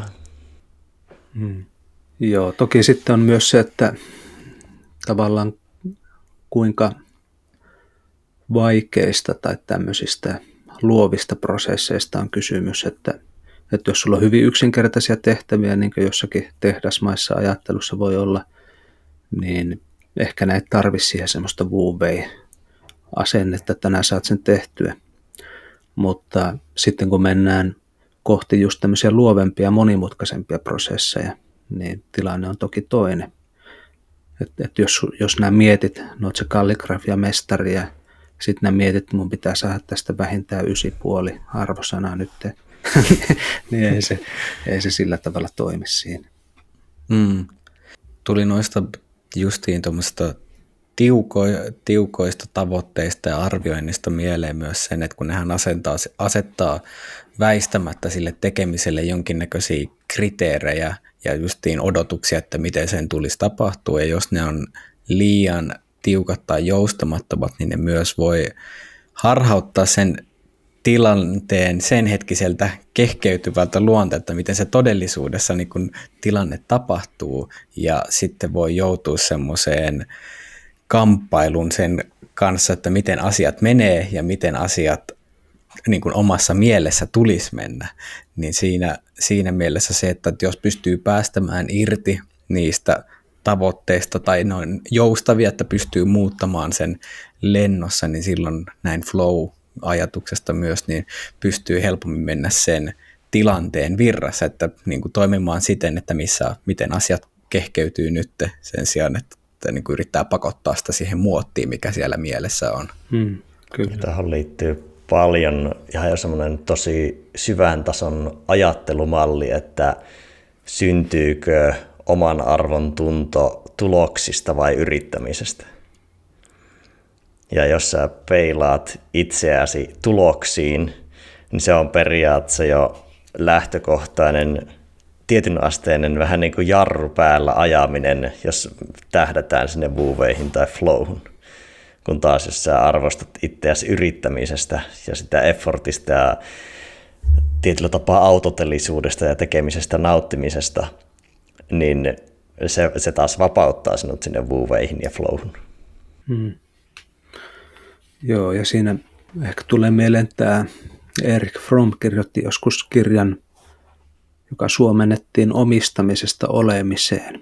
A: Joo, toki sitten on myös se, että tavallaan kuinka vaikeista tai tämmöisistä luovista prosesseista on kysymys, että jos sulla on hyvin yksinkertaisia tehtäviä, niin kuin jossakin tehdasmaissa ajattelussa voi olla, niin ehkä näitä tarvitsisi siihen semmoista Wu-Wei-asennetta, että tänään saat sen tehtyä. Mutta sitten kun mennään kohti just tämmöisiä luovempia, monimutkaisempia prosesseja, niin tilanne on toki toinen. Et jos nämä mietit, no oot se kalligrafia-mestari ja sitten nämä mietit, että mun pitää saada tästä vähintään 9,5 arvosanaa nyt, niin ei se sillä tavalla toimi siinä.
C: Tuli noista justiin tuommoista tiukoista tavoitteista ja arvioinnista mieleen myös sen, että kun nehän asettaa väistämättä sille tekemiselle jonkinnäköisiä kriteerejä ja justiin odotuksia, että miten sen tulisi tapahtua, ja jos ne on liian tiukat tai joustamattomat, niin ne myös voi harhauttaa sen tilanteen sen hetkiseltä kehkeytyvältä luonteelta, miten se todellisuudessa niin kun tilanne tapahtuu, ja sitten voi joutua semmoiseen kamppailun sen kanssa, että miten asiat menee ja miten asiat niin kuin omassa mielessä tulisi mennä, niin siinä mielessä se, että jos pystyy päästämään irti niistä tavoitteista tai ne on joustavia, että pystyy muuttamaan sen lennossa, niin silloin näin flow-ajatuksesta myös niin pystyy helpommin mennä sen tilanteen virrassa, että niin kuin toimimaan siten, että miten asiat kehkeytyy nyt sen sijaan, että niin kuin yrittää pakottaa sitä siihen muottiin, mikä siellä mielessä on.
A: Kyllä.
B: Tähän liittyy paljon ihan jo semmoinen tosi syvän tason ajattelumalli, että syntyykö oman arvon tunto tuloksista vai yrittämisestä. Ja jos sä peilaat itseäsi tuloksiin, niin se on periaatteessa jo lähtökohtainen tietynasteinen vähän niin kuin jarru päällä ajaminen, jos tähdätään sinne wuuveihin tai flowhun. Kun taas jos sä arvostat itseäsi yrittämisestä ja sitä effortista ja tietyllä tapaa autotellisuudesta ja tekemisestä nauttimisesta, niin se taas vapauttaa sinut sinne wuuveihin ja flowhun.
A: Joo, ja siinä ehkä tulee mieleen tämä Erich Fromm kirjoitti joskus kirjan, joka suomennettiin omistamisesta olemiseen.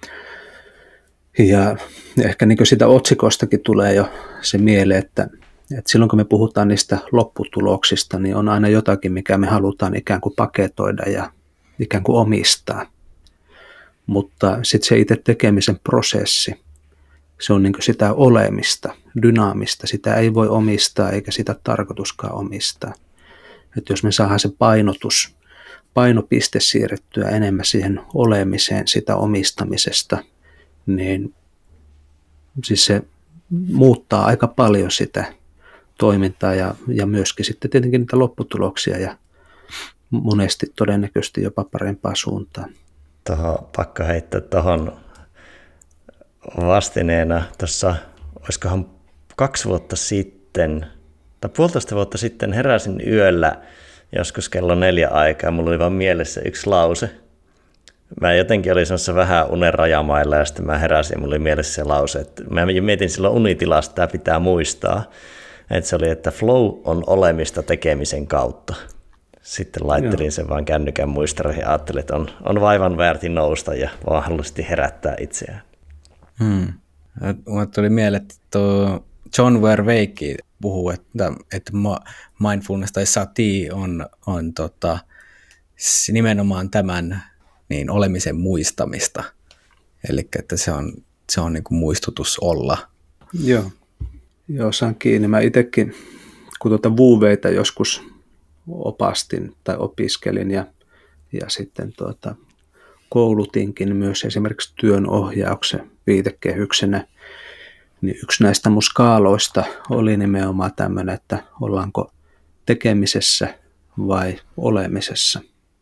A: Ja ehkä niin kuin sitä otsikostakin tulee jo se mieleen, että silloin kun me puhutaan niistä lopputuloksista, niin on aina jotakin, mikä me halutaan ikään kuin paketoida ja ikään kuin omistaa. Mutta sitten se itse tekemisen prosessi, se on niin kuin sitä olemista, dynaamista. Sitä ei voi omistaa eikä sitä tarkoituskaan omistaa. Että jos me saadaan se painopiste siirrettyä enemmän siihen olemiseen sitä omistamisesta, niin siis se muuttaa aika paljon sitä toimintaa ja myöskin sitten tietenkin niitä lopputuloksia ja monesti todennäköisesti jopa parempaa suuntaan.
B: Pakko heittää tuohon vastineena tuossa, olisikohan 2 vuotta sitten tai 1,5 vuotta sitten heräsin yöllä joskus kello 4 aikaa. Mulla oli vaan mielessä yksi lause. Mä jotenkin olin semmoisessa vähän unen rajamailla ja sitten mä heräsin ja mulla oli mielessä se lause. Että mä mietin silloin unitilasta, että tämä pitää muistaa. Että se oli, että flow on olemista tekemisen kautta. Sitten laittelin sen vaan kännykän muistaroihin ja ajattelin, että on vaivan väärti nousta ja vaan halusti herättää itseään.
C: Mulle tuli mieleen, että John Vervaeke puhuu, että mindfulness tai sati on nimenomaan tämän niin olemisen muistamista. Eli että se on niin kuin muistutus olla.
A: Joo, saan kiinni. Mä itsekin, kun wuuveita joskus opastin tai opiskelin ja sitten koulutinkin myös esimerkiksi työnohjauksen viitekehyksenä, niin yksi näistä mun skaaloista oli nimenomaan tämmöinen, että ollaanko tekemisessä vai olemisessa.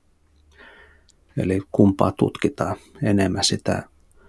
A: Eli kumpaa tutkitaan enemmän sitä,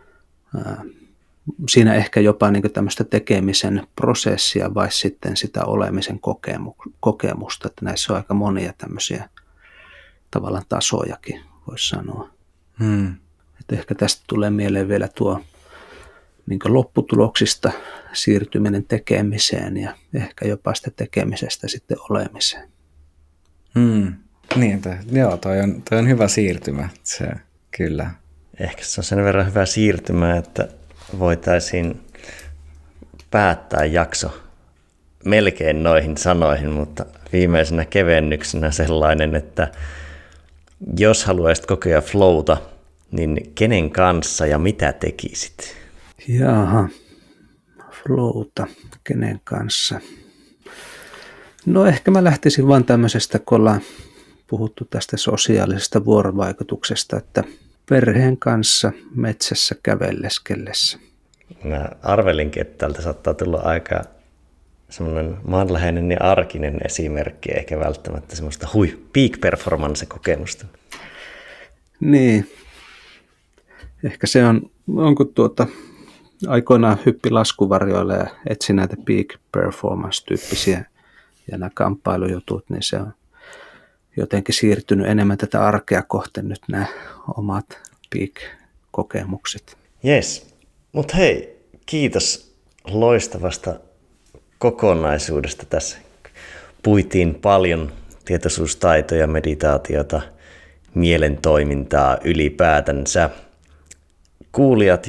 A: siinä ehkä jopa niin kuin tämmöistä tekemisen prosessia vai sitten sitä olemisen kokemusta, että näissä on aika monia tämmöisiä tavallaan tasojakin, voisi sanoa. Että ehkä tästä tulee mieleen vielä tuo niin kuin lopputuloksista siirtyminen tekemiseen ja ehkä jopa sitä tekemisestä sitten olemiseen.
C: Niin, toi on hyvä siirtymä, se kyllä.
B: Ehkä se on sen verran hyvä siirtymä, että voitaisiin päättää jakso melkein noihin sanoihin, mutta viimeisenä kevennyksenä sellainen, että jos haluaisit kokea flowta, niin kenen kanssa ja mitä tekisit?
A: Jaha, flowta, kenen kanssa? No ehkä mä lähtisin vaan tämmöisestä, kun ollaan puhuttu tästä sosiaalisesta vuorovaikutuksesta, että perheen kanssa metsässä kävelleskellessä.
B: Mä arvelinkin, että tältä saattaa tulla aika semmoinen maanläheinen ja arkinen esimerkki, eikä välttämättä semmoista peak performance kokemusta.
A: Niin, ehkä se onko aikoinaan hyppi laskuvarjoille ja etsi näitä peak performance-tyyppisiä ja nämä kamppailujutut, niin se on jotenkin siirtynyt enemmän tätä arkea kohti nyt nämä omat peak-kokemukset.
B: Jes, mutta hei, kiitos loistavasta kokonaisuudesta tässä. Puitiin paljon tietoisuustaitoja, meditaatiota, mielen toimintaa ylipäätänsä. Kuulijat, jos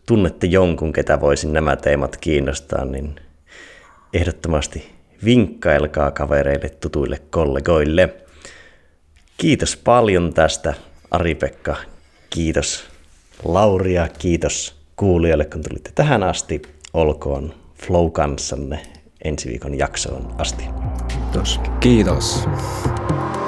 B: tunnette jonkun, ketä voisin nämä teemat kiinnostaa, niin ehdottomasti vinkkailkaa kavereille, tutuille kollegoille. Kiitos paljon tästä, Ari-Pekka. Kiitos Lauria, kiitos kuulijoille, kun tulitte tähän asti. Olkoon flow kanssanne ensi viikon jaksoon asti.
A: Kiitos.
C: Kiitos.